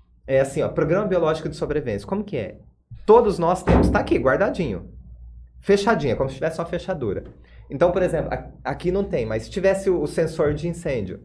é assim, ó, programa biológico de sobrevivência. Como que é? Todos nós temos, tá aqui, guardadinho, fechadinho, é como se tivesse uma fechadura. Então, por exemplo, aqui não tem, mas se tivesse o sensor de incêndio,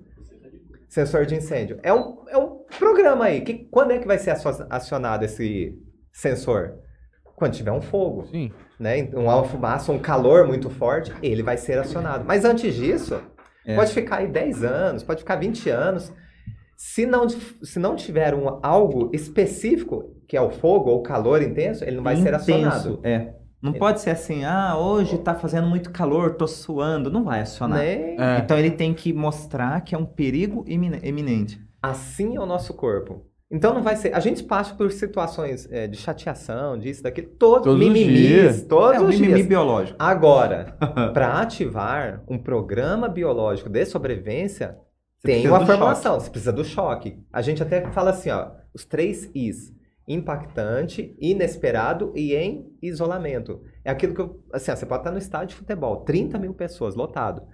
sensor de incêndio, é um, é um programa aí, que, quando é que vai ser acionado esse sensor? Quando tiver um fogo, Sim. né? Uma fumaça, um calor muito forte, ele vai ser acionado. Mas antes disso, é. pode ficar aí dez anos, pode ficar vinte anos. Se não, se não tiver um, algo específico, que é o fogo ou o calor intenso, ele não vai intenso, ser acionado. É. Não ele... pode ser assim, ah, hoje tá fazendo muito calor, tô suando. Não vai acionar. Nem... É. Então ele tem que mostrar que é um perigo iminente. Assim é o nosso corpo. Então não vai ser. A gente passa por situações é, de chateação, disso, daquilo, todos, todos mimimis, os dias. todos é um os mimimi dias. biológico. Agora, para ativar um programa biológico de sobrevivência, você tem uma formulação, choque. Você precisa do choque. A gente até fala assim, ó, os três Is: impactante, inesperado e em isolamento. É aquilo que eu, assim, ó, você pode estar no estádio de futebol, trinta mil pessoas, lotado.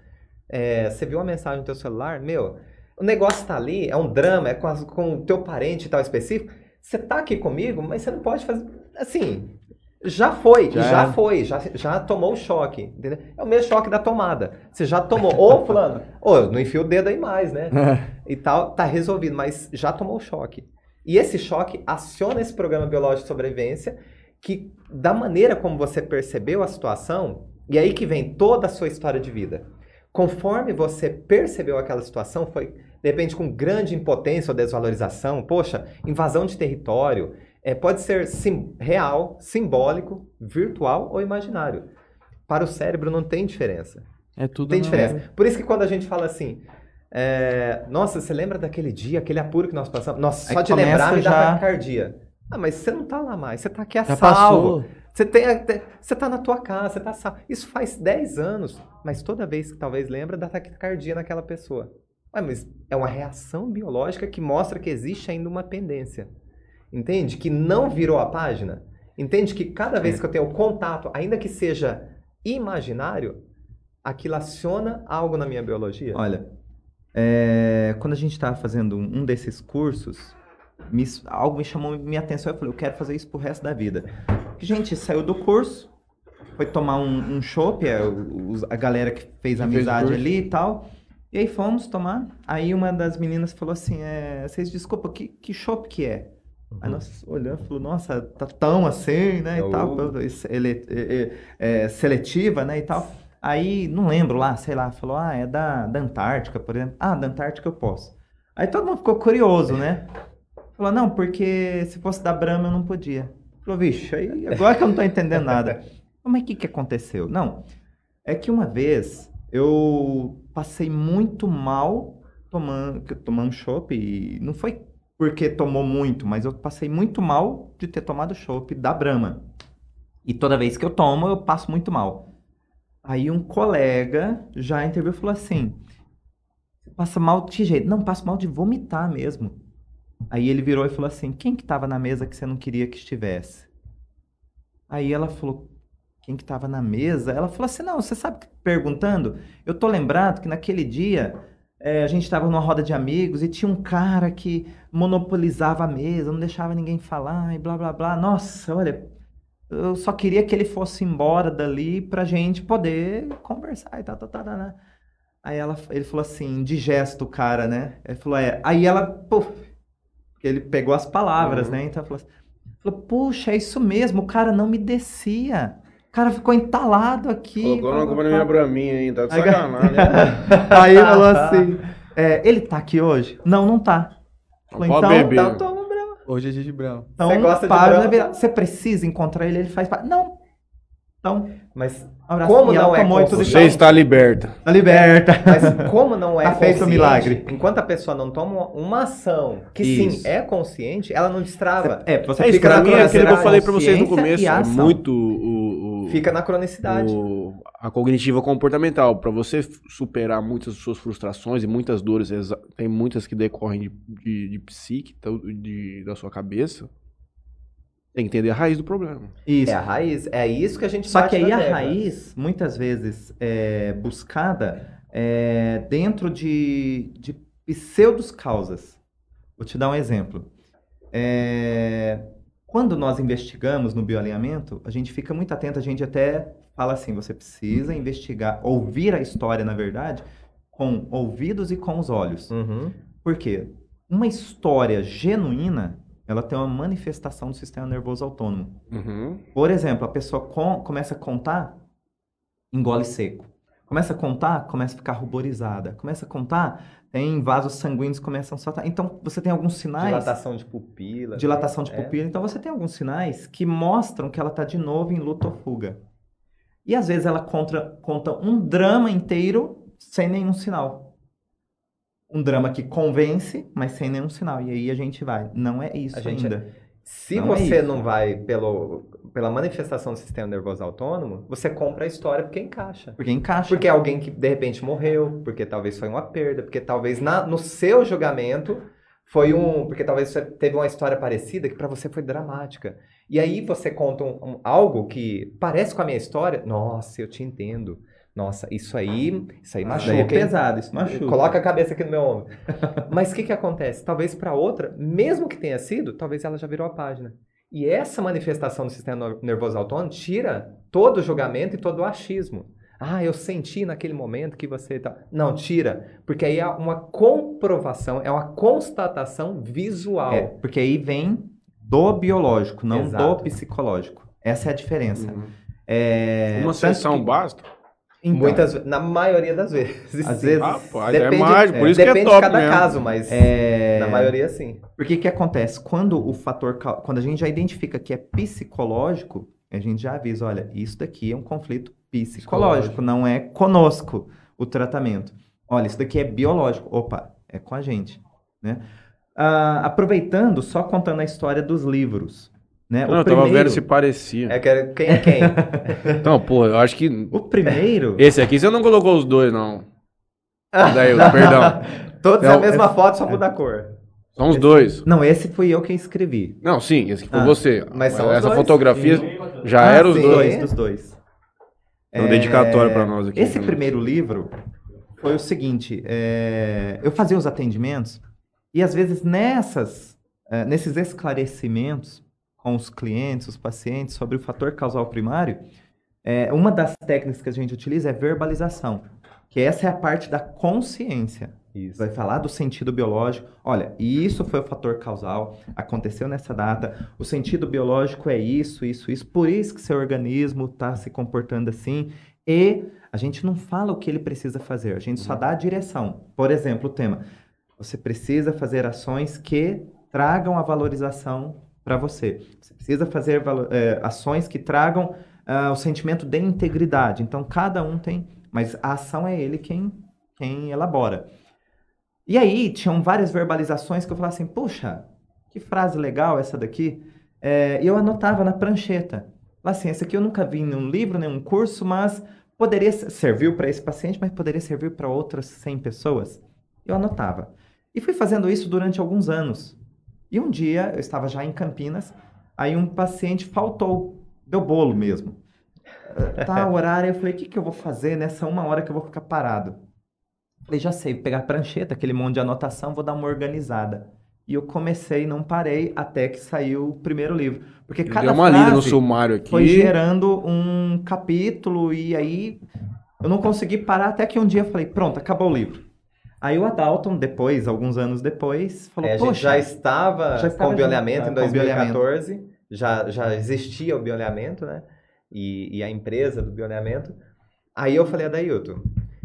É, você viu uma mensagem no teu celular, meu, o negócio tá ali, é um drama, é com, as, com o teu parente e tal específico. Você tá aqui comigo, mas você não pode fazer, assim, já foi, já, já foi, já, já tomou o choque, entendeu? É o mesmo choque da tomada. Você já tomou, ô fulano, ô, não enfia o dedo aí mais, né? E tal, tá resolvido, mas já tomou o choque. E esse choque aciona esse programa biológico de sobrevivência que, da maneira como você percebeu a situação, e aí que vem toda a sua história de vida. Conforme você percebeu aquela situação, foi, de repente, com grande impotência ou desvalorização, poxa, invasão de território, é, pode ser sim, real, simbólico, virtual ou imaginário. Para o cérebro não tem diferença. É tudo. Tem diferença. É. Por isso que quando a gente fala assim, é, nossa, você lembra daquele dia, aquele apuro que nós passamos? Nossa, só de lembrar me dá já... taquicardia. Ah, mas você não tá lá mais, você tá aqui a já salvo. Passou. Você, tem, você tá na tua casa, você tá salvo. Isso faz dez anos, mas toda vez que talvez lembra, dá taquicardia naquela pessoa. Ué, mas é uma reação biológica que mostra que existe ainda uma pendência. Entende? Que não virou a página. Entende que cada vez que eu tenho contato, ainda que seja imaginário, aquilo aciona algo na minha biologia? Olha, é, quando a gente estava fazendo um desses cursos, me, algo me chamou minha atenção. Eu falei, eu quero fazer isso pro resto da vida. A gente saiu do curso, foi tomar um, um chopp, é, a galera que fez amizade fez ali e tal. E aí fomos tomar. Aí uma das meninas falou assim, é, vocês desculpa, que, que chopp que é? Uhum. Aí nós olhamos e falou, nossa, tá tão assim, né, e tal, ele, é, é, seletiva, né, e tal. Aí, não lembro lá, sei lá, falou, ah, é da, da Antártica, por exemplo. Ah, da Antártica eu posso. Aí todo mundo ficou curioso, né? Falou, não, porque se fosse da Brahma eu não podia. Falou, vixe, aí agora que eu não tô entendendo nada. Mas o que que aconteceu? Não, é que uma vez eu passei muito mal tomando, tomando chopp e não foi porque tomou muito, mas eu passei muito mal de ter tomado chopp da Brahma. E toda vez que eu tomo, eu passo muito mal. Aí um colega já interviu e falou assim, passa mal de que jeito? Não, passo mal de vomitar mesmo. Aí ele virou e falou assim, quem que tava na mesa que você não queria que estivesse? Aí ela falou, quem que tava na mesa? Ela falou assim, não, você sabe, perguntando, eu tô lembrado que naquele dia é, a gente tava numa roda de amigos e tinha um cara que monopolizava a mesa, não deixava ninguém falar e blá blá blá. Nossa, olha, eu só queria que ele fosse embora dali pra gente poder conversar e tal, tal, tal, tal. Aí ela, ele falou assim, de gesto, o cara, né? Ele falou, é. Aí ela, puf, ele pegou as palavras, uhum. né? Então ela falou assim, falou, puxa, é isso mesmo, o cara não me descia. O cara ficou entalado aqui. Colocou uma culpa na minha braminha ainda, tá de sacanagem. Aí falou assim, é, ele tá aqui hoje? Não, não tá. Falou, então, então toma brama. Hoje é dia de brama. Então, você gosta de brama? Você precisa encontrar ele, ele faz parte. Não. Então, mas abraço, como não é consciente? Você está liberta. Está liberta. Mas como não é tá feito o milagre. Enquanto a pessoa não toma uma ação que Isso. sim é consciente, ela não destrava. É, você é, fica pra na mim é aquilo que eu falei para vocês no começo, é muito o, o fica na cronicidade. O, a cognitiva comportamental, para você superar muitas suas frustrações e muitas dores, tem muitas que decorrem de, de, de psique, de, da sua cabeça. Tem que entender a raiz do problema. Isso. É a raiz. É isso que a gente Só que aí a raiz, muitas vezes, é buscada é, dentro de, de pseudos causas. Vou te dar um exemplo. É, quando nós investigamos no bioalinhamento, a gente fica muito atento, a gente até fala assim, você precisa investigar, ouvir a história, na verdade, com ouvidos e com os olhos. Uhum. Por quê? Uma história genuína, ela tem uma manifestação do sistema nervoso autônomo. Uhum. Por exemplo, a pessoa com- começa a contar, engole seco. Começa a contar, começa a ficar ruborizada. Começa a contar, tem vasos sanguíneos que começam a soltar. Então, você tem alguns sinais... Dilatação de pupila. Dilatação de É. pupila. Então, você tem alguns sinais que mostram que ela está de novo em luta ou fuga. E, às vezes, ela conta, conta um drama inteiro sem nenhum sinal. Um drama que convence, mas sem nenhum sinal. E aí a gente vai. Não é isso A gente- ainda. Se Não é você isso. não vai pelo, pela manifestação do sistema nervoso autônomo, você compra a história porque encaixa. Porque encaixa. Porque é alguém que de repente morreu, porque talvez foi uma perda, porque talvez na- no seu julgamento foi um. Porque talvez você teve uma história parecida que pra você foi dramática. E aí você conta um- um- algo que parece com a minha história. Nossa, eu te entendo. Nossa, isso aí, isso aí Isso machuca. daí é hein? pesado, isso machuca. Coloca a cabeça aqui no meu ombro. Mas o que que acontece? Talvez para outra, mesmo que tenha sido, talvez ela já virou a página. E essa manifestação do sistema nervoso autônomo tira todo o julgamento e todo o achismo. Ah, eu senti naquele momento que você... Tá... Não, tira. Porque aí é uma comprovação, é uma constatação visual. É, porque aí vem do biológico, não Exato. do psicológico. Essa é a diferença. Uhum. É, Uma tanto sessão que- basta? Então, Muitas, ve- na maioria das vezes. Às sim. vezes- Rapaz, Depende, é mágico, por é, isso que é depende top de cada mesmo. caso, mas é, na maioria sim. Porque que acontece? Quando o fator, cal- quando a gente já identifica que é psicológico, a gente já avisa, olha, isso daqui é um conflito psicológico, Psicológico. não é conosco o tratamento. Olha, isso daqui é biológico. Opa, é com a gente, né? Ah, aproveitando, só contando a história dos livros, né? Não, o eu tava primeiro, vendo se parecia. É que, quem é quem? Então, pô, eu acho que. o primeiro, Esse aqui você não colocou os dois, não. Daí, perdão. Todos Não, é a mesma foto, só muda a cor. São os dois. não, esse fui eu que escrevi. Não, sim, esse aqui foi Ah, você. mas são os Essa dois. fotografia já Ah, era os sim. dois. dois, dos dois. É um dedicatório pra nós aqui. Esse primeiro livro foi o seguinte, é, eu fazia os atendimentos e às vezes nessas, é, nesses esclarecimentos com os clientes, os pacientes sobre o fator causal primário, é, uma das técnicas que a gente utiliza é verbalização, que essa é a parte da consciência. Isso. Vai falar do sentido biológico. Olha, isso foi o fator causal, aconteceu nessa data. O sentido biológico é isso, isso, isso. Por isso que seu organismo está se comportando assim. E a gente não fala o que ele precisa fazer, a gente só dá a direção. Por exemplo, o tema. Você precisa fazer ações que tragam a valorização para você. Você precisa fazer valo- eh, ações que tragam ah, o sentimento de integridade. Então, cada um tem... Mas a ação é ele quem, quem elabora. E aí, tinham várias verbalizações que eu falava assim, puxa, que frase legal essa daqui. É, e eu anotava na prancheta. Falava assim, essa aqui eu nunca vi em um livro, nem um curso, mas poderia ser- serviu para esse paciente, mas poderia servir para outras cem pessoas. Eu anotava. E fui fazendo isso durante alguns anos. E um dia, eu estava já em Campinas, aí um paciente faltou, deu bolo mesmo. Eh, Tá, o horário, eu falei, o que, que eu vou fazer nessa uma hora que eu vou ficar parado? Falei, já sei, vou pegar a prancheta, aquele monte de anotação, vou dar uma organizada. E eu comecei, não parei, até que saiu o primeiro livro. Porque cada Deu uma lida no frase sumário aqui. foi gerando um capítulo, e aí eu não consegui parar, até que um dia eu falei, pronto, acabou o livro. Aí o Adalton, depois, alguns anos depois, falou, É, a gente poxa, já estava, já estava com o bioalinhamento junto, em com o dois mil e quatorze, já, já existia o bioalinhamento, né? E, e a empresa do bioalinhamento. Aí eu falei, Adailton,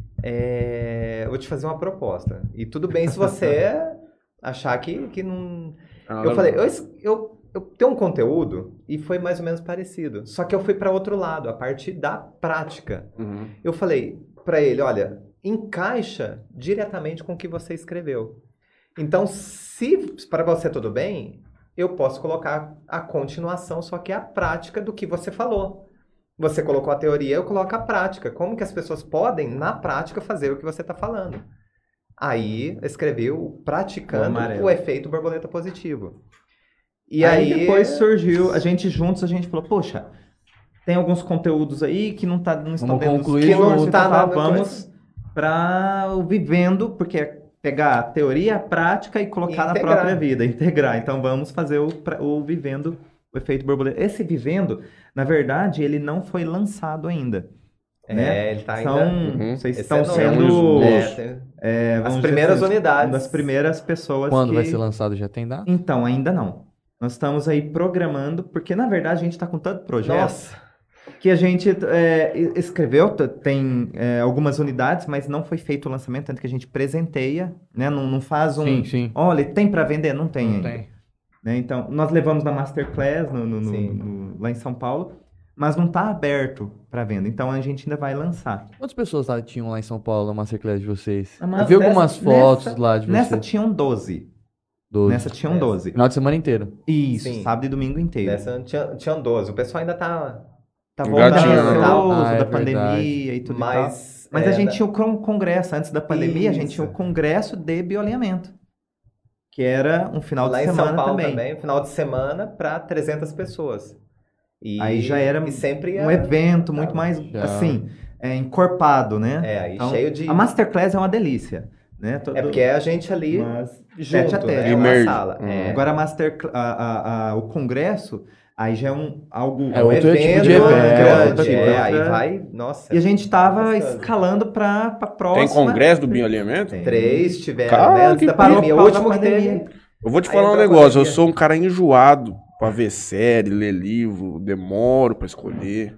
é, eu vou te fazer uma proposta. E tudo bem se você achar que, que não... Ah, Eu falei, eu, es- eu, eu tenho um conteúdo e foi mais ou menos parecido. Só que eu fui para outro lado, a partir da prática. Uhum. Eu falei para ele, olha, encaixa diretamente com o que você escreveu. Então, se para você tudo bem, eu posso colocar a continuação, só que é a prática do que você falou. Você colocou a teoria, eu coloco a prática. Como que as pessoas podem, na prática, fazer o que você está falando? Aí, escreveu O praticando amarelo. o efeito borboleta positivo. E aí, aí, depois surgiu, a gente juntos, a gente falou, poxa, tem alguns conteúdos aí que não, tá, não estão Vamos dentro concluir dos que não cursos e tá tal, na vamos, para o vivendo, porque é pegar a teoria, a prática e colocar E na integrar. própria vida, integrar. Então vamos fazer o, pra- o vivendo, o efeito borboleta. Esse vivendo, na verdade, ele não foi lançado ainda. Né? É, ele tá São, ainda... Uhum. vocês Esse estão é novo. sendo É, tem- é, vamos As dizer primeiras assim, unidades. uma das primeiras pessoas Quando que... vai ser lançado já tem data? Então, ainda não. Nós estamos aí programando, porque na verdade a gente está com tanto projeto Nossa, que a gente é, e- escreveu, t- tem é, algumas unidades, mas não foi feito o lançamento, tanto que a gente presenteia, né? Não, não faz um... Sim, sim. Olha, tem para vender? Não tem Não ainda. tem. Né? Então, nós levamos na Masterclass no, no- no- Sim. no- lá em São Paulo, mas não está aberto para venda. Então, a gente ainda vai lançar. Quantas pessoas tá- tinham lá em São Paulo na Masterclass de vocês? Ah, mas Eu vi algumas nessa- fotos nessa- lá de vocês. Nessa tinham doze. doze. Nessa tinham Nessa. doze. Final de semana inteiro. Isso, Sim. sábado e domingo inteiro. nessa tinha, tinha doze. O pessoal ainda tá, tá voltando Engatinhando, e né? tal. Ah, é da verdade. pandemia e tudo e tal. Mas, Mas é, a gente da- tinha o con- congresso, antes da pandemia, a gente Isso. tinha o congresso de bioalinhamento, que era um final lá de em semana São Paulo também. também, final de semana para trezentas pessoas. E, Aí já era e sempre Um ia- evento muito mais, Já. assim, é, encorpado, né? É, aí Então, cheio de... A Masterclass é uma delícia, né? Todo- É porque é a gente ali mas junto, tete a tete. né, na Emerge. sala. Hum. É. Agora a Master, a, a- a- o congresso, aí já é um, algo... É outro tipo de evento evento, grande, outra é, coisa. aí vai, nossa. E a gente tava Bastante. escalando para a próxima... Tem congresso do bioalinhamento? Tem. Três tiveram, Cara, né? Antes que da parou pandemia. O por causa último da que teve... pandemia. Eu vou te Aí falar um entrou a negócio, eu pandemia. sou um cara enjoado pra ver série, ler livro, demoro pra escolher.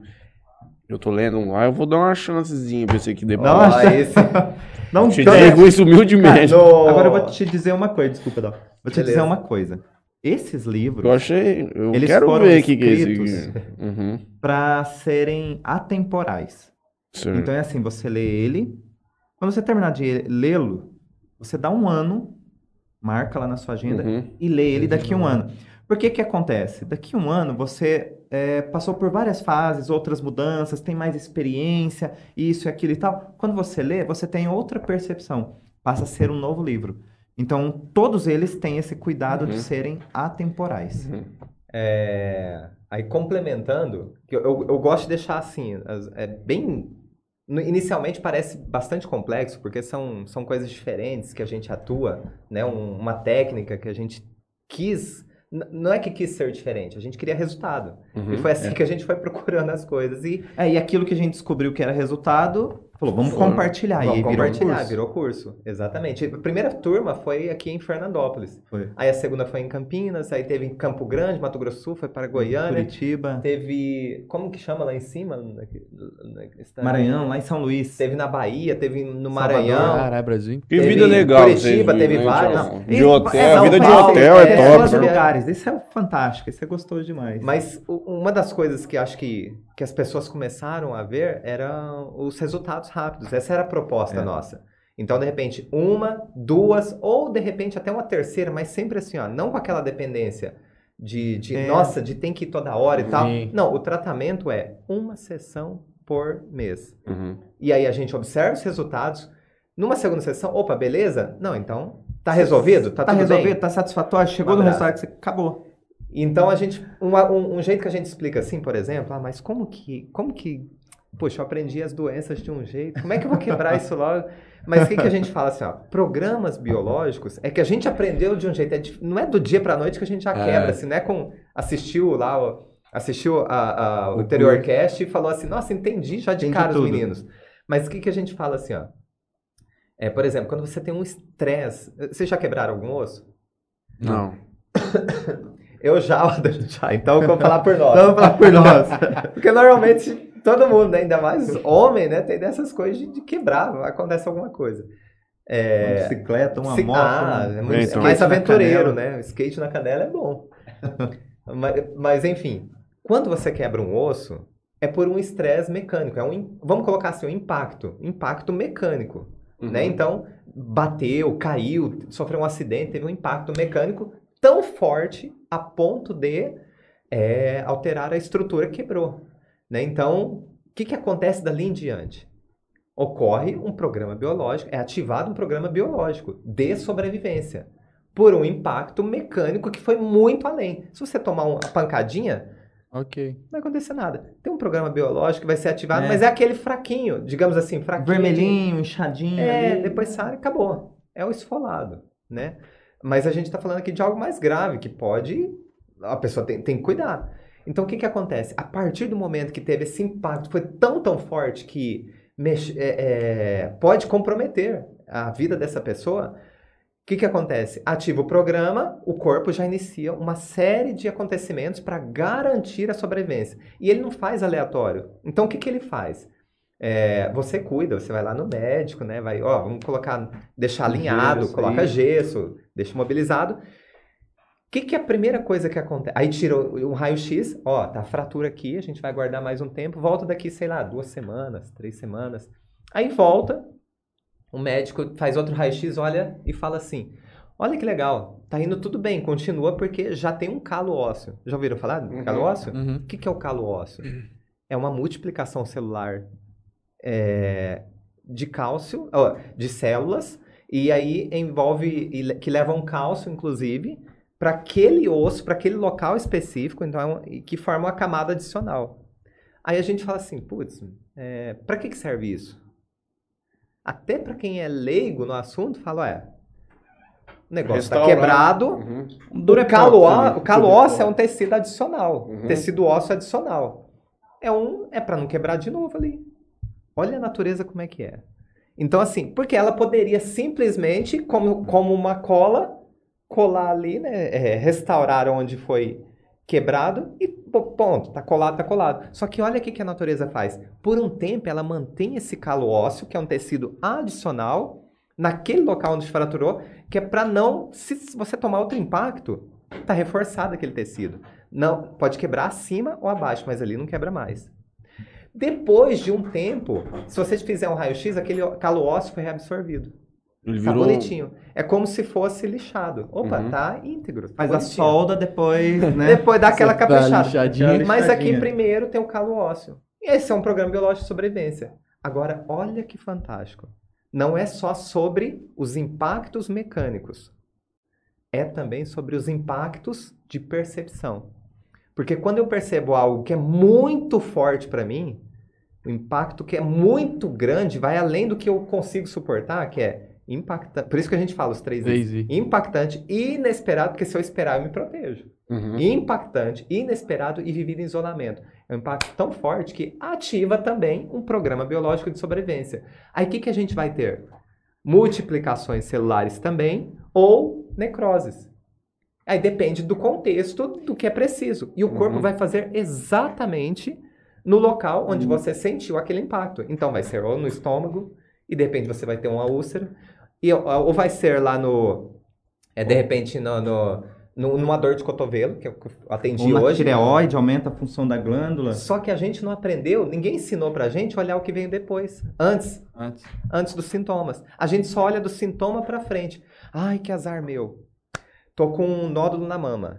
Eu tô lendo um lá, eu vou dar uma chancezinha pra esse aqui depois. Não, Ó, acha- esse... Não Te tem. digo isso humildemente. No- Agora eu vou te dizer uma coisa, desculpa, Dó. Vou te Beleza. dizer uma coisa. Esses livros, Eu achei. Eu Eles quero foram ver o que, que é esse escritos aqui. Uhum. para serem atemporais. Certo. Então é assim, você lê ele, quando você terminar de lê-lo, você dá um ano, marca lá na sua agenda Uhum. e lê ele daqui a um ano. Por que que acontece? Daqui a um ano você é, passou por várias fases, outras mudanças, tem mais experiência, isso e aquilo e tal. Quando você lê, você tem outra percepção. Passa a ser um novo livro. Então, todos eles têm esse cuidado Uhum. de serem atemporais. Uhum. É, aí complementando, que eu, eu, eu gosto de deixar assim, as- é bem... no- Inicialmente parece bastante complexo, porque são, são coisas diferentes que a gente atua, né? Um- uma técnica que a gente quis... n- Não é que quis ser diferente, a gente queria resultado. Uhum. E foi assim que a gente foi procurando as coisas. E É, e aquilo que a gente descobriu que era resultado, falou, vamos Foram- compartilhar. vamos e aí virou compartilhar, curso. virou curso. Exatamente. A primeira turma foi aqui em Fernandópolis. Foi. Aí a segunda foi em Campinas, aí teve em Campo Grande, Mato Grosso do Sul, foi para Goiânia. Curitiba, Teve. Como que chama lá em cima? Na- na- está- Maranhão, lá em São Luís. Teve na Bahia, teve no Salvador. Maranhão. Caralho, Brasil. Que Teve vida legal. Curitiba, vocês teve vivem, né, vários. Tiago? E- De hotel, é, a vida de São Paulo, hotel é, é, top. Todos né? os lugares. Isso é fantástico, isso é gostoso demais. Mas o- uma das coisas que acho que, que as pessoas começaram a ver eram os resultados rápidos. Essa era a proposta É. nossa. Então, de repente, uma, duas, ou de repente até uma terceira, mas sempre assim, ó, não com aquela dependência de, de É. nossa, de tem que ir toda hora e tal. Sim. Não, o tratamento é uma sessão por mês. Uhum. E aí a gente observa os resultados. Numa segunda sessão, opa, beleza? Não, então tá resolvido? Tá, Tá tudo resolvido, bem? tá satisfatório, chegou Um no abraço. resultado que você acabou. Então a gente, uma- um, um jeito que a gente explica assim, por exemplo, ah, mas como que, como que, poxa, eu aprendi as doenças de um jeito, como é que eu vou quebrar isso logo? Mas o que, que a gente fala assim, ó, programas biológicos é que a gente aprendeu de um jeito, é dif- não é do dia pra noite que a gente já É. quebra, assim, não é com, assistiu lá, ó, assistiu a, a- o O anterior cast e falou assim, nossa, entendi já de Entendi cara os tudo. meninos. Mas o que, que a gente fala assim, ó, é, por exemplo, quando você tem um estresse, vocês já quebraram algum osso? Não. Eu já, já, então eu vou falar por nós. Então, vamos falar por nós. Porque normalmente todo mundo, né, ainda mais homem, né, tem dessas coisas de, de quebrar, acontece alguma coisa. Uma É, bicicleta, uma se- moto. ah, um- é, muito- Então. é mais skate na aventureiro, canela. né? O skate na canela é bom. mas, mas, enfim, quando você quebra um osso, é por um estresse mecânico. É um, im- vamos colocar assim, um impacto. Impacto mecânico. Uhum. Né? Então, bateu, caiu, sofreu um acidente, teve um impacto mecânico tão forte a ponto de é, alterar a estrutura que quebrou. Né? Então, o que, que acontece dali em diante? Ocorre um programa biológico, é ativado um programa biológico de sobrevivência por um impacto mecânico que foi muito além. Se você tomar uma pancadinha, Ok. Não vai acontecer nada. Tem um programa biológico que vai ser ativado, É. mas é aquele fraquinho, digamos assim, fraquinho. Vermelhinho, inchadinho É, ali. depois sai, acabou. É o esfolado, né? Mas a gente está falando aqui de algo mais grave, que pode... A pessoa tem, tem que cuidar. Então, o que que acontece? A partir do momento que teve esse impacto, foi tão, tão forte que mexe, é, é, pode comprometer a vida dessa pessoa, o que que acontece? Ativa o programa, o corpo já inicia uma série de acontecimentos para garantir a sobrevivência. E ele não faz aleatório. Então, o que que ele faz? É, você cuida, você vai lá no médico, né? Vai, ó, vamos colocar, deixar alinhado, Gesso, coloca isso. gesso, deixa imobilizado. O que que é a primeira coisa que acontece? Aí tira um raio-x, ó, tá a fratura aqui, a gente vai guardar mais um tempo, volta daqui, sei lá, duas semanas, três semanas. Aí volta, o médico faz outro raio-x, olha e fala assim, olha que legal, tá indo tudo bem, continua porque já tem um calo ósseo. Já ouviram falar do Uhum. calo ósseo? Uhum. O que que é o calo ósseo? É uma multiplicação celular é, de cálcio, ó, de células, e aí envolve, e le- que levam cálcio, inclusive, para aquele osso, para aquele local específico, então, é um- e que forma uma camada adicional. Aí a gente fala assim, putz, é, para que que serve isso? Até para quem é leigo no assunto, fala, é, o negócio está Restaurar. quebrado, Uhum. o calo, ó- ali. o calo ósseo é um tecido adicional, Uhum. tecido ósseo adicional. É um, é para não quebrar de novo ali. Olha a natureza como é que é. Então, assim, porque ela poderia simplesmente, como, como uma cola, colar ali, né? é, restaurar onde foi quebrado e pô, ponto, tá colado, tá colado. Só que olha o que que a natureza faz. Por um tempo, ela mantém esse calo ósseo, que é um tecido adicional, naquele local onde fraturou, que é para não, se você tomar outro impacto, tá reforçado aquele tecido. Não, pode quebrar acima ou abaixo, mas ali não quebra mais. Depois de um tempo, se você fizer um raio-x, aquele calo ósseo foi reabsorvido. Ele Tá virou... bonitinho. É como se fosse lixado. Opa, Uhum. tá íntegro. Tá Faz a bonitinho. solda depois, né? Depois dá aquela Você tá caprichada. lixadinho. Aquela Mas aqui lixadinha. primeiro tem o calo ósseo. Esse é um programa biológico de sobrevivência. Agora, olha que fantástico. Não é só sobre os impactos mecânicos. É também sobre os impactos de percepção. Porque quando eu percebo algo que é muito forte para mim, o impacto que é muito grande, vai além do que eu consigo suportar, que é impactante. Por isso que a gente fala os três Três Is. I. Impactante, inesperado, porque se eu esperar eu me protejo. Uhum. Impactante, inesperado e vivido em isolamento. É um impacto tão forte que ativa também um programa biológico de sobrevivência. Aí o que, que a gente vai ter? Multiplicações celulares também ou necroses. Aí depende do contexto do que é preciso. E o corpo Uhum. vai fazer exatamente no local onde você sentiu aquele impacto. Então vai ser ou no estômago, e de repente você vai ter uma úlcera, e, ou vai ser lá no... É, de repente no, no, no- numa dor de cotovelo, que eu atendi Ou na hoje. tireoide, aumenta a função da glândula. Só que a gente não aprendeu, ninguém ensinou pra gente olhar o que veio depois. Antes, Antes. antes dos sintomas. A gente só olha do sintoma pra frente. Ai, que azar meu. Tô com um nódulo na mama.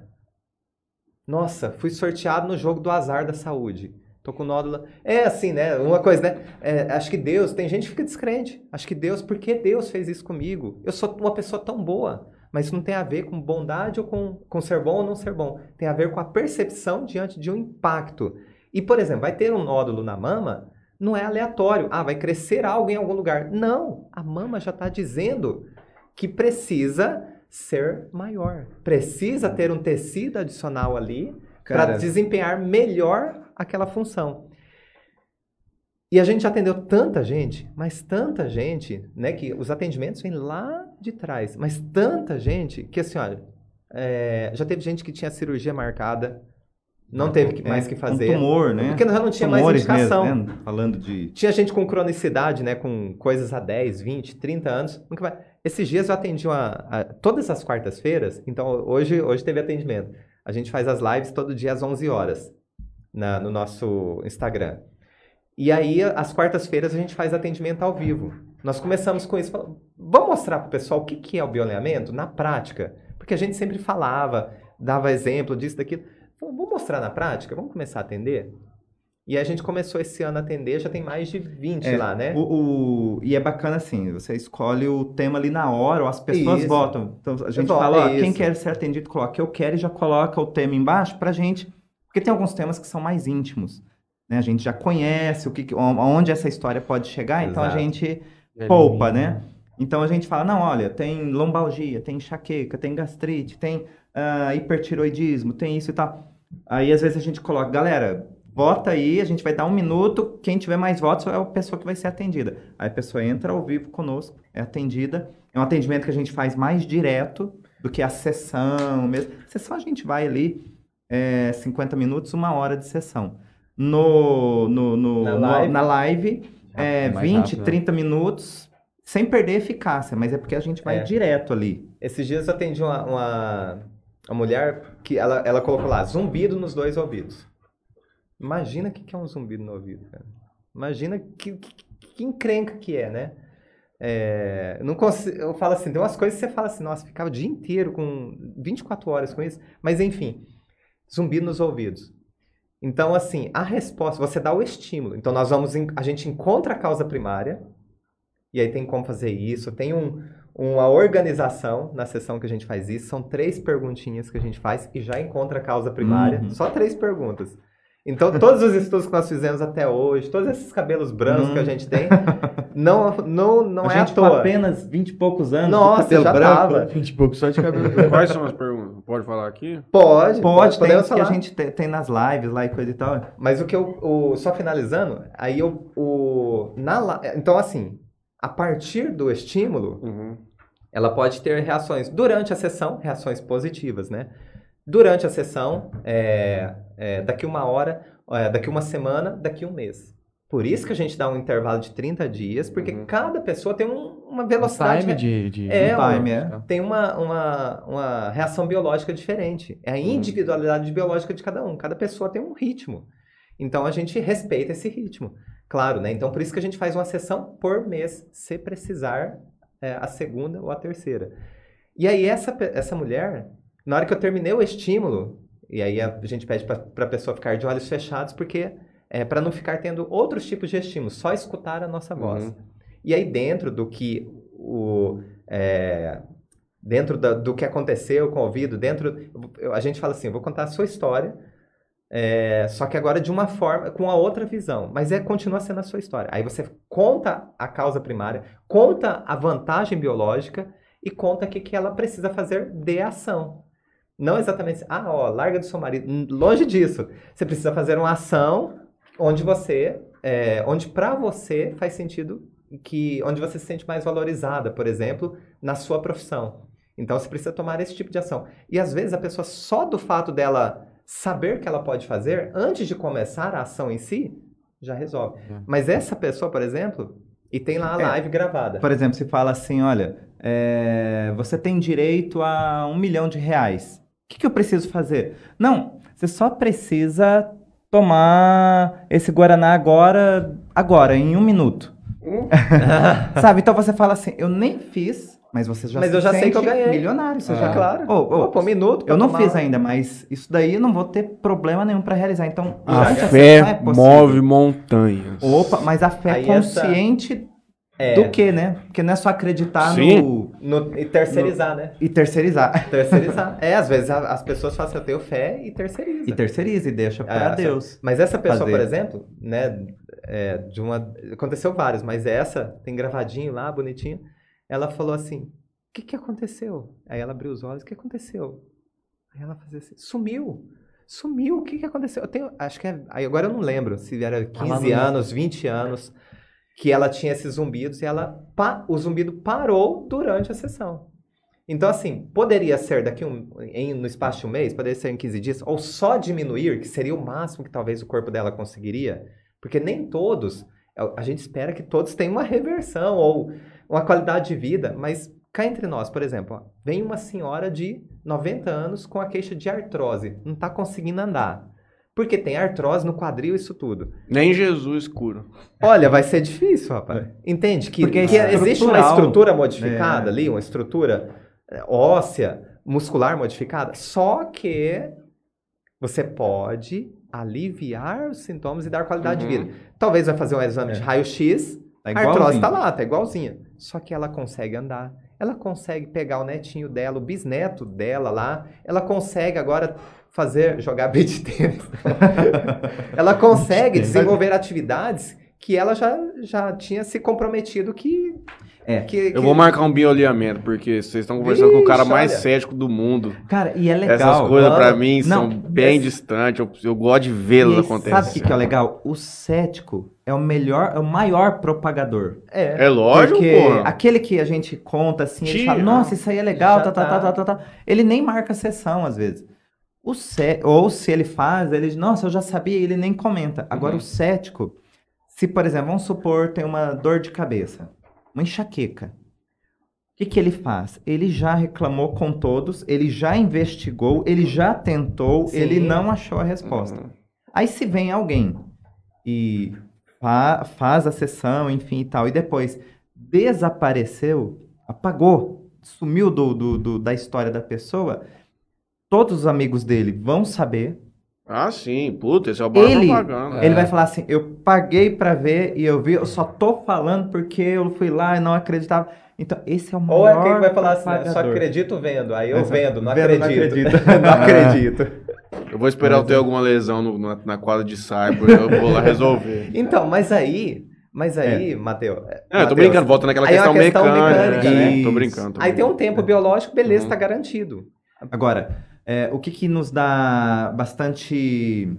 Nossa, fui sorteado no jogo do azar da saúde. Tô com nódulo. É assim, né? Uma coisa, né? É, acho que Deus, tem gente que fica descrente. Acho que Deus, por que Deus fez isso comigo? Eu sou uma pessoa tão boa. Mas isso não tem a ver com bondade ou com, com ser bom ou não ser bom. Tem a ver com a percepção diante de um impacto. E, por exemplo, vai ter um nódulo na mama, não é aleatório. Ah, vai crescer algo em algum lugar. Não, a mama já está dizendo que precisa ser maior. Precisa ter um tecido adicional ali para Cara, desempenhar melhor aquela função. E a gente já atendeu tanta gente, mas tanta gente, né, que os atendimentos vêm lá de trás, mas tanta gente que assim, olha, é, já teve gente que tinha cirurgia marcada, não teve que- mais é, que fazer. Um tumor, né? Porque já não tinha mais Tumores indicação. mesmo, né? Falando de... Tinha gente com cronicidade, né, com coisas há dez, vinte, trinta anos. Nunca vai... Esses dias eu atendi uma, a- todas as quartas-feiras, então hoje, hoje teve atendimento. A gente faz as lives todo dia às onze horas na- no nosso Instagram. E aí, às quartas-feiras, a gente faz atendimento ao vivo. Nós começamos com isso. Falamos, vamos mostrar para o pessoal o que, que é o bioalinhamento na prática? Porque a gente sempre falava, dava exemplo disso, daquilo. Falamos, vamos mostrar na prática? Vamos começar a atender? E a gente começou esse ano a atender, já tem mais de vinte É, lá, né? O, o- E é bacana assim, você escolhe o tema ali na hora, ou as pessoas Isso. votam. Então a gente voto, fala, ó, é quem isso. quer ser atendido, coloca eu quero e já coloca o tema embaixo pra gente. Porque Porque tem alguns temas que são mais íntimos, né? A gente já conhece o que, onde essa história pode chegar, então a Exato. gente É poupa, lindo. né? Então a gente fala, não, olha, tem lombalgia, tem enxaqueca, tem gastrite, tem ah, hipertiroidismo, tem isso e tal. Aí às vezes a gente coloca, galera, vota aí, a gente vai dar um minuto, quem tiver mais votos é a pessoa que vai ser atendida. Aí a pessoa entra ao vivo conosco, é atendida. É um atendimento que a gente faz mais direto do que a sessão mesmo. A sessão a gente vai ali é, cinquenta minutos, uma hora de sessão. No, no, no- Na no- live. na live, é, É mais vinte, rápido, né? trinta minutos, sem perder a eficácia, mas é porque a gente vai É. direto ali. Esses dias eu atendi uma, uma, uma mulher que ela, ela colocou lá, zumbido nos dois ouvidos. Imagina o que que é um zumbido no ouvido, cara. Imagina que, que, que encrenca que é, né? É, não consigo, eu falo assim, tem umas coisas que você fala assim, nossa, ficava o dia inteiro com vinte e quatro horas com isso, mas enfim, zumbido nos ouvidos. Então, assim, a resposta, você dá o estímulo. Então, nós vamos, em- a gente encontra a causa primária, e aí tem como fazer isso, tem um, uma organização na sessão que a gente faz isso, são três perguntinhas que a gente faz e já encontra a causa primária, Uhum. só três perguntas. Então, todos os estudos que nós fizemos até hoje, todos esses cabelos brancos que a Hum. gente tem, não, não, não a é gente à com toa. apenas vinte e poucos anos, Nossa, do cabelo já branco. tava. vinte e pouco só de cabelo branco. Quais são as perguntas? Pode falar aqui? Pode, Pode, tem podemos que a falar. gente te- tem nas lives lá e coisa e tal. Mas o que eu, o- só finalizando, aí eu, o, na, la- então assim, a partir do estímulo, Uhum. ela pode ter reações durante a sessão, reações positivas, né? Durante a sessão, é, é, daqui uma hora, é, daqui uma semana, daqui um mês. Por isso que a gente dá um intervalo de trinta dias, porque Uhum. cada pessoa tem um- uma Um velocidade... time de, de... É, Um time, é. tem uma, uma, uma reação biológica diferente. É a individualidade biológica de cada um. Cada pessoa tem um ritmo. Então, a gente respeita esse ritmo. Claro, né? Então, por isso que a gente faz uma sessão por mês, se precisar, é, a segunda ou a terceira. E aí, essa, pe- essa mulher, na hora que eu terminei o estímulo, e aí a gente pede para a pessoa ficar de olhos fechados, porque é para não ficar tendo outros tipos de estímulos, só escutar a nossa voz. Uhum. E aí, dentro do que o... é, dentro da- do que aconteceu com o ouvido, dentro... eu- a gente fala assim, eu vou contar a sua história, é, só que agora de uma forma, com a outra visão. Mas é, continua sendo a sua história. Aí você conta a causa primária, conta a vantagem biológica e conta o que, que ela precisa fazer de ação. Não exatamente, ah, ó, larga do seu marido. Hum, Longe disso. Você precisa fazer uma ação onde você, é, onde para você faz sentido, que, onde você se sente mais valorizada, por exemplo, na sua profissão. Então você precisa tomar esse tipo de ação. E às vezes a pessoa, só do fato dela saber que ela pode fazer, antes de começar a ação em si, já resolve. É. Mas essa pessoa, por exemplo, e tem lá a É. live gravada. Por exemplo, se fala assim, olha, é, você tem direito a um milhão de reais. O que, que eu preciso fazer? Não, você só precisa tomar esse Guaraná agora, agora, em um minuto. Sabe? Então você fala assim, eu nem fiz, mas você já Mas se eu já sei sente que eu ganhei. milionário. Você Ah. já, Claro. Ô, ô, Opa, um minuto pra eu não tomar fiz um- ainda, mas isso daí eu não vou ter problema nenhum para realizar. Então, A já que essa fé ação é possível- move montanhas. Opa, mas a fé Aí essa- consciente É, do que, né? Porque não é só acreditar Sim. no... no- e terceirizar, né? E terceirizar. Terceirizar. É, às vezes a- as pessoas falam assim, eu tenho fé e terceiriza. E terceiriza e deixa pra É, Deus. Mas essa pessoa, fazer. por exemplo, né, é, de uma, aconteceu vários, mas essa, tem gravadinho lá, bonitinho, ela falou assim, o que que aconteceu? Aí ela abriu os olhos, o que aconteceu? Aí ela fazia assim, sumiu, sumiu, o que que aconteceu? Eu tenho, acho que é, aí agora eu não lembro se era quinze não- anos, vinte anos, que ela tinha esses zumbidos e ela, pa, o zumbido parou durante a sessão. Então, assim, poderia ser daqui um, em, no espaço de um mês, poderia ser em quinze dias, ou só diminuir, que seria o máximo que talvez o corpo dela conseguiria, porque nem todos, a gente espera que todos tenham uma reversão ou uma qualidade de vida, mas cá entre nós, por exemplo, ó, vem uma senhora de noventa anos com a queixa de artrose, não está conseguindo andar, porque tem artrose no quadril, isso tudo. Nem Jesus cura. Olha, vai ser difícil, rapaz. Entende? Que, Porque que é existe uma estrutural. estrutura modificada É. ali, uma estrutura é, óssea, muscular modificada. Só que você pode aliviar os sintomas e dar qualidade Uhum. de vida. Talvez vai fazer um exame de raio-x, Tá a artrose igualzinho. tá lá, tá igualzinha. Só que ela consegue andar. Ela consegue pegar o netinho dela, o bisneto dela lá. Ela consegue agora fazer, jogar beach tênis. Ela consegue desenvolver atividades que ela já, já tinha se comprometido que... É. que, que... Eu vou marcar um bioalinhamento, porque vocês estão conversando com o cara Vixe, mais olha. cético do mundo. Cara, e é legal. Essas coisas pra Não, mim são não, bem esse- distantes, eu, eu gosto de vê-las E acontecer. sabe o que, que é legal? O cético é o melhor, é o maior propagador. É. É lógico, Porque porra. aquele que a gente conta assim, ele Tira. fala, nossa, isso aí é legal, Já tá, tá, tá, tá. tá, tá, tá. Ele nem marca a sessão, às vezes. O cé... Ou se ele faz, ele diz, nossa, eu já sabia, e ele nem comenta. Agora, Uhum. o cético, se, por exemplo, vamos supor, tem uma dor de cabeça, uma enxaqueca. O que, que ele faz? Ele já reclamou com todos, ele já investigou, ele já tentou, Sim. ele não achou a resposta. Uhum. Aí se vem alguém e fa- faz a sessão, enfim e tal, e depois desapareceu, apagou, sumiu do, do- do- da história da pessoa, todos os amigos dele vão saber. Ah, sim, puta, esse é o maior Ele, propaganda. ele vai falar assim, eu paguei pra ver e eu vi, eu só tô falando porque eu fui lá e não acreditava. Então, esse é o maior Ou é aquele que vai falar assim, né, só propagador. acredito vendo, aí eu Mas, vendo, não vendo, não acredito. acredito. Não acredito. Eu vou esperar eu ter alguma lesão no- na, na quadra de cyber, eu vou lá resolver. Então, mas aí, mas aí, Matheus... É, eu tô brincando, volta naquela Aí é questão, uma questão mecânica. mecânica, né? né? Tô Isso. brincando. tô Aí tem um brincando. tempo biológico, beleza, Uhum. tá garantido. Agora, é, o que, que nos dá bastante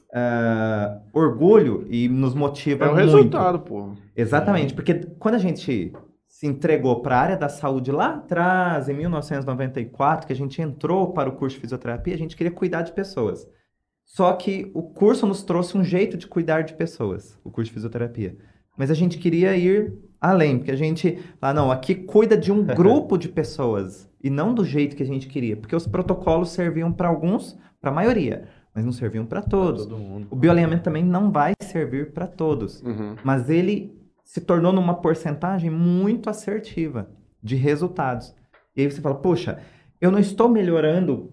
ah, orgulho e nos motiva É o muito. resultado, pô. Exatamente, porque quando a gente se entregou para a área da saúde lá atrás, em mil novecentos e noventa e quatro, que a gente entrou para o curso de fisioterapia, a gente queria cuidar de pessoas. Só que o curso nos trouxe um jeito de cuidar de pessoas, o curso de fisioterapia. Mas a gente queria ir além, porque a gente, ah, não, aqui cuida de um grupo de pessoas e não do jeito que a gente queria, porque os protocolos serviam para alguns, para a maioria, mas não serviam para todos. Todo mundo. O bioalinhamento também não vai servir para todos, Uhum. mas ele se tornou numa porcentagem muito assertiva de resultados. E aí você fala, poxa, eu não estou melhorando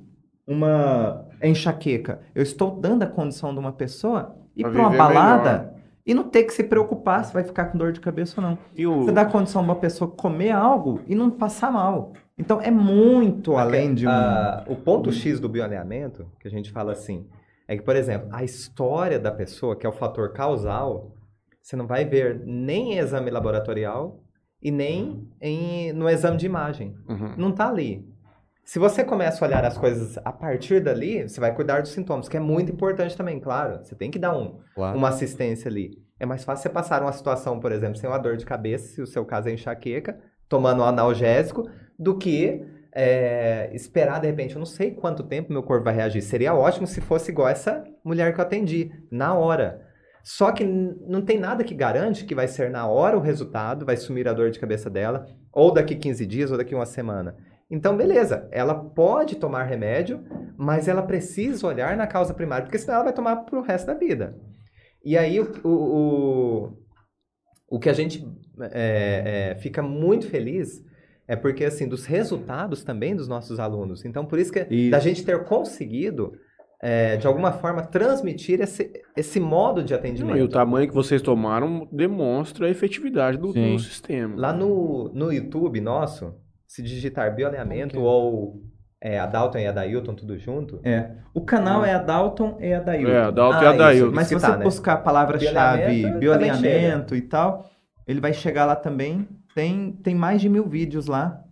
uma enxaqueca, eu estou dando a condição de uma pessoa ir Pra para uma viver balada e não ter que se preocupar se vai ficar com dor de cabeça ou não. E o... Você dá a condição de uma pessoa comer algo e não passar mal. Então é muito além de um... Ah, o ponto X do bioalinhamento, que a gente fala assim, é que, por exemplo, a história da pessoa, que é o fator causal, você não vai ver nem em exame laboratorial e nem em, no exame de imagem. Uhum. Não tá ali. Se você começa a olhar as coisas a partir dali, você vai cuidar dos sintomas, que é muito importante também, claro. Você tem que dar um, Claro. uma assistência ali. É mais fácil você passar uma situação, por exemplo, sem uma dor de cabeça, se o seu caso é enxaqueca, tomando um analgésico, do que é, esperar, de repente, eu não sei quanto tempo meu corpo vai reagir. Seria ótimo se fosse igual essa mulher que eu atendi, na hora. Só que n- não tem nada que garante que vai ser na hora o resultado, vai sumir a dor de cabeça dela, ou daqui quinze dias, ou daqui uma semana. Então, beleza, ela pode tomar remédio, mas ela precisa olhar na causa primária, porque senão ela vai tomar pro resto da vida. E aí, o, o, o, o que a gente é, é, fica muito feliz é porque, assim, dos resultados também dos nossos alunos. Então, por isso que Isso. da gente ter conseguido, é, de alguma forma, transmitir esse, esse modo de atendimento. Não, e o tamanho que vocês tomaram demonstra a efetividade do, Sim. do sistema. Lá no, no YouTube nosso, se digitar bioalinhamento Como que é? ou é, a Dalton e a Dailton, tudo junto, É. O canal é a Dalton e a Dailton. É, a Dalton Ah, e a isso, Dailton. Mas se que você tá, né? buscar a palavra-chave Bioalinhamento, bioalinhamento e tal, ele vai chegar lá também. Tem, tem mais de mil vídeos lá.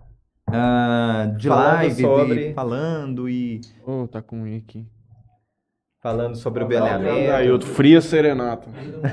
ah, de Falando live, sobre- e falando e... Ô, tá com um aqui. falando sobre o E a bioalinhamento. Dailton, fria serenata.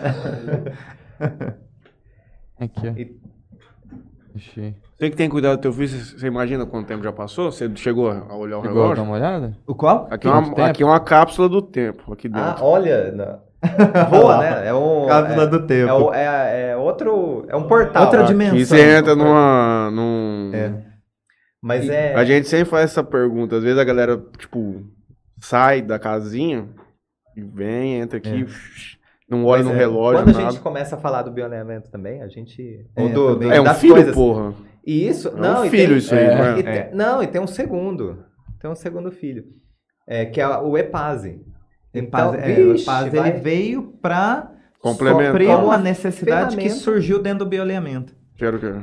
Aqui, ó. E- Achei. Você que tem cuidado do teu filho, você você imagina quanto tempo já passou? Você chegou a olhar o Chegou a dar relógio? uma olhada? O qual? Aqui é, Quanto uma, tempo? aqui é uma cápsula do tempo, aqui Ah, dentro. olha, não. Voa, né? É um, Cápsula é, do tempo. é, o- é- é outro, é um portal. Outra Aqui dimensão. Aqui você entra numa... Num... Mas é... A gente sempre faz essa pergunta. Às vezes a galera, tipo, sai da casinha e vem, entra aqui, não olha mas no é, relógio, Quando a nada. gente começa a falar do bioalinhamento também, a gente... É, ou do, também. do- É um das filho, coisas. porra. E isso... É um não, e filho tem- isso aí, é, não é? E tem- Não, e tem um segundo. Tem um segundo filho. É, que é o EPASE. Epaz, Então, é, o vixe, Epaz, vai- ele veio para Complementar. suprir Como uma uma necessidade que ferramenta. surgiu dentro do bioalinhamento. Quero que...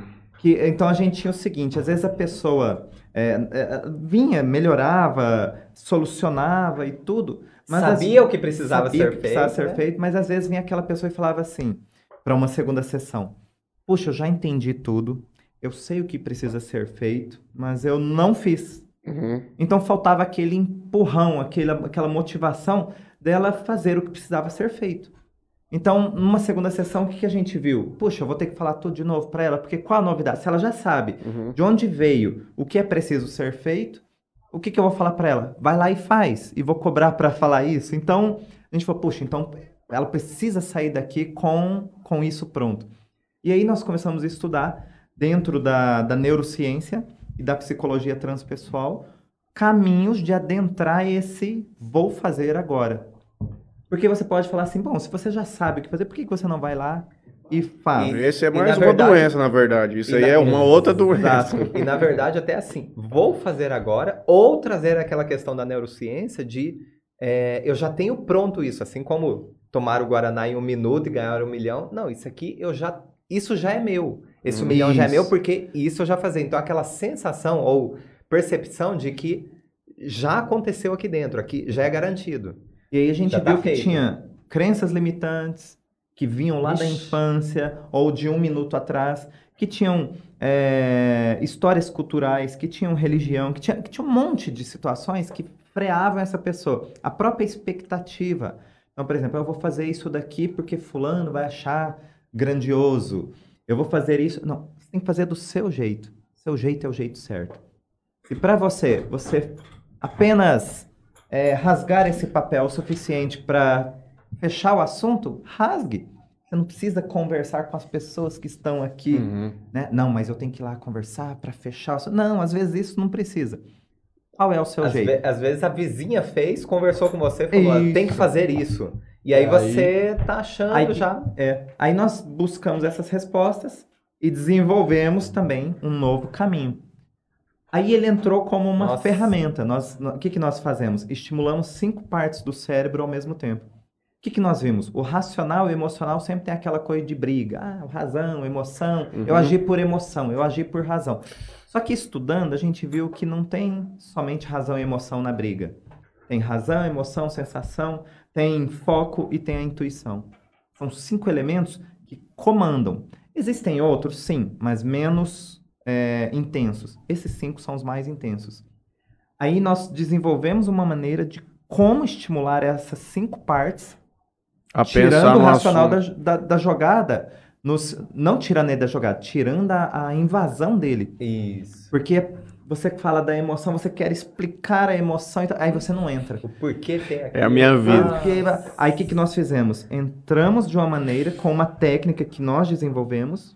Que, então a gente tinha o seguinte, às vezes a pessoa é, é, vinha, melhorava, solucionava e tudo, mas Sabia as- o que precisava sabia ser que precisava feito, ser né? feito, mas às vezes vinha aquela pessoa e falava assim, para uma segunda sessão, puxa, eu já entendi tudo, eu sei o que precisa ser feito, mas eu não fiz. Uhum. Então faltava aquele empurrão, aquele, aquela motivação dela fazer o que precisava ser feito. Então, numa segunda sessão, o que que a gente viu? Puxa, eu vou ter que falar tudo de novo para ela, porque qual a novidade? Se ela já sabe Uhum. de onde veio, o que é preciso ser feito, o que que eu vou falar para ela? Vai lá e faz, e vou cobrar para falar isso. Então, a gente falou, puxa, então ela precisa sair daqui com, com isso pronto. E aí nós começamos a estudar, dentro da, da neurociência e da psicologia transpessoal, caminhos de adentrar esse vou fazer agora. Porque você pode falar assim, bom, se você já sabe o que fazer, por que que você não vai lá e faz? E- Esse é e, mais na uma verdade- doença, na verdade. Isso e aí na- é uma outra doença. Exato. E na verdade, até assim, vou fazer agora, ou trazer aquela questão da neurociência de é, eu já tenho pronto isso, assim como tomar o Guaraná em um minuto e ganhar um milhão. Não, isso aqui eu já. Isso já é meu. Esse um Hum. milhão já é Isso. meu porque isso eu já fazia. Então, aquela sensação ou percepção de que já aconteceu aqui dentro, aqui já é garantido. E aí a gente Já tá viu que feito. tinha crenças limitantes, que vinham lá da Ixi. infância, ou de um minuto atrás, que tinham é, histórias culturais, que tinham religião, que tinha, que tinha um monte de situações que freavam essa pessoa. A própria expectativa. Então, por exemplo, eu vou fazer isso daqui porque fulano vai achar grandioso. Eu vou fazer isso... Não, você tem que fazer do seu jeito. Seu jeito é o jeito certo. Se para você, você apenas é, rasgar esse papel o suficiente para fechar o assunto, rasgue. Você não precisa conversar com as pessoas que estão aqui, Uhum. né? Não, mas eu tenho que ir lá conversar para fechar o assunto. Não, às vezes isso não precisa. Qual é o seu Às, jeito? ve- às vezes a vizinha fez, conversou com você, falou, "Ah, tem que Isso. fazer isso. E aí Aí- você tá achando Aí- já. É. Aí nós buscamos essas respostas e desenvolvemos também um novo caminho. Aí ele entrou como uma Nossa. ferramenta. Nós, no- o que, que nós fazemos? Estimulamos cinco partes do cérebro ao mesmo tempo. O que, que nós vimos? O racional e o emocional sempre tem aquela coisa de briga. Ah, razão, emoção. Eu Uhum. agi por emoção, eu agi por razão. Só que estudando, a gente viu que não tem somente razão e emoção na briga. Tem razão, emoção, sensação, tem foco e tem a intuição. São cinco elementos que comandam. Existem outros, sim, mas menos é, intensos. Esses cinco são os mais intensos. Aí nós desenvolvemos uma maneira de como estimular essas cinco partes, A tirando pensar o no racional da, assunto. da, da jogada, nos, não tirando ele da jogada, tirando a, a invasão dele. Isso. Porque você fala da emoção, você quer explicar a emoção, então- aí você não entra. O porquê tem aqui. É a minha vida. Porque- Aí o que, que nós fizemos? Entramos de uma maneira com uma técnica que nós desenvolvemos.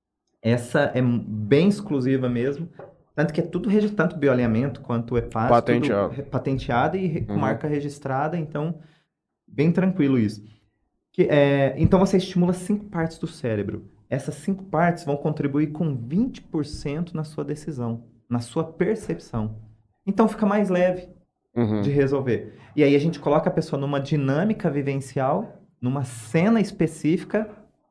Essa é bem exclusiva mesmo. Tanto que é tudo registrado, tanto bioalinhamento quanto EPAS. Patenteado. Tudo re- patenteado e re- com Uhum. marca registrada, então bem tranquilo isso. Que, é, então você estimula cinco partes do cérebro. Essas cinco partes vão contribuir com vinte por cento na sua decisão, na sua percepção. Então fica mais leve Uhum. de resolver. E aí a gente coloca a pessoa numa dinâmica vivencial, numa cena específica,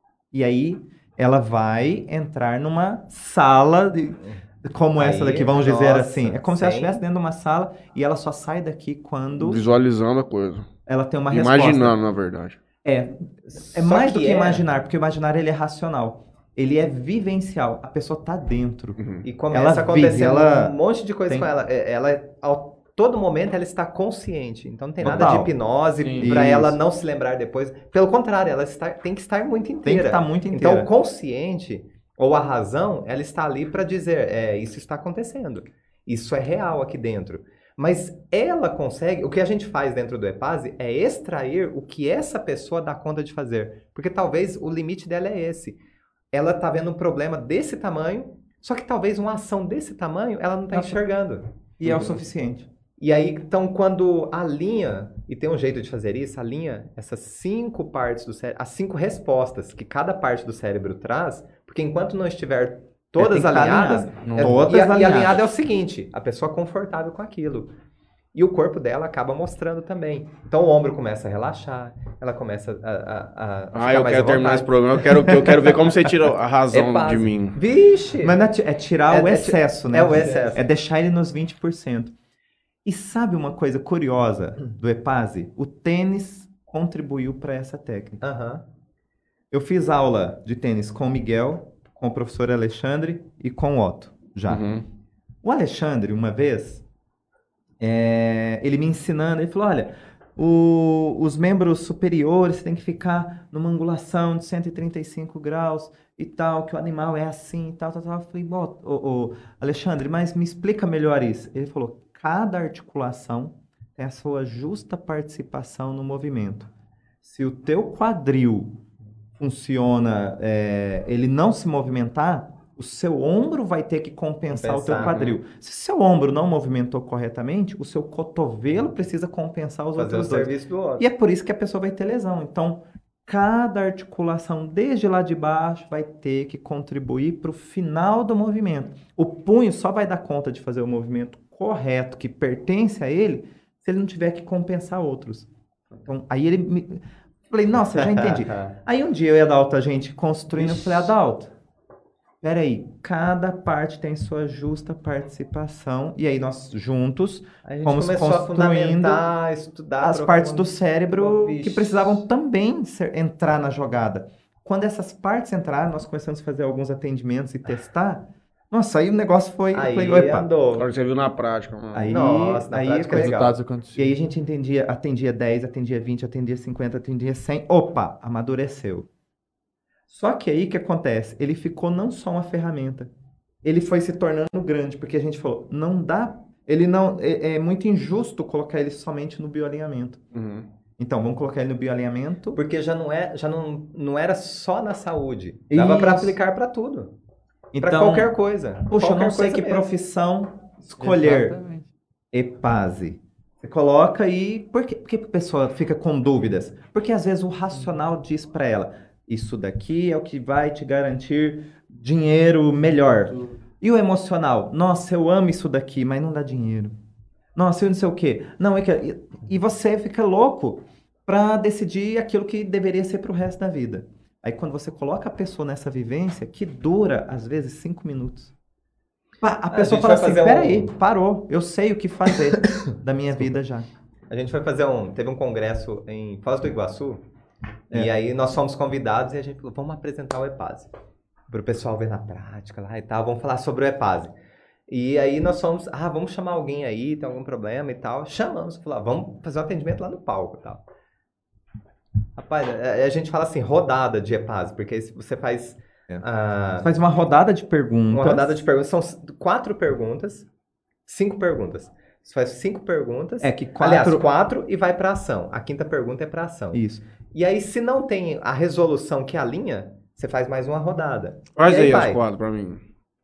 e aí ela vai entrar numa sala de- como Aí, essa daqui, vamos dizer nossa, assim. É como se ela sem- estivesse dentro de uma sala e ela só sai daqui quando Visualizando a coisa. ela tem uma Imaginando, na verdade. resposta. É, é Só mais do que é- imaginar, porque o imaginar ele é racional. Ele é vivencial. A pessoa tá dentro. Uhum. E começa Ela a acontecer vive, ela um monte de coisa tem- com ela. É- Ela, ao todo momento, ela está consciente. Então não tem nada Total. de hipnose Sim. para ela Isso. não se lembrar depois. Pelo contrário, ela está- tem que estar muito Tem que inteira. estar muito inteira. Então, o consciente, ou a razão, ela está ali para dizer, é, isso está acontecendo. Isso é real aqui dentro. Mas ela consegue, o que a gente faz dentro do EPASE é extrair o que essa pessoa dá conta de fazer. Porque talvez o limite dela é esse. Ela está vendo um problema desse tamanho, só que talvez uma ação desse tamanho ela não está Nossa. enxergando. E é o suficiente. E aí, então, quando alinha, e tem um jeito de fazer isso, alinha essas cinco partes do cérebro, as cinco respostas que cada parte do cérebro traz, porque enquanto não estiver todas tem que estar alinhadas, alinhado. é- Todas e, a- e alinhadas. alinhado é o seguinte, a pessoa confortável com aquilo. E o corpo dela acaba mostrando também. Então o ombro começa a relaxar, ela começa a, a, a Ah, ficar eu mais quero à terminar vontade. esse programa, eu quero, eu quero ver como você tira a razão Epase. de mim. Vixe! Mas não é ti- é tirar É- o é ti- excesso, né? é o excesso. É deixar ele nos vinte por cento. E sabe uma coisa curiosa do Epase? O tênis contribuiu para essa técnica. Aham. Eu fiz aula de tênis com o Miguel, com o professor Alexandre e com o Otto, já. Uhum. O Alexandre, uma vez, é, ele me ensinando, ele falou, olha, o- os membros superiores têm que ficar numa angulação de cento e trinta e cinco graus e tal, que o animal é assim e tal, tal, tal. Eu falei, bom, ô, ô, Alexandre, mas me explica melhor isso. Ele falou, cada articulação tem a sua justa participação no movimento. Se o teu quadril funciona, é, ele não se movimentar, o seu ombro vai ter que compensar, o teu Compensar, quadril. Se o seu ombro não movimentou corretamente, o seu cotovelo precisa compensar os Fazer o outros dois. serviço do outro. E é por isso que a pessoa vai ter lesão. Então, cada articulação, desde lá de baixo, vai ter que contribuir para o final do movimento. O punho só vai dar conta de fazer o movimento correto, que pertence a ele, se ele não tiver que compensar outros. Então, aí ele me... Falei, nossa, já entendi. Aí um dia eu e a Adalto, a gente construindo, eu falei, Adalto, peraí, cada parte tem sua justa participação, e aí nós juntos A gente fomos começou a construindo fundamentar, estudar... as partes do cérebro Vixe. que precisavam também ser- entrar na jogada. Quando essas partes entraram, nós começamos a fazer alguns atendimentos e testar. Nossa, aí o negócio foi... eu Aí falei, opa. andou. Agora você viu na prática, mano. Aí, Nossa, na aí prática coisa- é legal. Resultados E aconteciam. aí a gente entendia, atendia dez, atendia vinte, atendia cinquenta, atendia cem. Opa, amadureceu. Só que aí o que acontece? Ele ficou não só uma ferramenta. Ele foi se tornando grande, porque a gente falou, não dá... Ele não... É, é muito injusto colocar ele somente no bioalinhamento. Uhum. Então, vamos colocar ele no bioalinhamento. Porque já não, é, já não, não era só na saúde. Dava para Isso. aplicar para tudo. Então, Para qualquer coisa. Puxa, eu qualquer não sei coisa que mesmo. profissão escolher. Exatamente. Epase. Você coloca e... Por que, por que a pessoa fica com dúvidas? Porque às vezes o racional diz para ela, isso daqui é o que vai te garantir dinheiro melhor. E o emocional? Nossa, eu amo isso daqui, mas não dá dinheiro. Nossa, eu não sei o quê. Não, é que... E, e você fica louco para decidir aquilo que deveria ser para o resto da vida. Aí quando você coloca a pessoa nessa vivência, que dura, às vezes, cinco minutos. Pá, a pessoa gente fala vai assim, fazer um- peraí, parou, eu sei o que fazer da minha vida já. A gente foi fazer um... Teve um congresso em Foz do Iguaçu. É. E aí nós fomos convidados e a gente falou, vamos apresentar o Epase. Para o pessoal ver na prática lá e tal. Vamos falar sobre o Epase. E aí nós fomos... Ah, vamos chamar alguém aí, tem algum problema e tal. Chamamos. Falamos, vamos fazer um atendimento lá no palco e tal. Rapaz, a a gente fala assim, rodada de Epase. Porque aí você faz... É. ah, Faz uma rodada de perguntas. uma rodada de perguntas. São quatro perguntas. Cinco perguntas. Você faz cinco perguntas. É que Aliás, quatro... quatro e vai para ação. A quinta pergunta é para ação. Isso. E aí, se não tem a resolução que alinha, você faz mais uma rodada. Faz E aí aí as vai. quatro pra mim.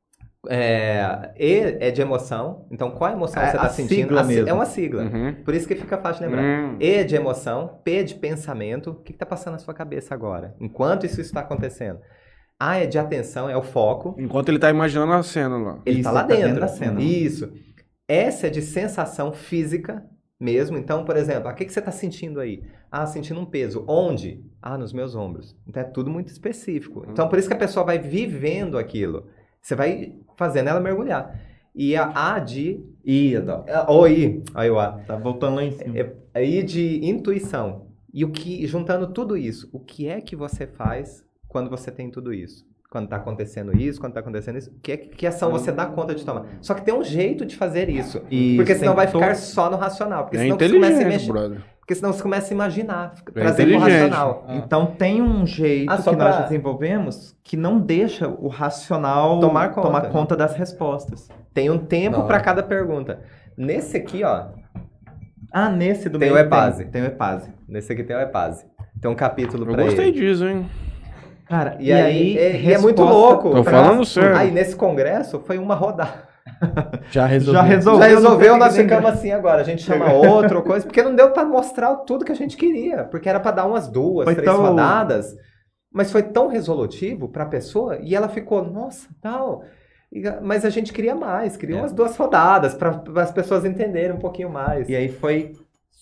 É, E é de emoção. Então, qual emoção É você a está sentindo? sigla A si- mesmo. É uma sigla. Uhum. Por isso que fica fácil de lembrar. Hum. E é de emoção. P é de pensamento. O que está passando na sua cabeça agora? Enquanto isso está acontecendo. A é de atenção, é o foco. Enquanto ele tá imaginando a cena lá. Ele Isso, está lá tá dentro dentro. da cena. Isso. S é de sensação física mesmo. Então, por exemplo, o que, que você está sentindo aí? Ah, sentindo um peso. Onde? Ah, nos meus ombros. Então, é tudo muito específico. Então, por isso que a pessoa vai vivendo aquilo. Você vai fazendo ela mergulhar. E a A de... Ih, Adalto. Ou I. Aí o A. Tá voltando lá em cima. É, é I de intuição. E o que, juntando tudo isso, o que é que você faz quando você tem tudo isso? Quando está acontecendo isso, quando está acontecendo isso, que, que ação você dá conta de tomar? Só que tem um jeito de fazer isso. Isso, porque senão tem vai todo- ficar só no racional. Porque É senão você começa a inteligente, mexer. brother. Porque senão você começa a imaginar, fica- É trazer pro inteligente. racional. Então tem um jeito Ah, que só nós pra- desenvolvemos que não deixa o racional Tomar conta. tomar conta das respostas. Tem um tempo Não. para cada pergunta. Nesse aqui, ó. Ah, nesse do Tem meio o Epase. Tem, tem o Epase. Nesse aqui tem o Epase. Tem um capítulo Eu para gostei ele. disso, hein? Cara, E, aí, é, e é muito resposta- louco. Tô pra- falando sério. Aí nesse congresso foi uma rodada. Já resolveu. Já resolveu. Já não resolveu, tem nós que ficamos assim agora. A gente chama outra coisa, porque não deu pra mostrar tudo que a gente queria. Porque era pra dar umas duas, Foi três tão- rodadas. Mas foi tão resolutivo pra pessoa e ela ficou, nossa, tal. E, mas a gente queria mais, queria É. umas duas rodadas para as pessoas entenderem um pouquinho mais. E aí foi,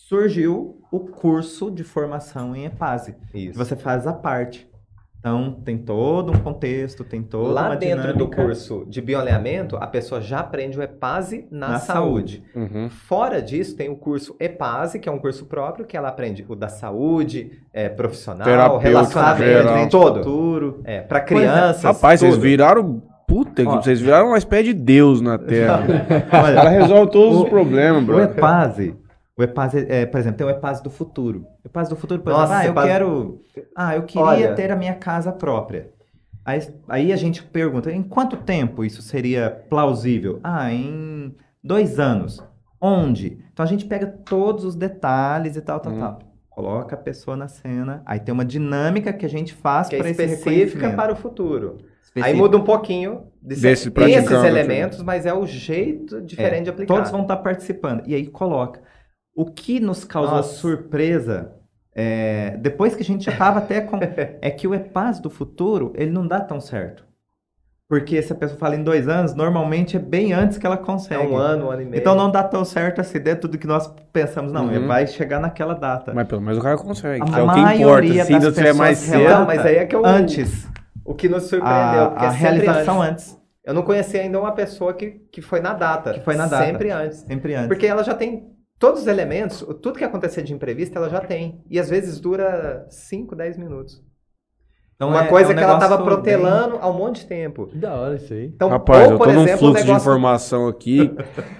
surgiu o curso de formação em EPASE, que Isso. você faz à parte. Então, tem todo um contexto, tem toda Lá uma dentro do dinâmica curso de bioalinhamento, a pessoa já aprende o EPASE na, na saúde. saúde. Uhum. Fora disso, tem o curso EPASE, que é um curso próprio, que ela aprende o da saúde, é, profissional, Terapêutico, relacionamento, geral. todo. Futuro. É, para Pois é. crianças, Rapaz, vocês tudo. viraram. Puta que Ó. vocês viraram uma espécie de Deus na Terra. Olha, Ela resolve todos o- os problemas, O bro. EPASE, o EPASE é, por exemplo, tem o EPASE do futuro. O EPASE do futuro, por Nossa, exemplo, ah, eu EPASE quero, ah, eu queria Olha. ter a minha casa própria. Aí, aí a gente pergunta, em quanto tempo isso seria plausível? Ah, em dois anos. Onde? Então a gente pega todos os detalhes e tal, tal, Hum. tal. Coloca a pessoa na cena. Aí tem uma dinâmica que a gente faz que é para esse específica reconhecimento. para o futuro. Aí Específica. muda um pouquinho de Desse ser- praticante, esses né? elementos, mas é o jeito diferente É, de aplicar. todos vão estar participando. E aí coloca. O que nos causou Nossa. surpresa, é, depois que a gente já estava até com... é que o EPASE do futuro, ele não dá tão certo. Porque se a pessoa fala em dois anos, normalmente é bem antes que ela É consegue. um ano, um ano e meio. Então não dá tão certo assim dentro do que nós pensamos. Não, Uhum. ele vai chegar naquela data. Mas pelo menos o cara consegue. A Que é o que maioria importa. Se das ainda tiver mais pessoas cedo. relata Não, mas aí é que eu- antes. O que nos surpreendeu, A, porque a é sempre realização antes. antes. Eu não conheci ainda uma pessoa que, que foi na data. Que foi na data. Sempre antes. Sempre antes. Porque ela já tem todos os elementos, tudo que acontecer de imprevisto, ela já tem. E às vezes dura cinco, dez minutos. Então, Uma é- coisa é um que ela estava negócio protelando há um monte de tempo. Que da hora isso aí. Então, Rapaz, ou, eu por tô num exemplo, fluxo o de negócio, informação aqui.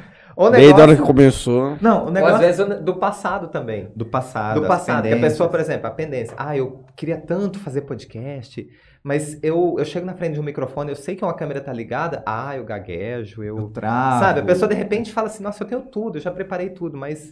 ou Desde a hora que negócio, começou. Não, o ou às negócio vezes do passado também. do passado. Do as passado, que a pendências. pessoa, por exemplo, a pendência. Ah, eu queria tanto fazer podcast, mas eu, eu chego na frente de um microfone, eu sei que uma câmera tá ligada, ah, eu gaguejo, eu... Eu travo. Sabe, a pessoa de repente fala assim, nossa, eu tenho tudo, eu já preparei tudo, mas...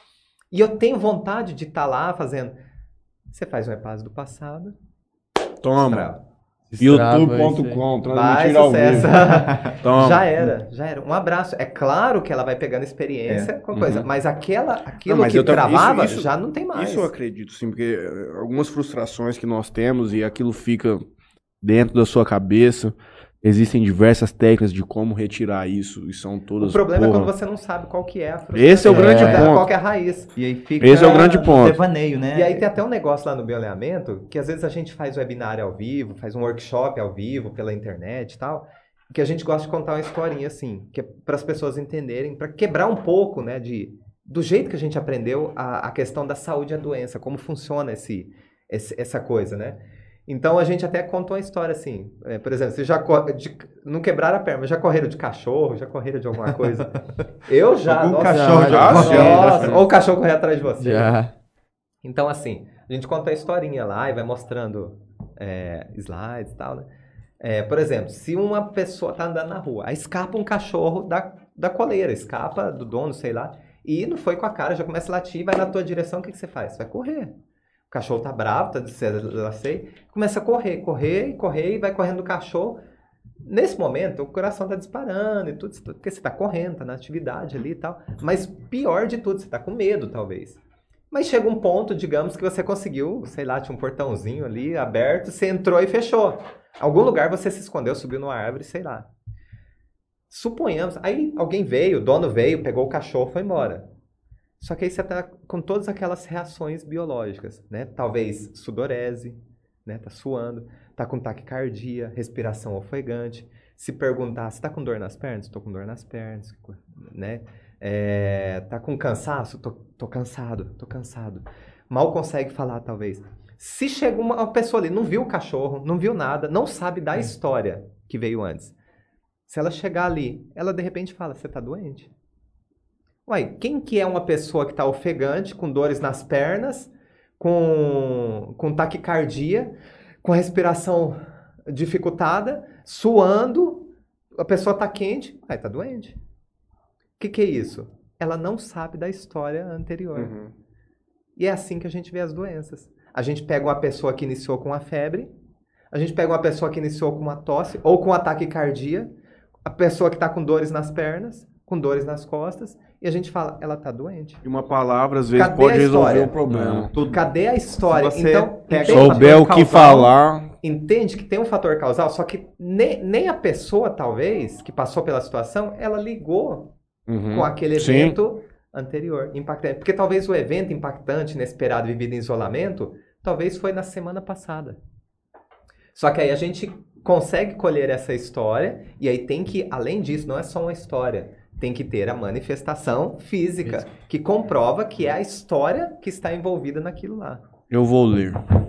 E eu tenho vontade de estar lá fazendo... Você faz um EPASE do passado, Toma. Trava. youtube ponto com, vai, transmitir ao sucesso. vivo. Toma. Já era, já era. Um abraço. É claro que ela vai pegando experiência É. com coisa, Uhum. mas aquela, aquilo Não, mas que eu também- travava isso- isso- já não tem mais. Isso eu acredito, sim, porque eh, algumas frustrações que nós temos e aquilo fica dentro da sua cabeça. Existem diversas técnicas de como retirar isso e são todas. O problema é porra. quando você não sabe qual que é a frustração. Esse é o grande É, ponto. Qual que é a raiz. E aí fica Esse é o grande ponto. devaneio, né? E aí tem até um negócio lá no bioalinhamento, que às vezes a gente faz webinário ao vivo, faz um workshop ao vivo pela internet e tal, que a gente gosta de contar uma historinha assim, que é para as pessoas entenderem, para quebrar um pouco, né, de, do jeito que a gente aprendeu a, a questão da saúde e a doença, como funciona esse, esse- essa coisa, né? Então a gente até contou uma história assim, é, por exemplo, vocês já co- de- não quebraram a perna, mas já correram de cachorro, já correram de alguma coisa? Eu já, Algum nossa, cachorro já já, correu. nossa, ou o cachorro correr atrás de você. Já. Então, assim, a gente conta a historinha lá e vai mostrando é, slides e tal, né? É, por exemplo, se uma pessoa tá andando na rua, aí escapa um cachorro da, da coleira, escapa do dono, sei lá, e não foi com a cara, já começa a latir, vai na tua direção, o que, que você faz? Você vai correr. O cachorro tá bravo, tá sei, começa a correr, correr e correr, e vai correndo do cachorro. Nesse momento, o coração tá disparando e tudo, porque você tá correndo, tá na atividade ali e tal. Mas pior de tudo, você tá com medo, talvez. Mas chega um ponto, digamos, que você conseguiu, sei lá, tinha um portãozinho ali aberto, você entrou e fechou. Algum lugar você se escondeu, subiu numa árvore, sei lá. Suponhamos, aí alguém veio, o dono veio, pegou o cachorro e foi embora. Só que aí você tá com todas aquelas reações biológicas, né? Talvez sudorese, né? Tá suando, tá com taquicardia, respiração ofegante. Se perguntar, você tá com dor nas pernas? Tô com dor nas pernas, né? É, tá com cansaço? Tô, tô cansado, tô cansado. Mal consegue falar, talvez. Se chega uma, uma pessoa ali, não viu o cachorro, não viu nada, não sabe da história que veio antes. Se ela chegar ali, ela de repente fala, você tá doente? Uai, quem que é uma pessoa que está ofegante, com dores nas pernas, com, com taquicardia, com a respiração dificultada, suando, a pessoa está quente, uai, tá doente. O que, que é isso? Ela não sabe da história anterior. Uhum. E é assim que a gente vê as doenças. A gente pega uma pessoa que iniciou com a febre, a gente pega uma pessoa que iniciou com uma tosse, ou com ataque cardíaco, a pessoa que está com dores nas pernas, com dores nas costas, e a gente fala, ela está doente. E uma palavra, às vezes, Cadê pode a resolver história? o problema. Tudo. Cadê a história? Se você Então, pega entende? o Souber o que causal, falar, entende que tem um fator causal, só que nem, nem a pessoa, talvez, que passou pela situação, ela ligou Uhum. com aquele Sim. evento anterior, impactante. Porque talvez o evento impactante, inesperado, vivido em isolamento, talvez foi na semana passada. Só que aí a gente consegue colher essa história, e aí tem que, além disso, não é só uma história, tem que ter a manifestação física, que comprova que é a história que está envolvida naquilo lá. Eu vou ler.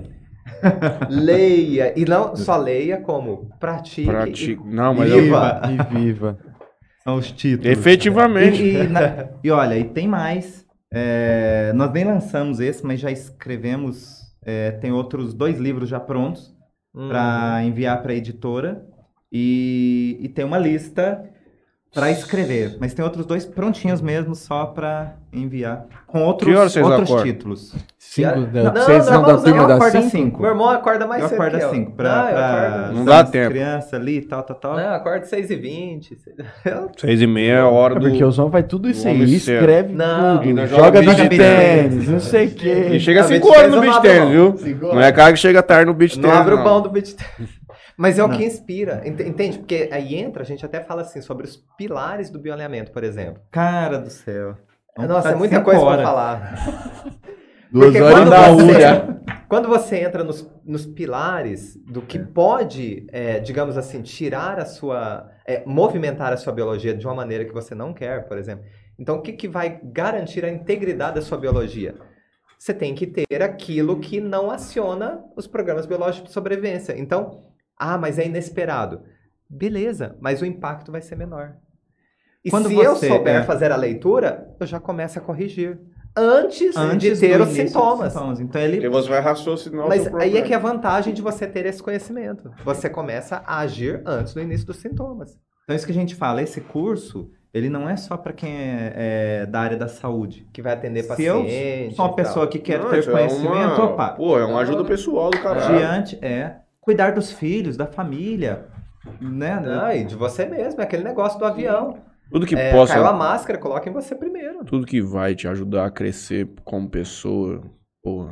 Leia, e não só leia, como pratique. Pratique. e- Não, mas e eu- viva. E viva. São os títulos. Efetivamente. E, e, na- e olha, e tem mais. É, nós nem lançamos esse, mas já escrevemos. É, tem outros dois livros já prontos Hum. para enviar para a editora. E, e tem uma lista para escrever. Mas tem outros dois prontinhos mesmo, só para enviar. Com outros, Que horas vocês outros acordam? títulos. Cinco, Não, né? não, Vocês não, não da vamos- turma eu das acordo às cinco? cinco. Meu irmão acorda mais Eu cedo acordo que às eu. cinco Não, para eu acordo- Não as dá tempo. crianças ali e tal, tal, tal. Não, eu acordo seis e vinte. Eu- Seis e meia é a hora É do... porque o Som faz tudo isso do aí, homem cedo. escreve Não, tudo, ainda joga joga beat beat tênis, não sei o E quê. chega às Não, cinco beach horas no tênis eu beach não abro tênis, viu? mão. Não é cara que chega tarde no beach Não tênis, abre o não. pão do beat tênis. Mas é o Não. que inspira, ent- entende? Porque aí entra, a gente até fala assim, sobre os pilares do bioalinhamento, por exemplo. Cara do céu. Vamos Nossa, precisar é de muita cinco coisa horas. pra falar. Duas Porque horas quando da você- Ura. Quando você entra nos, nos pilares do que pode, é, digamos assim, tirar a sua... é, movimentar a sua biologia de uma maneira que você não quer, por exemplo. Então, o que, que vai garantir a integridade da sua biologia? Você tem que ter aquilo que não aciona os programas biológicos de sobrevivência. Então, ah, mas é inesperado. Beleza, mas o impacto vai ser menor. E Quando se eu você- souber é. fazer a leitura, eu já começo a corrigir. Antes, Antes de ter do os início dos sintomas. sintomas. Então ele Porque você vai raciocinar o Mas seu aí é problema. que é a vantagem de você ter esse conhecimento. Você começa a agir antes do início dos sintomas. Então, isso que a gente fala, esse curso, ele não é só para quem é, é da área da saúde. Que vai atender Se paciente. eu sou uma e pessoa tal. que quer Não, ter isso é conhecimento, uma- opa, Pô, é uma ajuda pessoal do caralho. diante é cuidar dos filhos, da família, né? Não, e de você mesmo, é aquele negócio do avião. Tudo que É, possa... Caiu a máscara, coloca em você primeiro. Tudo que vai te ajudar a crescer como pessoa, porra.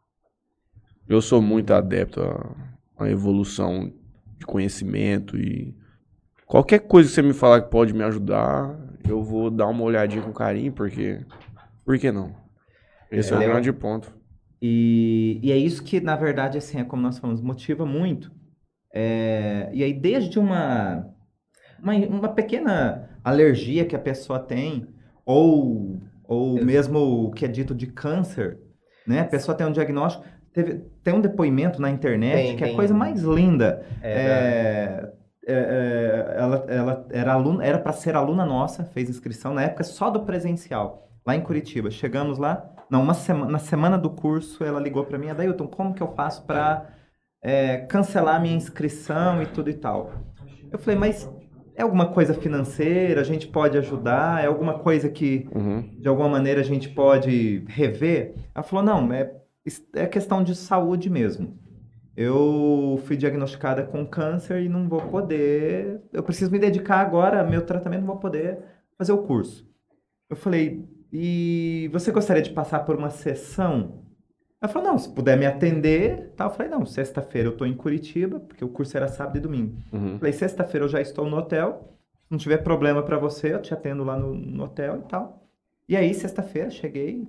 Eu sou muito adepto à, à evolução de conhecimento e qualquer coisa que você me falar que pode me ajudar, eu vou dar uma olhadinha com carinho, porque... Por que não? Esse é, É, o eu- grande ponto. E, e é isso que, na verdade, assim, é como nós falamos, motiva muito. É, e aí, desde uma, uma, uma pequena alergia que a pessoa tem, ou, ou mesmo o que é dito de câncer, né? A pessoa tem um diagnóstico, teve, tem um depoimento na internet Tem, que é tem. a coisa mais linda. É, É, é, é, ela, ela era aluna, era para ser aluna nossa, fez inscrição na época só do presencial, lá em Curitiba. Chegamos lá, não, uma semana, na semana do curso, ela ligou para mim, Adailton, como que eu faço para cancelar minha inscrição e tudo e tal? Eu falei, mas é alguma coisa financeira? A gente pode ajudar? É alguma coisa que Uhum. de alguma maneira a gente pode rever? Ela falou, não, é, é questão de saúde mesmo. Eu fui diagnosticada com câncer e não vou poder, eu preciso me dedicar agora ao meu tratamento, não vou poder fazer o curso. Eu falei, e você gostaria de passar por uma sessão? Ela falou, não, se puder me atender, tal. Eu falei, não, sexta-feira eu estou em Curitiba, porque o curso era sábado e domingo. Uhum. Eu falei, sexta-feira eu já estou no hotel, se não tiver problema para você, eu te atendo lá no, no hotel e tal. E aí, sexta-feira, cheguei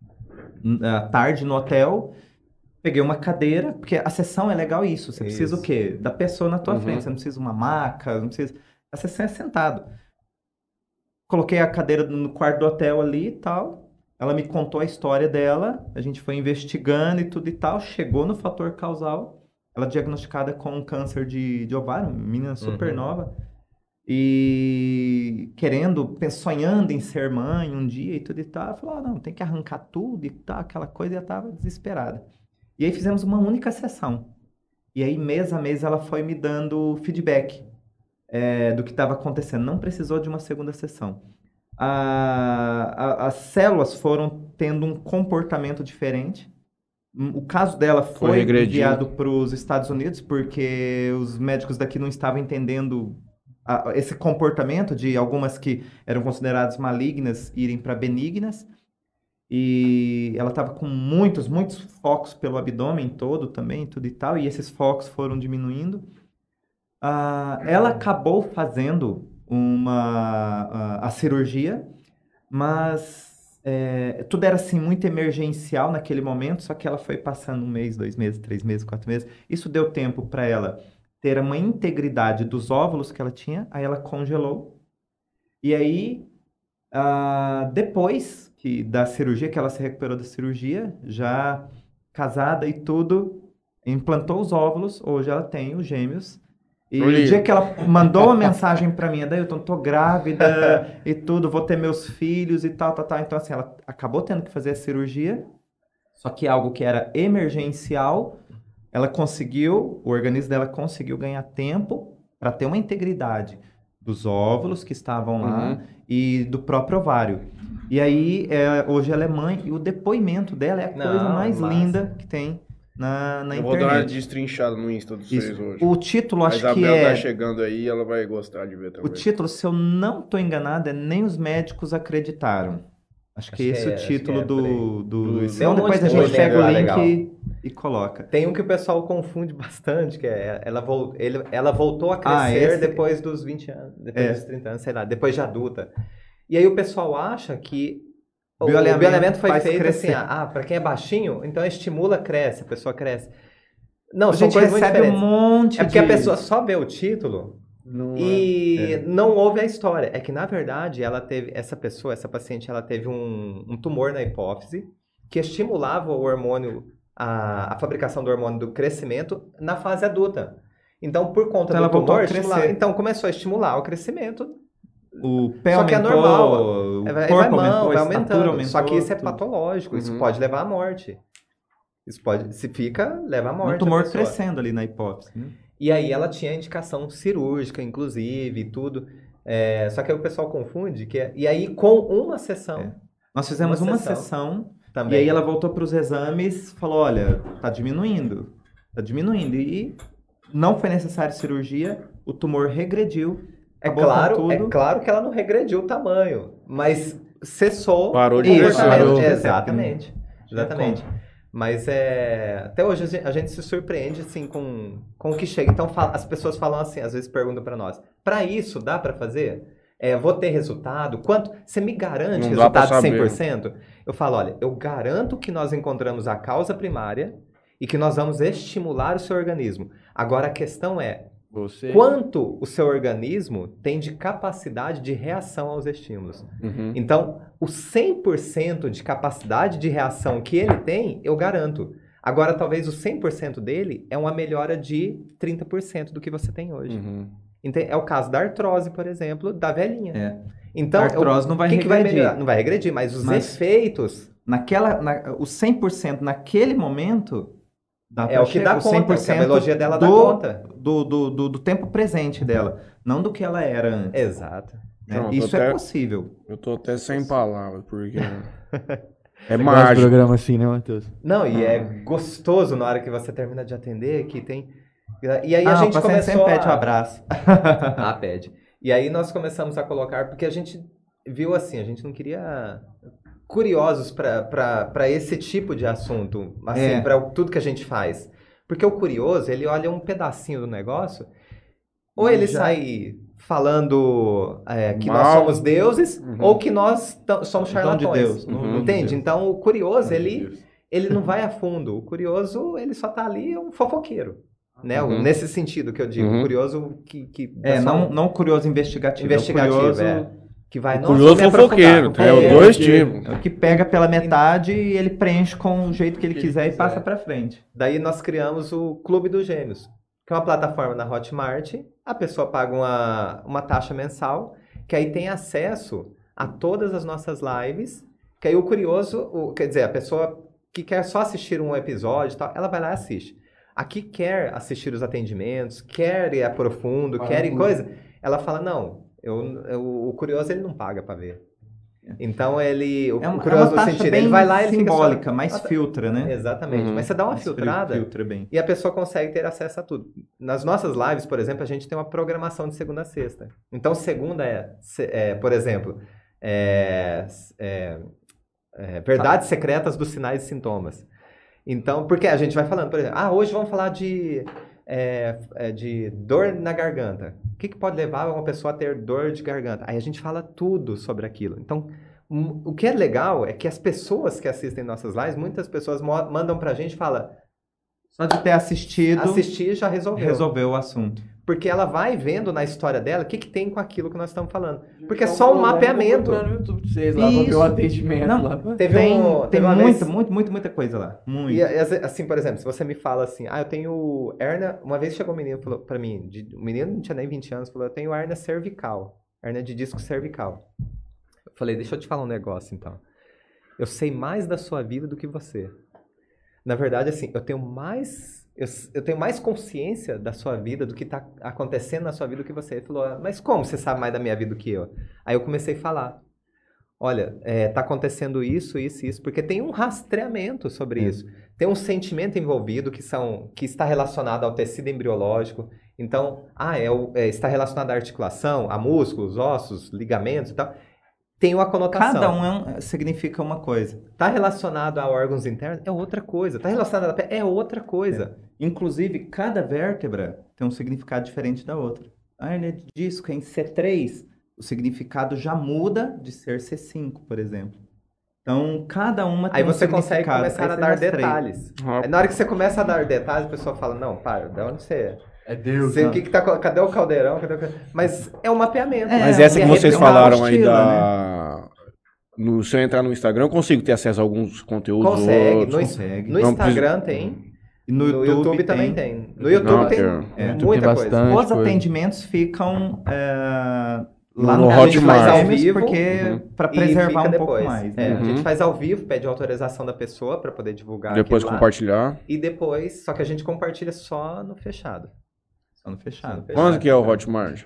à tarde no hotel, peguei uma cadeira, porque a sessão é legal isso, você Isso. precisa o quê? Da pessoa na tua Uhum. frente, você não precisa uma maca, não precisa... A sessão é sentado. Coloquei a cadeira no quarto do hotel ali e tal, ela me contou a história dela, a gente foi investigando e tudo e tal, chegou no fator causal, ela diagnosticada com um câncer de, de ovário, uma menina super Uhum. nova, e querendo, sonhando em ser mãe um dia e tudo e tal, ela falou, ah, não, tem que arrancar tudo e tal, aquela coisa, e ela estava desesperada. E aí fizemos uma única sessão. E aí, mês a mês, ela foi me dando feedback é, do que estava acontecendo. Não precisou de uma segunda sessão. A- a- as células foram tendo um comportamento diferente. Hum, O caso dela Foi foi regredindo. enviado para os Estados Unidos porque os médicos daqui não estavam entendendo a- esse comportamento de algumas que eram consideradas malignas irem para benignas. E ela estava com muitos, muitos focos pelo abdômen todo também, tudo e tal, e esses focos foram diminuindo. Ah, ela acabou fazendo uma, a, a cirurgia, mas é, tudo era assim muito emergencial naquele momento, só que ela foi passando um mês, dois meses, três meses, quatro meses. Isso deu tempo para ela ter uma integridade dos óvulos que ela tinha, aí ela congelou. E aí, ah, depois que, da cirurgia, que ela se recuperou da cirurgia, já casada e tudo, implantou os óvulos, hoje ela tem os gêmeos. E Olha. o dia que ela mandou uma mensagem pra mim, Dailton, tô grávida e tudo, vou ter meus filhos e tal, tal, tal. Então, assim, ela acabou tendo que fazer a cirurgia, só que algo que era emergencial, ela conseguiu, o organismo dela conseguiu ganhar tempo para ter uma integridade dos óvulos que estavam lá Uhum. e do próprio ovário. E aí, é, hoje ela é mãe e o depoimento dela é a Não, coisa mais massa. linda que tem na, na Eu vou dar uma internet. destrinchada no Insta dos Isso. vocês hoje. O título, A acho que Isabel tá é... chegando aí, ela vai gostar de ver O também. título, se eu não estou enganado, é Nem os Médicos Acreditaram. Acho que Acho esse que é é, o acho que título é por aí. do, do Do- Luiz. Tem um Então depois monte a de gente legenda pega o lá, link legal. e, e coloca. Tem um que o pessoal confunde bastante, que é ela, vol, ele, ela voltou a Ah, crescer esse- depois dos vinte anos, depois É. dos trinta anos, sei lá, depois de adulta. E aí o pessoal acha que o Bioalinhamento bioalinhamento foi faz feito crescer. assim, ah, para quem é baixinho, então estimula, cresce, a pessoa cresce. Não, A são gente coisas muito recebe um diferentes. monte É porque de... a pessoa só vê o título Não, e É. não ouve a história. É que, na verdade, ela teve, essa pessoa, essa paciente, ela teve um, um tumor na hipófise que estimulava o hormônio, a, a fabricação do hormônio do crescimento na fase adulta. Então, por conta Então do ela voltou tumor, a crescer. estimulava- então começou a estimular o crescimento. O pé Só que é aumentou, normal. o É, vai, corpo vai mão, aumentou, vai a estatura aumentando. aumentou. Só que isso é tudo. patológico, isso Uhum. pode levar à morte. Isso pode, se fica, leva à É morte. um a tumor pessoa. crescendo ali na hipófise. Né? E aí ela tinha indicação cirúrgica, inclusive, e tudo. É, só que aí o pessoal confunde que é, e aí com uma sessão É. Nós fizemos Uma uma, sessão sessão, também. e aí ela voltou para os exames e falou, olha, tá diminuindo, tá diminuindo. E não foi necessária cirurgia, o tumor regrediu. é acabou com claro, é tudo. claro que ela não regrediu o tamanho, mas cessou Parou de o crescer. comportamento. Parou de crescer, Exatamente. porque não- Exatamente. Mas é, até hoje a gente, a gente se surpreende assim com, com o que chega. Então fala- as pessoas falam assim, às vezes perguntam para nós: para isso dá para fazer? É, vou ter resultado? Quanto? Você me garante Não dá pra resultado de cem saber. por cento? Eu falo, olha, eu garanto que nós encontramos a causa primária e que nós vamos estimular o seu organismo. Agora a questão é, Você. quanto o seu organismo tem de capacidade de reação aos estímulos? Uhum. Então, o cem por cento de capacidade de reação que ele tem, eu garanto. Agora, talvez o cem por cento dele é uma melhora de trinta por cento do que você tem hoje. Uhum. Ente- É o caso da artrose, por exemplo, da velhinha. É. Então, A artrose não vai o que, que vai regredir. melhorar? Não vai regredir, mas os Mas- efeitos Naquela, na, o cem por cento naquele momento, dá é pra o que chegar- dá conta, o que a cem por biologia cento dela dá do, conta. do, do, do, do tempo presente dela, não do que ela era antes. Exato. né? Não, Isso tô é até- possível. Eu tô até sem palavras, porque é Gosta de mágico. programa assim, né, Matheus? Não, e é gostoso na hora que você termina de atender, que tem... E aí a ah, gente o paciente começou sempre pede um a... abraço. Ah, pede. E aí nós começamos a colocar, porque a gente viu assim, a gente não queria curiosos para esse tipo de assunto, assim, É. para tudo que a gente faz. Porque o curioso, ele olha um pedacinho do negócio, ou ele Já- sai falando é, que nós Mal. somos deuses, Uhum. ou que nós t- somos Dom charlatões. de Deus. Uhum. dom de Entende? Deus. Então o curioso, Meu ele, Deus. ele não vai a fundo. O curioso, ele só tá ali, é um fofoqueiro. Né? Uhum. Nesse sentido que eu digo. Uhum. O curioso que... que É, dá só não, um- não curioso investigativo. investigativo, é o curioso, é. Que vai, O nossa, curioso vou me fofoqueiro, aprofundar. é os É, dois que- tipos. é o que pega pela metade e ele preenche com o jeito que ele Que ele quiser e quiser. passa pra frente. Daí nós criamos o Clube dos Gêmeos, que é uma plataforma na Hotmart. A pessoa paga uma, uma taxa mensal, que aí tem acesso a todas as nossas lives, que aí o curioso, o, quer dizer, a pessoa que quer só assistir um episódio e tal, ela vai lá e assiste. Aqui quer assistir os atendimentos, quer ir a profundo, Paga quer ir tudo. coisa, ela fala, não, eu, eu- o curioso ele não paga pra ver. Então ele, o, É uma, o é curioso uma no taxa sentido, bem ele vai lá e ele fica só- simbólica, mais Ah, tá. filtra, né? Exatamente, Uhum. mas você dá uma Mais fil- filtrada Filtra bem. e a pessoa consegue ter acesso a tudo. Nas nossas lives, por exemplo, a gente tem uma programação de segunda a sexta. Então, segunda é, se- é, por exemplo, é, é, é, verdades secretas dos sinais e sintomas. Então, porque a gente vai falando, por exemplo, ah, hoje vamos falar de, é, é, de dor na garganta. O que, que pode levar uma pessoa a ter dor de garganta? Aí a gente fala tudo sobre aquilo. Então, um, o que é legal é que as pessoas que assistem nossas lives, muitas pessoas mo- mandam pra gente e falam, Só de ter assistido, assistir já resolveu. resolveu o assunto. Porque ela vai vendo na história dela o que, que tem com aquilo que nós estamos falando. Porque é só um mapeamento. No YouTube de vocês lá pra ver Isso. o atendimento. Não, lá. Teve Tem, um- tem teve uma muito, vez- muito, muito, muita coisa lá. Muito. E assim, por exemplo, se você me fala assim, ah, eu tenho hérnia. Uma vez chegou um menino e falou pra mim, de, o menino não tinha nem vinte anos, falou, eu tenho hérnia cervical, hérnia de disco cervical. Eu falei, deixa eu te falar um negócio então. Eu sei mais da sua vida do que você. Na verdade, assim, eu tenho mais. Eu, eu tenho mais consciência da sua vida, do que está acontecendo na sua vida do que você. Ele falou, "Ah, mas como você sabe mais da minha vida do que eu?" Aí eu comecei a falar, olha, está acontecendo isso, isso, isso, porque tem um rastreamento sobre isso. Tem um sentimento envolvido que, são, que está relacionado ao tecido embriológico. Então, ah, é, o- é, está relacionado à articulação, a músculos, ossos, ligamentos e tal. Tem uma conotação. Cada um é um- significa uma coisa. Está relacionado a órgãos internos, é outra coisa. Está relacionado à pele, é outra coisa. Inclusive, cada vértebra tem um significado diferente da outra. A hérnia de disco é em C três, o significado já muda de ser C cinco, por exemplo. Então, cada uma tem Aí um você consegue significado. começar Aí a você dar rastreia. detalhes. Ah, Aí na hora que você começa a dar detalhes, a pessoa fala, não, para, de onde você é? É Deus. Você, né? o que que tá, co- cadê o caldeirão? Cadê o... ca- Mas é um mapeamento. É, Mas E essa que é vocês replicar falaram o aí estilo, da... No, se eu entrar no Instagram, eu consigo ter acesso a alguns conteúdos Consegue. outros. No, consegue. no Não Instagram tem. E No, no, YouTube, também tem. No YouTube Não, tem eu- é. YouTube muita tem coisa. bastante. Os coisa. atendimentos ficam é, No- lá no no A gente faz ao Hotmart, vivo, porque uhum. para e preservar fica um depois. pouco mais. É, Né? A gente Uhum. faz ao vivo, pede autorização da pessoa para poder divulgar Depois aquilo lá. compartilhar. E depois, só que a gente compartilha só no fechado. Só no fechado. Quanto que é o Hotmart?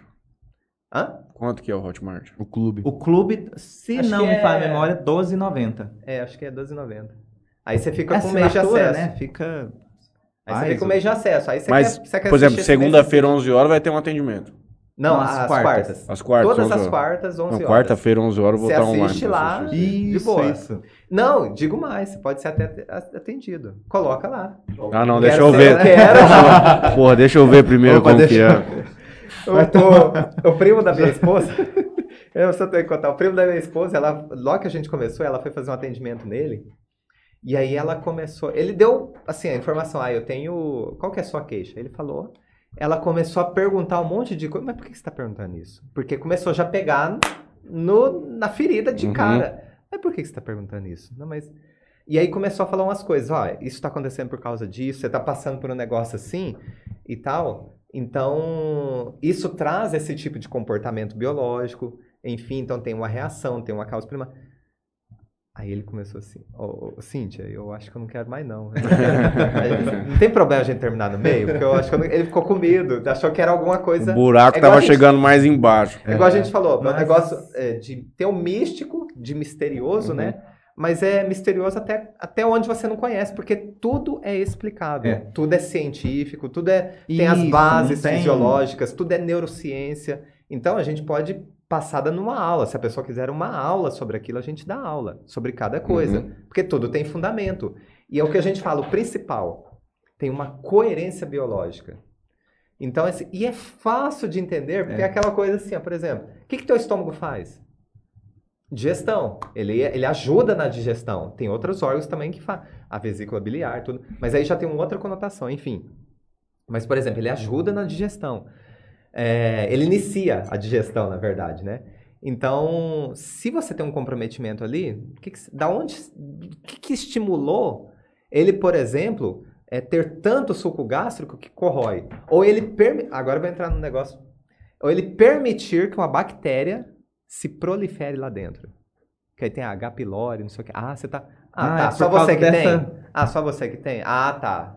Hã? Quanto que é o Hotmart? O clube. O clube, se Acho não que me é- falha a memória, doze reais e noventa centavos. É, acho que é doze reais e noventa centavos. Aí você fica É com um mês de assinatura, acesso. né? Fica... Aí você mais fica com um o- mês de acesso. Aí você Mas, quer, você quer por exemplo, assistir esse mês, segunda-feira, você- onze horas, vai ter um atendimento. Não, Não, as, às quartas. quartas. Às quartas, Todas onze as horas. quartas, onze Não, horas. quarta-feira, onze horas, eu vou Você estar online. assiste pra lá assistir. de Isso, boa. isso. Não, digo mais, você pode ser até atendido. Coloca lá. Ah, não, Quero deixa eu ser, ver. eu quero. Porra, deixa eu ver primeiro Opa, como deixa que eu- é. O, o- o primo da minha esposa, eu só tenho que contar, o primo da minha esposa, ela, logo que a gente começou, ela foi fazer um atendimento nele, e aí ela começou, ele deu, assim, a informação, ah, eu tenho, qual que é a sua queixa? Ele falou, ela começou a perguntar um monte de coisa, mas por que você está perguntando isso? Porque começou já a pegar no, na ferida de Uhum. cara. Mas por que você está perguntando isso? Não, mas... E aí começou a falar umas coisas, ó, isso está acontecendo por causa disso, você está passando por um negócio assim e tal. Então, isso traz esse tipo de comportamento biológico, enfim, então tem uma reação, tem uma causa primária. Aí ele começou assim, ô, ô, Cíntia, eu acho que eu não quero mais não. Não tem problema a gente terminar no meio? Porque eu acho que eu não... ele ficou com medo, achou que era alguma coisa... O buraco É igual tava a gente- chegando mais embaixo. É igual a gente falou, é um Mas- negócio é, de ter um místico, de misterioso, Uhum. né? Mas é misterioso até, até onde você não conhece, porque tudo é explicável. É. Tudo é científico, tudo é tem as Isso, bases não tem- fisiológicas, tudo é neurociência. Então a gente pode passar dando uma aula. Se a pessoa quiser uma aula sobre aquilo, a gente dá aula sobre cada coisa. Uhum. Porque tudo tem fundamento. E é o que a gente fala, o principal, tem uma coerência biológica. Então, assim, e é fácil de entender, porque é, É. aquela coisa assim, ó, por exemplo, o que que teu estômago faz? Digestão. Ele, ele ajuda na digestão. Tem outros órgãos também que fazem. A vesícula biliar, tudo. Mas aí já tem uma outra conotação, enfim. Mas, por exemplo, ele ajuda na digestão. É, ele inicia a digestão, na verdade, né? Então, se você tem um comprometimento ali, que que, da onde, o que, que estimulou ele, por exemplo, é, ter tanto suco gástrico que corrói? Ou ele permi- agora vai entrar no negócio. Ou ele permitir que uma bactéria se prolifere lá dentro. Que aí tem a H. pylori, não sei o que. Ah, você tá... Ah, Ah, tá. é por Só causa você que dessa- tem? Ah, só você que tem? Ah, tá.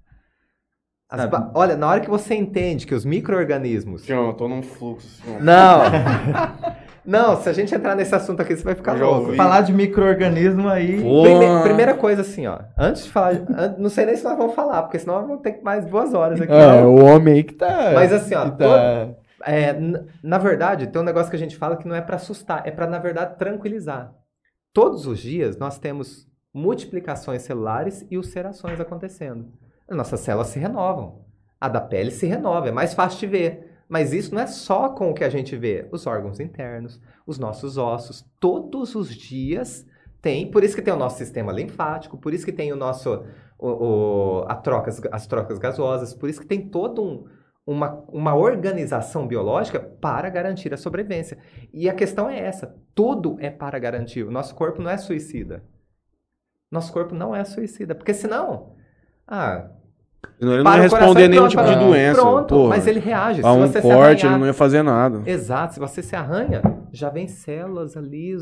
As Sabe? ba- Olha, na hora que você entende que os micro-organismos... Tião, eu tô num fluxo. assim, ó. Não! Não, se a gente entrar nesse assunto aqui, você vai ficar Eu já louco. ouvi. Falar de micro-organismo aí... Pô. Prime- primeira coisa assim, ó. Antes de falar... an- Não sei nem se nós vamos falar, porque senão nós vamos ter mais duas horas aqui. É, Não. o homem aí que tá. Mas assim, ó, que tá... É, n- na verdade, tem um negócio que a gente fala que não é pra assustar, é pra, na verdade, tranquilizar. todos os dias nós temos multiplicações celulares e ulcerações acontecendo. As nossas células se renovam. A da pele se renova, é mais fácil de ver. Mas isso não é só com o que a gente vê. Os órgãos internos, os nossos ossos, todos os dias tem. Por isso que tem o nosso sistema linfático, por isso que tem o nosso, o, o, a trocas, as trocas gasosas, por isso que tem toda um, uma, uma organização biológica para garantir a sobrevivência. E a questão é essa, tudo é para garantir. O nosso corpo não é suicida. Nosso corpo não é suicida, porque senão... Ah, Senão ele não para ia o coração responder e nenhum pronto, tipo de fala, doença. Pronto, porra. mas ele reage. A Se um você se corte, arranhar- ele não ia fazer nada. Exato, se você se arranha, já vem células ali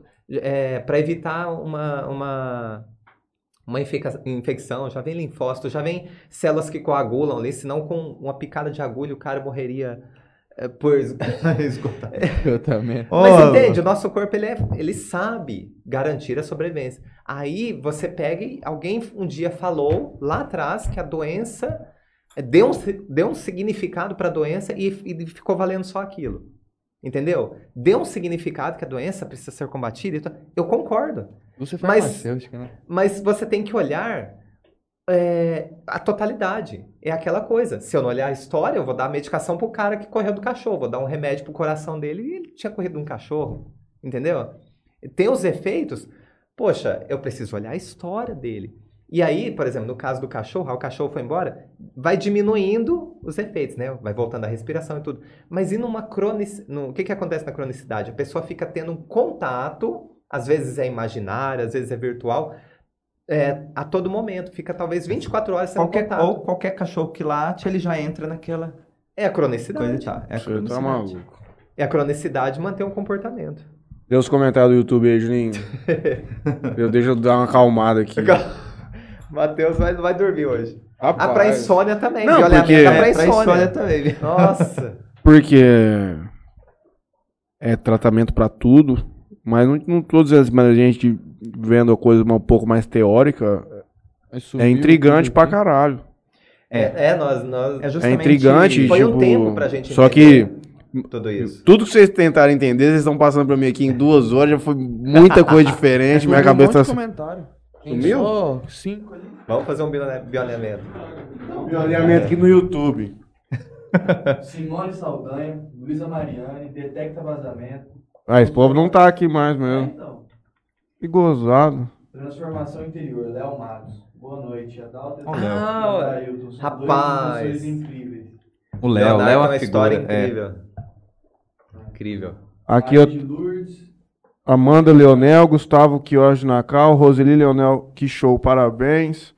é, para evitar uma, uma, uma infeca- infecção, já vem linfócito, já vem células que coagulam ali, senão com uma picada de agulha o cara morreria é, por esgotar. Eu também. Mas Ô, entende, o nosso corpo ele, é, ele sabe garantir a sobrevivência. Aí você pega e alguém um dia falou lá atrás que a doença deu um, deu um significado para a doença e, e ficou valendo só aquilo. Entendeu? Deu um significado que a doença precisa ser combatida. Então, eu concordo. Você Mas- farmacêutica, né? Mas você tem que olhar é, a totalidade. É aquela coisa. Se eu não olhar a história, eu vou dar a medicação pro cara que correu do cachorro. Vou dar um remédio pro coração dele e ele tinha corrido de um cachorro. Entendeu? Tem os efeitos. Poxa, eu preciso olhar a história dele. E aí, por exemplo, no caso do cachorro, ah, o cachorro foi embora, vai diminuindo os efeitos, né? Vai voltando a respiração e tudo. Mas e numa cronicidade? O que, que acontece na cronicidade? A pessoa fica tendo um contato, às vezes é imaginário, às vezes é virtual, é, a todo momento. Fica talvez vinte e quatro horas sendo qualquer, contato. ou qualquer cachorro que late, ele já entra naquela É a cronicidade. coisa e tá. É a Você tá cronicidade. maluco. É a cronicidade manter um comportamento. Dê os comentários do YouTube aí, Juninho. eu, deixa eu dar uma acalmada aqui. Matheus vai, vai dormir hoje. Rapaz, A pra insônia também. Não, violamento porque- é pra É, pra insônia. insônia também. viu? Nossa. Porque é tratamento pra tudo, mas não, não todas as mas a gente vendo a coisa um pouco mais teórica, é intrigante pra caralho. É, é, nós... nós É É justamente intrigante, Foi um tipo, tempo pra gente só entender que tudo isso. tudo que vocês tentaram entender, vocês estão passando pra mim aqui em duas horas, já foi muita coisa diferente, minha cabeça tá assim. comentário. Sumiu? Só cinco ali. Vamos fazer um biolane- bioneamento. Olhamento aqui no YouTube. Simone Saldanha, Luísa Mariane, detecta vazamento. Ah, esse povo não tá aqui mais mesmo. Então, Que gozado. transformação interior, Léo Matos. Boa noite, Adalto. Ó, o Léo. Ah, Ailton, são rapaz. dois professores incríveis. O Léo, Leonardo Léo é é uma a história figura. É. incrível. Incrível. Aqui, ó, Maria de Lourdes. Amanda Leonel, Gustavo Quioche Nacal, Roseli Leonel, que show, parabéns.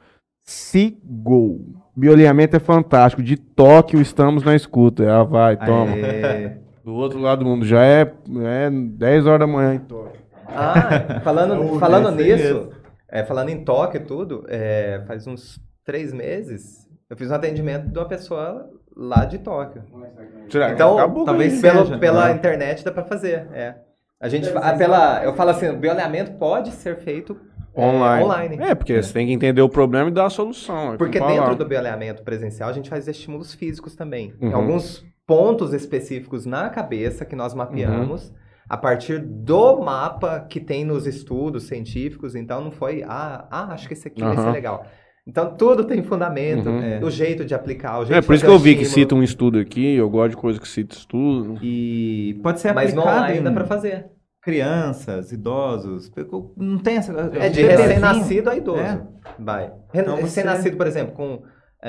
Sigol. Bioalinhamento é fantástico. De Tóquio, estamos na escuta. Ah, vai, toma. Aê. Do outro lado do mundo, já é, é dez horas da manhã em Tóquio. Ah, falando, Uh, falando deve ser nisso, mesmo. é, falando em toque e tudo, é, faz uns três meses, eu fiz um atendimento de uma pessoa lá de Tóquio. Será que Então, acabou talvez com isso? Pelo, seja, pela né? internet dá pra fazer, é. A gente, ah, pela, eu falo assim, o bioalinhamento pode ser feito é, Online. online. É, porque você tem que entender o problema e dar a solução. é Porque como dentro falar. do bioalinhamento presencial, a gente faz estímulos físicos também. Tem Uhum. alguns pontos específicos na cabeça que nós mapeamos Uhum. a partir do mapa que tem nos estudos científicos. Então, não foi, ah, ah acho que esse aqui vai ser Uhum. legal. Então, tudo tem fundamento, Uhum. é, o jeito de aplicar, o jeito É, de por isso fazer que eu o vi que estímulo. cita um estudo aqui, eu gosto de coisa que cita estudo. E pode ser Mas no aplicado online em dá pra fazer. crianças, idosos. Não tem essa... É de bebezinho. recém-nascido a idoso. É. Vai. Re- Então você- Recém-nascido, por exemplo, com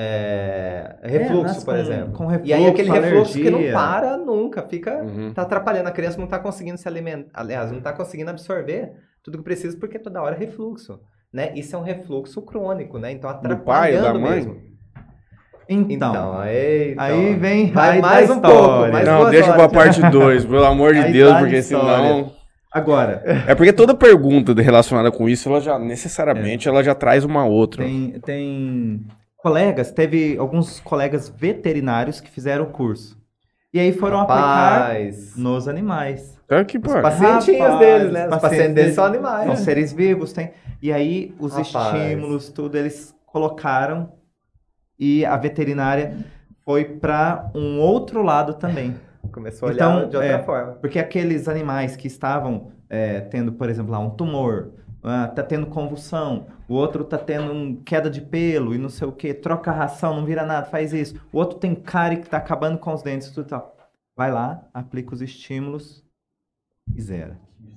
é, refluxo, nasce por com- exemplo. com refluxo, e aí aquele refluxo que não alergia. para nunca, fica Uhum. tá atrapalhando. A criança não tá conseguindo se alimentar, aliás, não tá conseguindo absorver tudo que precisa porque toda hora é refluxo, né? Isso é um refluxo crônico, né? Então Do pai ou atrapalhando da mãe? mesmo. Então, Então, eita. aí vem Vai raio mais da um pouco, história. mais Não, duas deixa pra horas. parte dois, pelo amor de Aí Deus, dá porque história. senão... Agora, É porque toda pergunta relacionada com isso, ela já, necessariamente, ela já traz uma outra. tem, tem colegas, teve alguns colegas veterinários que fizeram o curso. E aí foram aplicar Rapaz, nos animais. Tá que, pô. pacientinhos Rapaz, deles, né? Os pacientes pacientes deles são animais. São seres vivos, tem. E aí os Rapaz. estímulos, tudo, eles colocaram e a veterinária foi para um outro lado também. Começou a olhar Então, de outra é, forma. Porque aqueles animais que estavam é, tendo, por exemplo, lá um tumor, ah, tá tendo convulsão, o outro tá tendo um queda de pelo e não sei o que, troca a ração, não vira nada, faz isso. O outro tem cárie que tá acabando com os dentes, tudo e tal. Vai lá, aplica os estímulos e zera.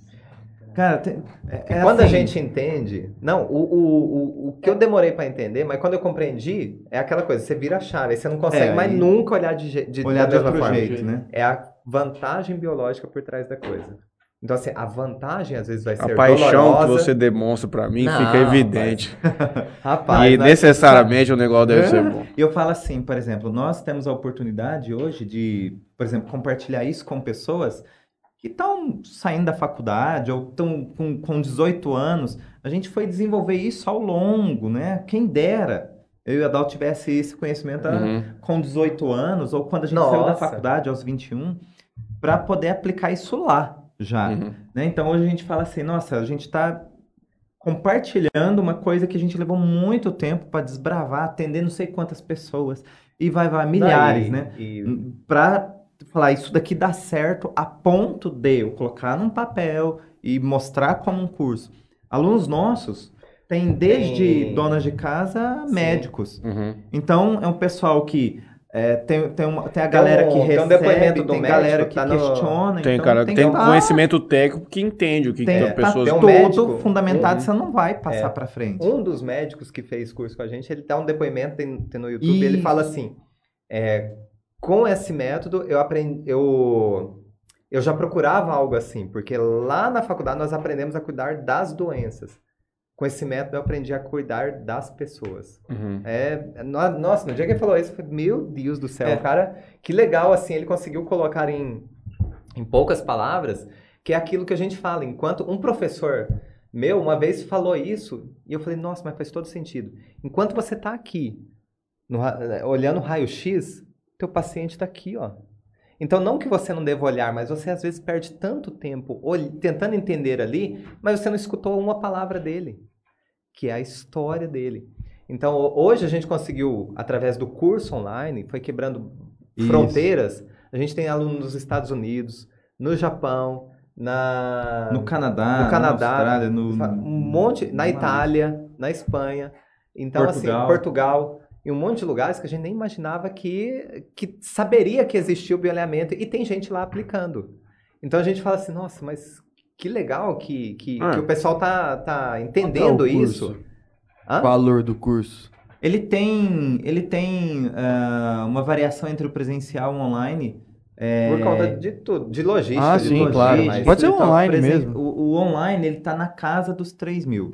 Cara, tem, é, E é quando a assim, gente entende... Não, o, o, o, o que eu demorei pra entender, mas quando eu compreendi, é aquela coisa, você vira a chave, aí você não consegue É, mais aí- nunca olhar de, je- de, olhar da de mesma outro forma. jeito, né? É a vantagem biológica por trás da coisa. Então, assim, a vantagem às vezes vai A ser paixão dolorosa. que você demonstra pra mim Não, fica evidente. Rapaz, E nós- necessariamente o negócio deve ser bom. E eu falo assim, por exemplo, nós temos a oportunidade hoje de, por exemplo, compartilhar isso com pessoas que estão saindo da faculdade ou estão com, com dezoito anos. A gente foi desenvolver isso ao longo, né? Quem dera eu e a Dal tivesse esse conhecimento ah, Uhum. com dezoito anos ou quando a gente saiu da Nossa. faculdade aos vinte e um, para poder aplicar isso lá já. Uhum. Né? Então hoje a gente fala assim, nossa, a gente está compartilhando uma coisa que a gente levou muito tempo para desbravar, atender não sei quantas pessoas e vai, vai, milhares, Daí, né? e- Para falar isso daqui dá certo a ponto de eu colocar num papel e mostrar como um curso. Alunos nossos têm desde Tem- donas de casa a Sim. médicos. Uhum. Então é um pessoal que é, tem, tem, uma, tem a Tem galera um- que tem um recebe, depoimento do tem médico, galera que tá no- questiona. Tem então cara que tem um que tá- conhecimento técnico que entende o que, tem, que as tá pessoas... tem um todo médico, fundamentado, um- você não vai passar é, para frente. Um dos médicos que fez curso com a gente, ele dá um depoimento tem, tem no YouTube, ele Isso. fala assim, é, com esse método eu aprendi, eu, eu já procurava algo assim, porque lá na faculdade nós aprendemos a cuidar das doenças. Com esse método eu aprendi a cuidar das pessoas. Uhum. É, no- nossa, no dia que ele falou isso, eu falei, meu Deus do céu, É. cara, que legal, assim, ele conseguiu colocar em, em poucas palavras, que é aquilo que a gente fala, enquanto um professor meu uma vez falou isso, e eu falei, nossa, mas faz todo sentido. Enquanto você está aqui, no ra- olhando o raio-x, teu paciente está aqui, ó. Então, não que você não deva olhar, mas você às vezes perde tanto tempo ol- tentando entender ali, mas você não escutou uma palavra dele, que é a história dele. Então, ho- hoje a gente conseguiu, através do curso online, foi quebrando Isso. fronteiras. A gente tem alunos nos Estados Unidos, no Japão, na... No Canadá, no Canadá, na Austrália, no, um monte, na no- Itália, na Espanha, então Portugal. assim, Portugal, e um monte de lugares que a gente nem imaginava que, que saberia que existia o bioalinhamento e tem gente lá aplicando. Então a gente fala assim, nossa, mas que legal que, que, Ah. que o pessoal tá, tá Qual entendendo que é o isso. curso? Hã? Valor do curso. Ele tem, ele tem ah, uma variação entre o presencial e o online. é, Por conta de tudo, de logística. Ah, de sim, logística, claro. mas- Pode ser e tal. online Presen- mesmo. O, o online, ele tá na casa dos três mil.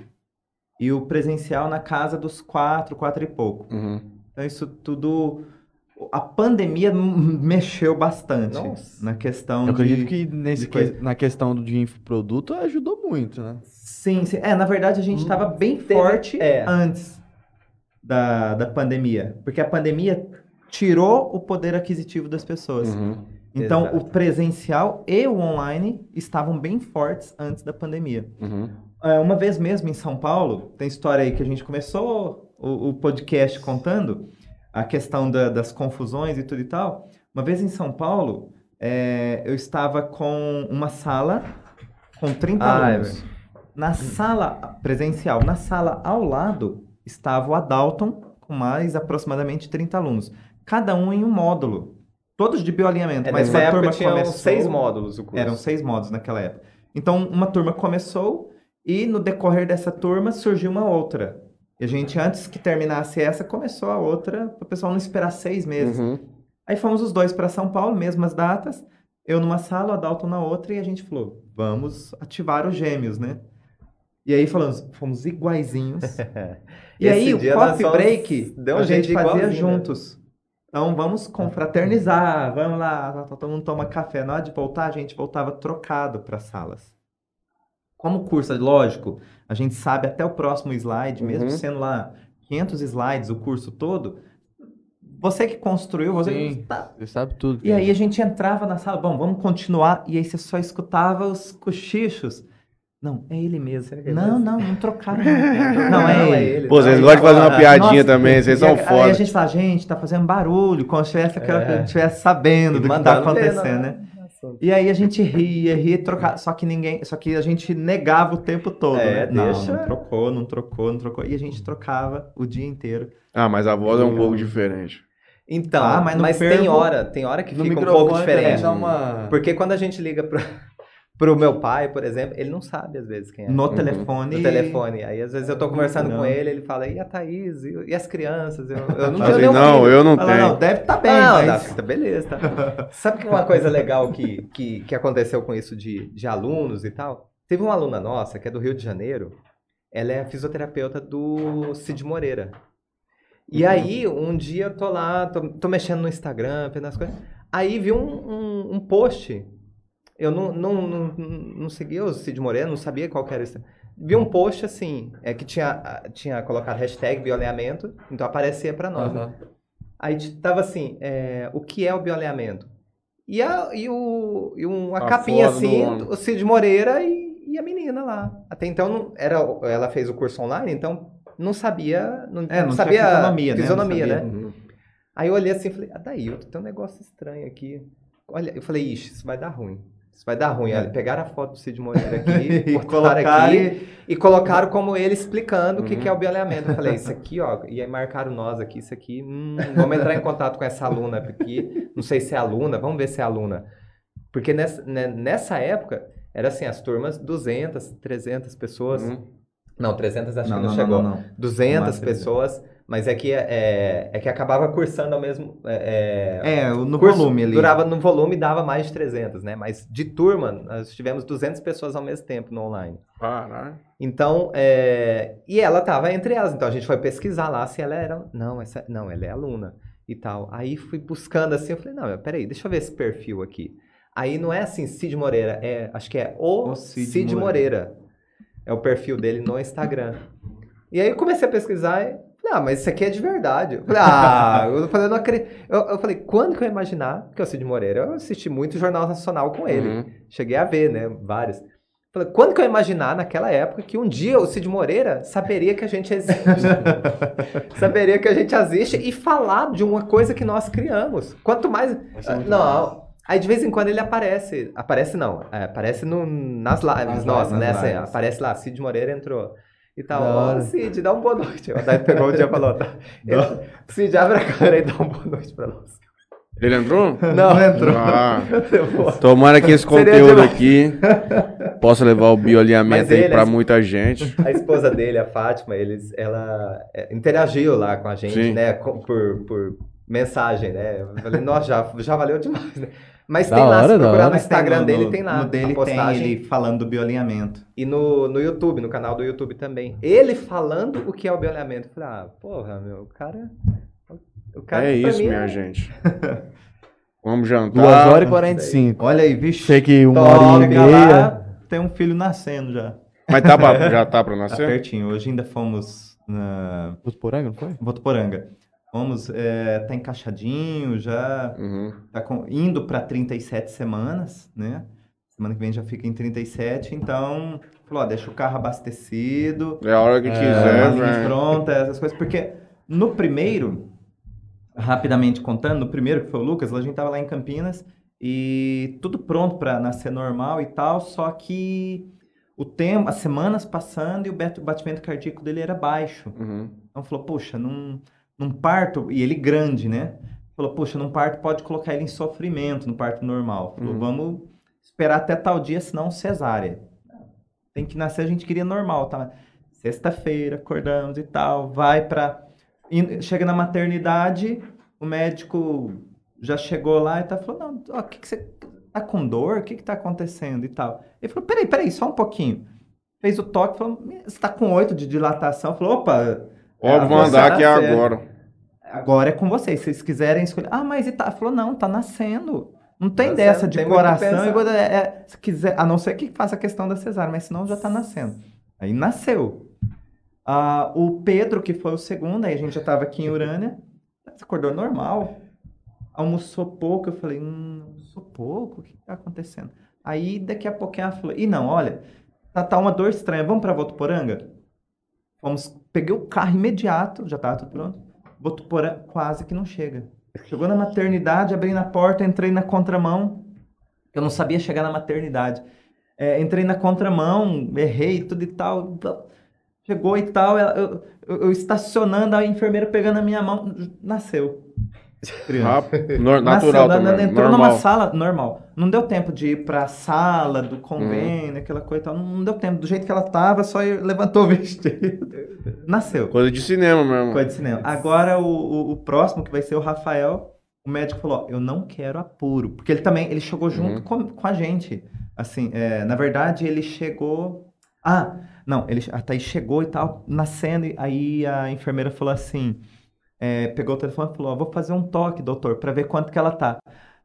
E o presencial na casa dos quatro, quatro e pouco. Uhum. Então isso tudo... A pandemia m- mexeu bastante Nossa. na questão Eu acredito de... que nesse de coisa. que- na questão do de infoproduto ajudou muito, né? Sim, sim. É, na verdade a gente Hum, estava bem teve- forte é. antes da, da pandemia. Porque a pandemia tirou o poder aquisitivo das pessoas. Uhum. Então, Exato. o presencial e o online estavam bem fortes antes da pandemia. Uhum. É, uma vez mesmo em São Paulo, tem história aí que a gente começou o, o podcast contando, a questão da- das confusões e tudo e tal. Uma vez em São Paulo, é, eu estava com uma sala com trinta Ah, é alunos. Na sala presencial, na sala ao lado, estava o Adalton, com mais aproximadamente trinta alunos. Cada um em um módulo. Todos de bioalinhamento, É, mas nessa uma época turma tinham começou... seis módulos o curso. Eram seis módulos naquela época. Então, uma turma começou e no decorrer dessa turma surgiu uma outra. E a gente, antes que terminasse essa, começou a outra, para o pessoal não esperar seis meses. Uhum. Aí fomos os dois para São Paulo, mesmas datas. Eu numa sala, o Adalto na outra, e a gente falou, vamos ativar os gêmeos, né? E aí falamos, fomos iguaizinhos. E Esse aí o dia nós coffee fomos- break deu um a jeito gente fazia igualzinho, né? juntos. Então vamos confraternizar, vamos lá, todo mundo toma café. Na hora de voltar, a gente voltava trocado para salas. Como o curso é lógico, a gente sabe até o próximo slide, mesmo Uhum. sendo lá quinhentos slides o curso todo, você que construiu, você Sim. tá. Você sabe tudo. E aí a gente entrava na sala, bom, vamos continuar, e aí você só escutava os cochichos. Não, é ele mesmo. Será que é Não, mesmo? não, não trocaram. Não, não é ele. Pô, vocês Não, gostam de fazer uma não, piadinha Nossa, também, vocês e são a- Aí a foda. gente fala, gente, tá fazendo barulho, como se tivesse, aquela, É. tivesse sabendo E do que tá mandando ver, acontecendo, não, né? não, assunto. E aí a gente ria, ria, trocava, só que ninguém, só que a gente negava o tempo todo, É, né? Não, deixa- não trocou, não trocou, não trocou, e a gente trocava o dia inteiro. Ah, mas a voz é um pouco diferente. Então, Ah, mas mas, no tem fervo- hora, tem hora que No fica um microfone pouco também diferente. dá uma... Porque quando a gente liga pro, pro meu pai, por exemplo, ele não sabe às vezes quem é. No Uhum. telefone. No telefone. Aí às vezes eu tô conversando Não. com ele, ele fala, e a Thaís? E, e as crianças? Eu, eu não Mas tenho assim, nenhum não, filho. eu não Fala, tenho. não, deve estar bem, Não, mas... tá, tá, beleza, tá. Sabe que uma coisa legal que, que, que aconteceu com isso de, de alunos e tal? Teve uma aluna nossa, que é do Rio de Janeiro, ela é fisioterapeuta do Cid Moreira. E aí, um dia eu tô lá, tô, tô mexendo no Instagram, vendo as coisas, aí vi um, um, um post, eu não, não, não, não seguia o Cid Moreira, não sabia qual que era isso. Vi um post assim, é que tinha, tinha colocado hashtag bioalinhamento, então aparecia pra nós, né? Aham. Aí t- tava assim, é, o que é o bioalinhamento? E, a, e, o, e uma A capinha foto do assim, homem. o Cid Moreira e, e a menina lá. Até então, não, era, ela fez o curso online, então não sabia, não, É, não tinha sabia fisionomia, né? fisionomia, Não né? sabia. Uhum. Aí eu olhei assim e falei, ah, daí, tem um negócio estranho aqui. Olha, eu falei, ixi, isso vai dar ruim. Isso vai dar ruim. É. Olha, pegaram a foto do Cid Moreira aqui, E botaram colocaram aqui e colocaram como ele explicando o que, Uhum. que é o bioalinhamento. Eu falei, isso aqui, ó, e aí marcaram nós aqui, isso aqui, hum, vamos entrar em contato com essa aluna aqui, não sei se é aluna, vamos ver se é aluna. Porque nessa, né, nessa época, era assim, as turmas, duzentas, trezentas pessoas. Uhum. Não, trezentas acho Não, que não, não, chegou. não, não, não. duzentas No máximo pessoas, mas é que, é, é que acabava cursando ao mesmo... É, é, É, no curso volume ali. Durava no volume e dava mais de trezentas, né? Mas de turma, nós tivemos duzentas pessoas ao mesmo tempo no online. Caralho. Então, é, e ela tava entre elas. Então a gente foi pesquisar lá se ela era. Não, essa, não, ela é aluna e tal. Aí fui buscando assim, eu falei, não, peraí, deixa eu ver esse perfil aqui. Aí não é assim, Cid Moreira, é, acho que é o, O Cid Cid, Moreira. É o perfil dele no Instagram. E aí eu comecei a pesquisar e falei, ah, mas isso aqui é de verdade. Eu falei, ah, eu falei, eu não acredito. Eu, eu falei, quando que eu ia imaginar que é o Cid Moreira? Eu assisti muito Jornal Nacional com ele. Uhum. Cheguei a ver, né, vários. Falei, quando que eu ia imaginar naquela época que um dia o Cid Moreira saberia que a gente existe? Saberia que a gente existe e falar de uma coisa que nós criamos. Quanto mais... ser muito Não, aí de vez em quando ele aparece. Aparece não, é, aparece no, nas lives, Nas nossa, lives, né? nas assim, lives. aparece lá, Cid Moreira entrou. E tal, Da ó, hora. Cid, dá uma boa noite. Daí pegou o dia e falou, tá, ele- Cid, abre a câmera e dá uma boa noite pra nós. Ele entrou? Não, entrou. Ah, Eu vou- tomara que esse Seria conteúdo demais. aqui possa levar o bioalinhamento Mas aí ele, pra assim, muita gente. A esposa dele, a Fátima, eles, ela é, interagiu lá com a gente, Sim. né? com- por, por mensagem, né? Eu falei, nossa, já, já valeu demais, né? Mas Da tem lá, hora, se da procurar hora. no Mas tem Instagram no- dele, no- tem lá No a dele tem postagem. ele falando do bioalinhamento. E no, no YouTube, no canal do YouTube também. Ele falando o que é o bioalinhamento. Eu falei, ah, porra, meu, o cara... O cara É pra isso, mim minha é- gente. Vamos jantar. duas horas e quarenta e cinco. Olha aí, vixe. Sei que uma Top, hora e Chega meia. lá, tem um filho nascendo já. Mas tá pra- já tá pra Tá nascer? pertinho. Hoje ainda fomos na Votuporanga, não foi? Votuporanga. Fomos, é, tá encaixadinho já, Uhum. tá com- indo para trinta e sete semanas, né? Semana que vem já fica em trinta e sete, então, falou, ó, deixa o carro abastecido, É a hora que É, quiser, malinha velho. pronta, essas coisas, porque no primeiro, rapidamente contando, no primeiro que foi o Lucas, a gente tava lá em Campinas e tudo pronto para nascer normal e tal, só que o tempo, as semanas passando e o bat- batimento cardíaco dele era baixo. Uhum. Então falou, poxa, num, num parto, e ele grande, né? Falou, poxa, num parto pode colocar ele em sofrimento, no parto normal. Falou, Uhum. vamos esperar até tal dia, senão cesárea. Tem que nascer, a gente queria normal, tá? Sexta-feira, acordamos e tal, vai pra... in- Chega na maternidade, o médico já chegou lá e tá, falou, não, ó, o que que você... Tá com dor? O que que tá acontecendo e tal? Ele falou, peraí, peraí, só um pouquinho. Fez o toque, falou, você tá com oito de dilatação? Falou, opa... Ó, a vou andar aqui nascer. agora. Agora é com vocês. Se vocês quiserem escolher. Ah, mas e tá? Falou, não, tá nascendo. Não tem Nascendo, dessa de tem muito que coração. pensar. Igual, é, é, se quiser, a não ser que faça a questão da cesárea, mas senão já tá nascendo. Aí nasceu. Ah, o Pedro, que foi o segundo, aí a gente já tava aqui em Urânia. Acordou normal. Almoçou pouco. Eu falei, hum, almoçou pouco? O que tá acontecendo? Aí daqui a pouquinho ela falou, e não, olha, tá, tá uma dor estranha, vamos pra Votuporanga? Fomos, peguei o carro imediato, já tava tudo pronto. Votuporanga quase que não chega. Chegou na maternidade, abri na porta, entrei na contramão. Eu não sabia chegar na maternidade. É, entrei na contramão, errei tudo e tal. Chegou e tal, ela- eu, eu- eu estacionando, a enfermeira pegando a minha mão, nasceu. Criança. Ah, nor- Nasceu, natural na- na- também. entrou numa Normal. sala normal. Não deu tempo de ir pra sala do convênio, aquela coisa e tal. Não, não deu tempo. Do jeito que ela tava, só levantou o vestido. Nasceu. Coisa de cinema mesmo. Coisa de cinema. Agora o, o, o próximo, que vai ser o Rafael, o médico falou, ó, eu não quero apuro. Porque ele também, ele chegou junto Uhum. com, com a gente. Assim, é, na verdade, ele chegou... Ah, não, ele até aí chegou e tal, nascendo, e aí a enfermeira falou assim, é, pegou o telefone e falou, ó, vou fazer um toque, doutor, pra ver quanto que ela tá.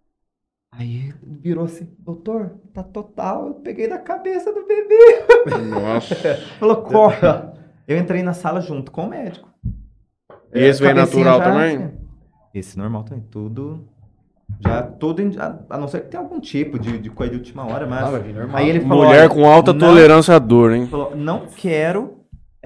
Aí virou assim, doutor, tá total, eu peguei na cabeça do bebê. Nossa. Falou, corre. Eu entrei na sala junto com o médico. E esse veio Cabecinha natural já, também? assim. Esse normal também, tudo... Já tudo, em- a, a não ser que tenha algum tipo de, de coisa de última hora, mas... Ah, vai vir normal. Aí ele falou, Mulher olha, com alta não- tolerância à dor, hein? falou, não quero,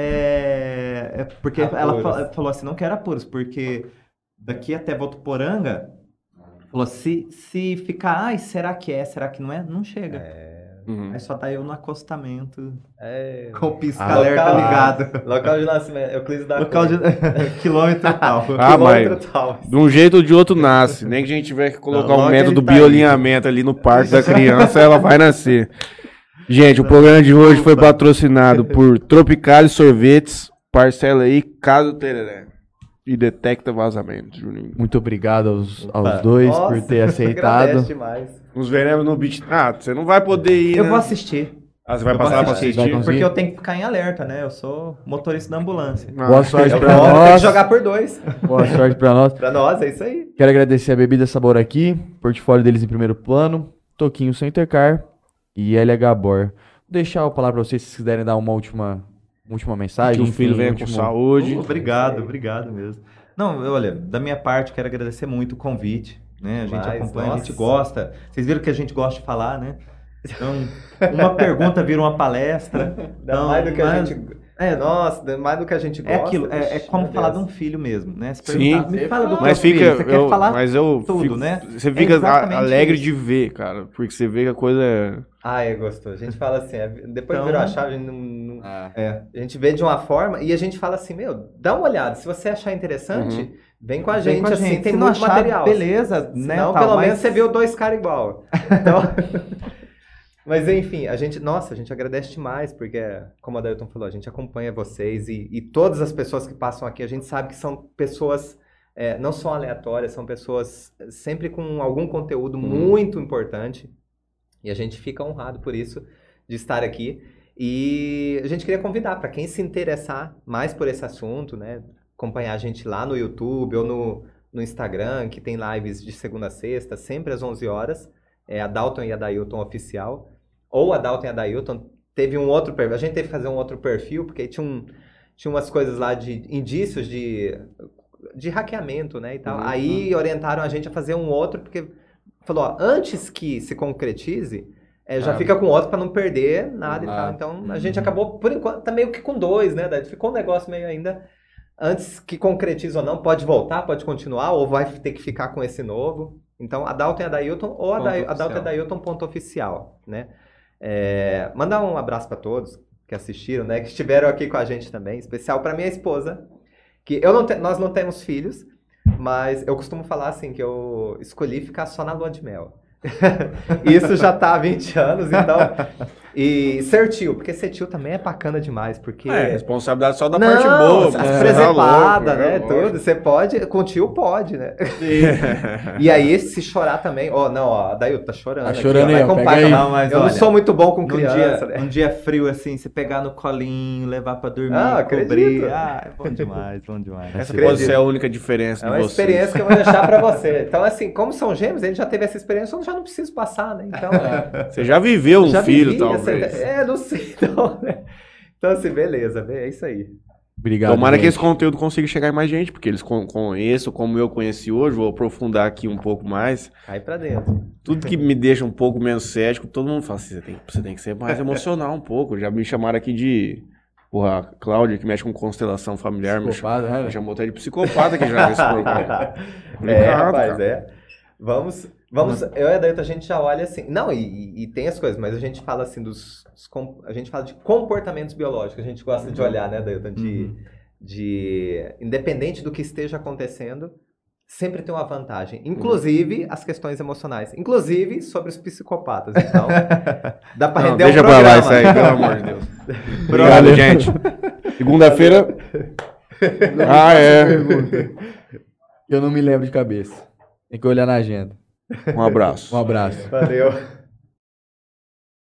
é, é, porque ela Apuros. fa- falou assim, não quero apuros, porque daqui até Votuporanga, falou, se, se ficar, ai, será que é, será que não é? Não chega. Uhum. Aí só tá eu no acostamento, É. com o pisca-alerta Ah, local- ligado. Local de nascimento, Euclides da Local de... Cunha. quilômetro tal. Ah, mas Quilômetro tal. de um jeito ou de outro nasce. Nem que a gente tiver que colocar Não, um logo método ele tá bioalinhamento ali no parto da criança, ela vai nascer. Gente, o programa de hoje foi patrocinado por Tropicale Sorvetes. Parcela aí, caso tereré. E detecta vazamento, Juninho. Muito obrigado aos, aos Opa. dois Nossa, por ter aceitado. agradece demais. Uns venenos no beat. Ah, você não vai poder ir, Eu né? vou assistir. Ah, você vai Eu passar vou pra assistir, assistir? Vai conseguir? porque eu tenho que ficar em alerta, né? Eu sou motorista da ambulância. Ah, Boa sorte Eu pra vou ter que nós. jogar por dois. Boa sorte pra nós. Pra nós, é isso aí. Quero agradecer a Bebida Sabor aqui, portfólio deles em primeiro plano, Toquinho Centercar e L H Bor. Vou deixar a palavra pra vocês se vocês quiserem dar uma última, uma última mensagem. Que o filho enfim, venha último- com saúde. Uh, obrigado, obrigado mesmo. Não, eu- olha, da minha parte, quero agradecer muito o convite. Né? A gente Mas, acompanha, a nossa. gente gosta. Vocês viram que a gente gosta de falar, né? Então, uma pergunta vira uma palestra. Dá Então, mais do que a mas- gente. É, Nossa, dá mais do que a gente gosta. É aquilo, é, é Vixe, como meu falar Deus. de um filho mesmo, né? Se Sim. perguntar, me fala do teu Mas filho, fica, você quer eu, falar mas eu tudo, fico- né? Você fica É exatamente a- alegre isso. de ver, cara, porque você vê que a coisa é... Ah, é gostoso. A gente fala assim, é, depois Então- que virou a chave, a gente, não, não- É. a gente vê de uma forma e a gente fala assim, meu, dá uma olhada. Se você achar interessante, Uhum. vem com a Vem gente, com a assim, gente. tem Se não muito achar, material. beleza, Senão, né, tal, pelo mas- menos você viu dois caras igual. Então... Mas enfim, a gente, nossa, a gente agradece demais, porque, como a Dailton falou, a gente acompanha vocês e, e todas as pessoas que passam aqui, a gente sabe que são pessoas é, não são aleatórias, são pessoas sempre com algum conteúdo muito importante. E a gente fica honrado por isso, de estar aqui. E a gente queria convidar para quem se interessar mais por esse assunto, né? Acompanhar a gente lá no YouTube ou no, no Instagram, que tem lives de segunda a sexta, sempre às onze horas. É a Dalton e a Dailton oficial. Ou a Dalton e a Dailton. Teve um outro perfil. A gente teve que fazer um outro perfil, porque tinha, um, tinha umas coisas lá de indícios de, de hackeamento, né? E tal. Uhum. Aí orientaram a gente a fazer um outro, porque falou, ó, antes que se concretize, é, já Ah. fica com outro para não perder nada e Ah. tal. Então a gente acabou, por enquanto, tá meio que com dois, né? Daí ficou um negócio meio ainda. Antes que concretize ou não, pode voltar, pode continuar, ou vai ter que ficar com esse novo. Então, a Dalton é a Dailton, ou a, Ponto da, a oficial. Dalton é a Dailton ponto oficial, né? É, mandar um abraço para todos que assistiram, né? Que estiveram aqui com a gente também. Especial para minha esposa, que eu não te, nós não temos filhos, mas eu costumo falar assim, que eu escolhi ficar só na lua de mel. Isso já tá há vinte anos, então... E ser tio, porque ser tio também é bacana demais, porque... É, responsabilidade só da Não, parte boa. as né? presepadas, Tá louco, né, lógico. tudo, você pode, com tio pode, né? E aí, se chorar também, ó, não, ó, a Dailton tá chorando. Tá aqui, chorando ó, aí, vai ó, com o pega pai, aí. não, Não, mas eu olha, não sou muito bom com Num criança, dia, né? um dia frio assim, você pegar no colinho, levar pra dormir, Ah, cobrir. acredito. Ah, é bom demais, bom demais. Essa Acredito. pode ser a única diferença É de uma vocês. experiência que eu vou deixar pra você. Então, assim, como são gêmeos, ele já teve essa experiência, eu já não preciso passar, né? Então, Você já viveu um já filho, vivi talvez. essa- É, não sei, então, né? Então, assim, beleza, é isso aí. Obrigado, Tomara que gente. esse conteúdo consiga chegar em mais gente, porque eles con- conheçam como eu conheci hoje, vou aprofundar aqui um pouco mais. Cai pra dentro. Tudo que me deixa um pouco menos cético, todo mundo fala assim, você tem, você tem que ser mais emocional um pouco. Já me chamaram aqui de... Porra, a Cláudia, que mexe com constelação familiar, me Psicopata, chamou, né? me chamou até de psicopata aqui já nesse programa. É, Obrigado, rapaz, cara. é. Vamos, vamos, eu e a Dailton, a gente já olha assim, não, e, e tem as coisas, mas a gente fala assim dos, dos com- a gente fala de comportamentos biológicos, a gente gosta de olhar, né, Dailton, de, de, independente do que esteja acontecendo, sempre tem uma vantagem, inclusive as questões emocionais, inclusive sobre os psicopatas, então, dá pra Não, render deixa um pra programa. lá isso aí, pelo amor de Deus. Obrigado, gente. Segunda-feira... Ah, é. Eu não me lembro de cabeça. Tem que olhar na agenda. Um abraço. Um abraço. Valeu.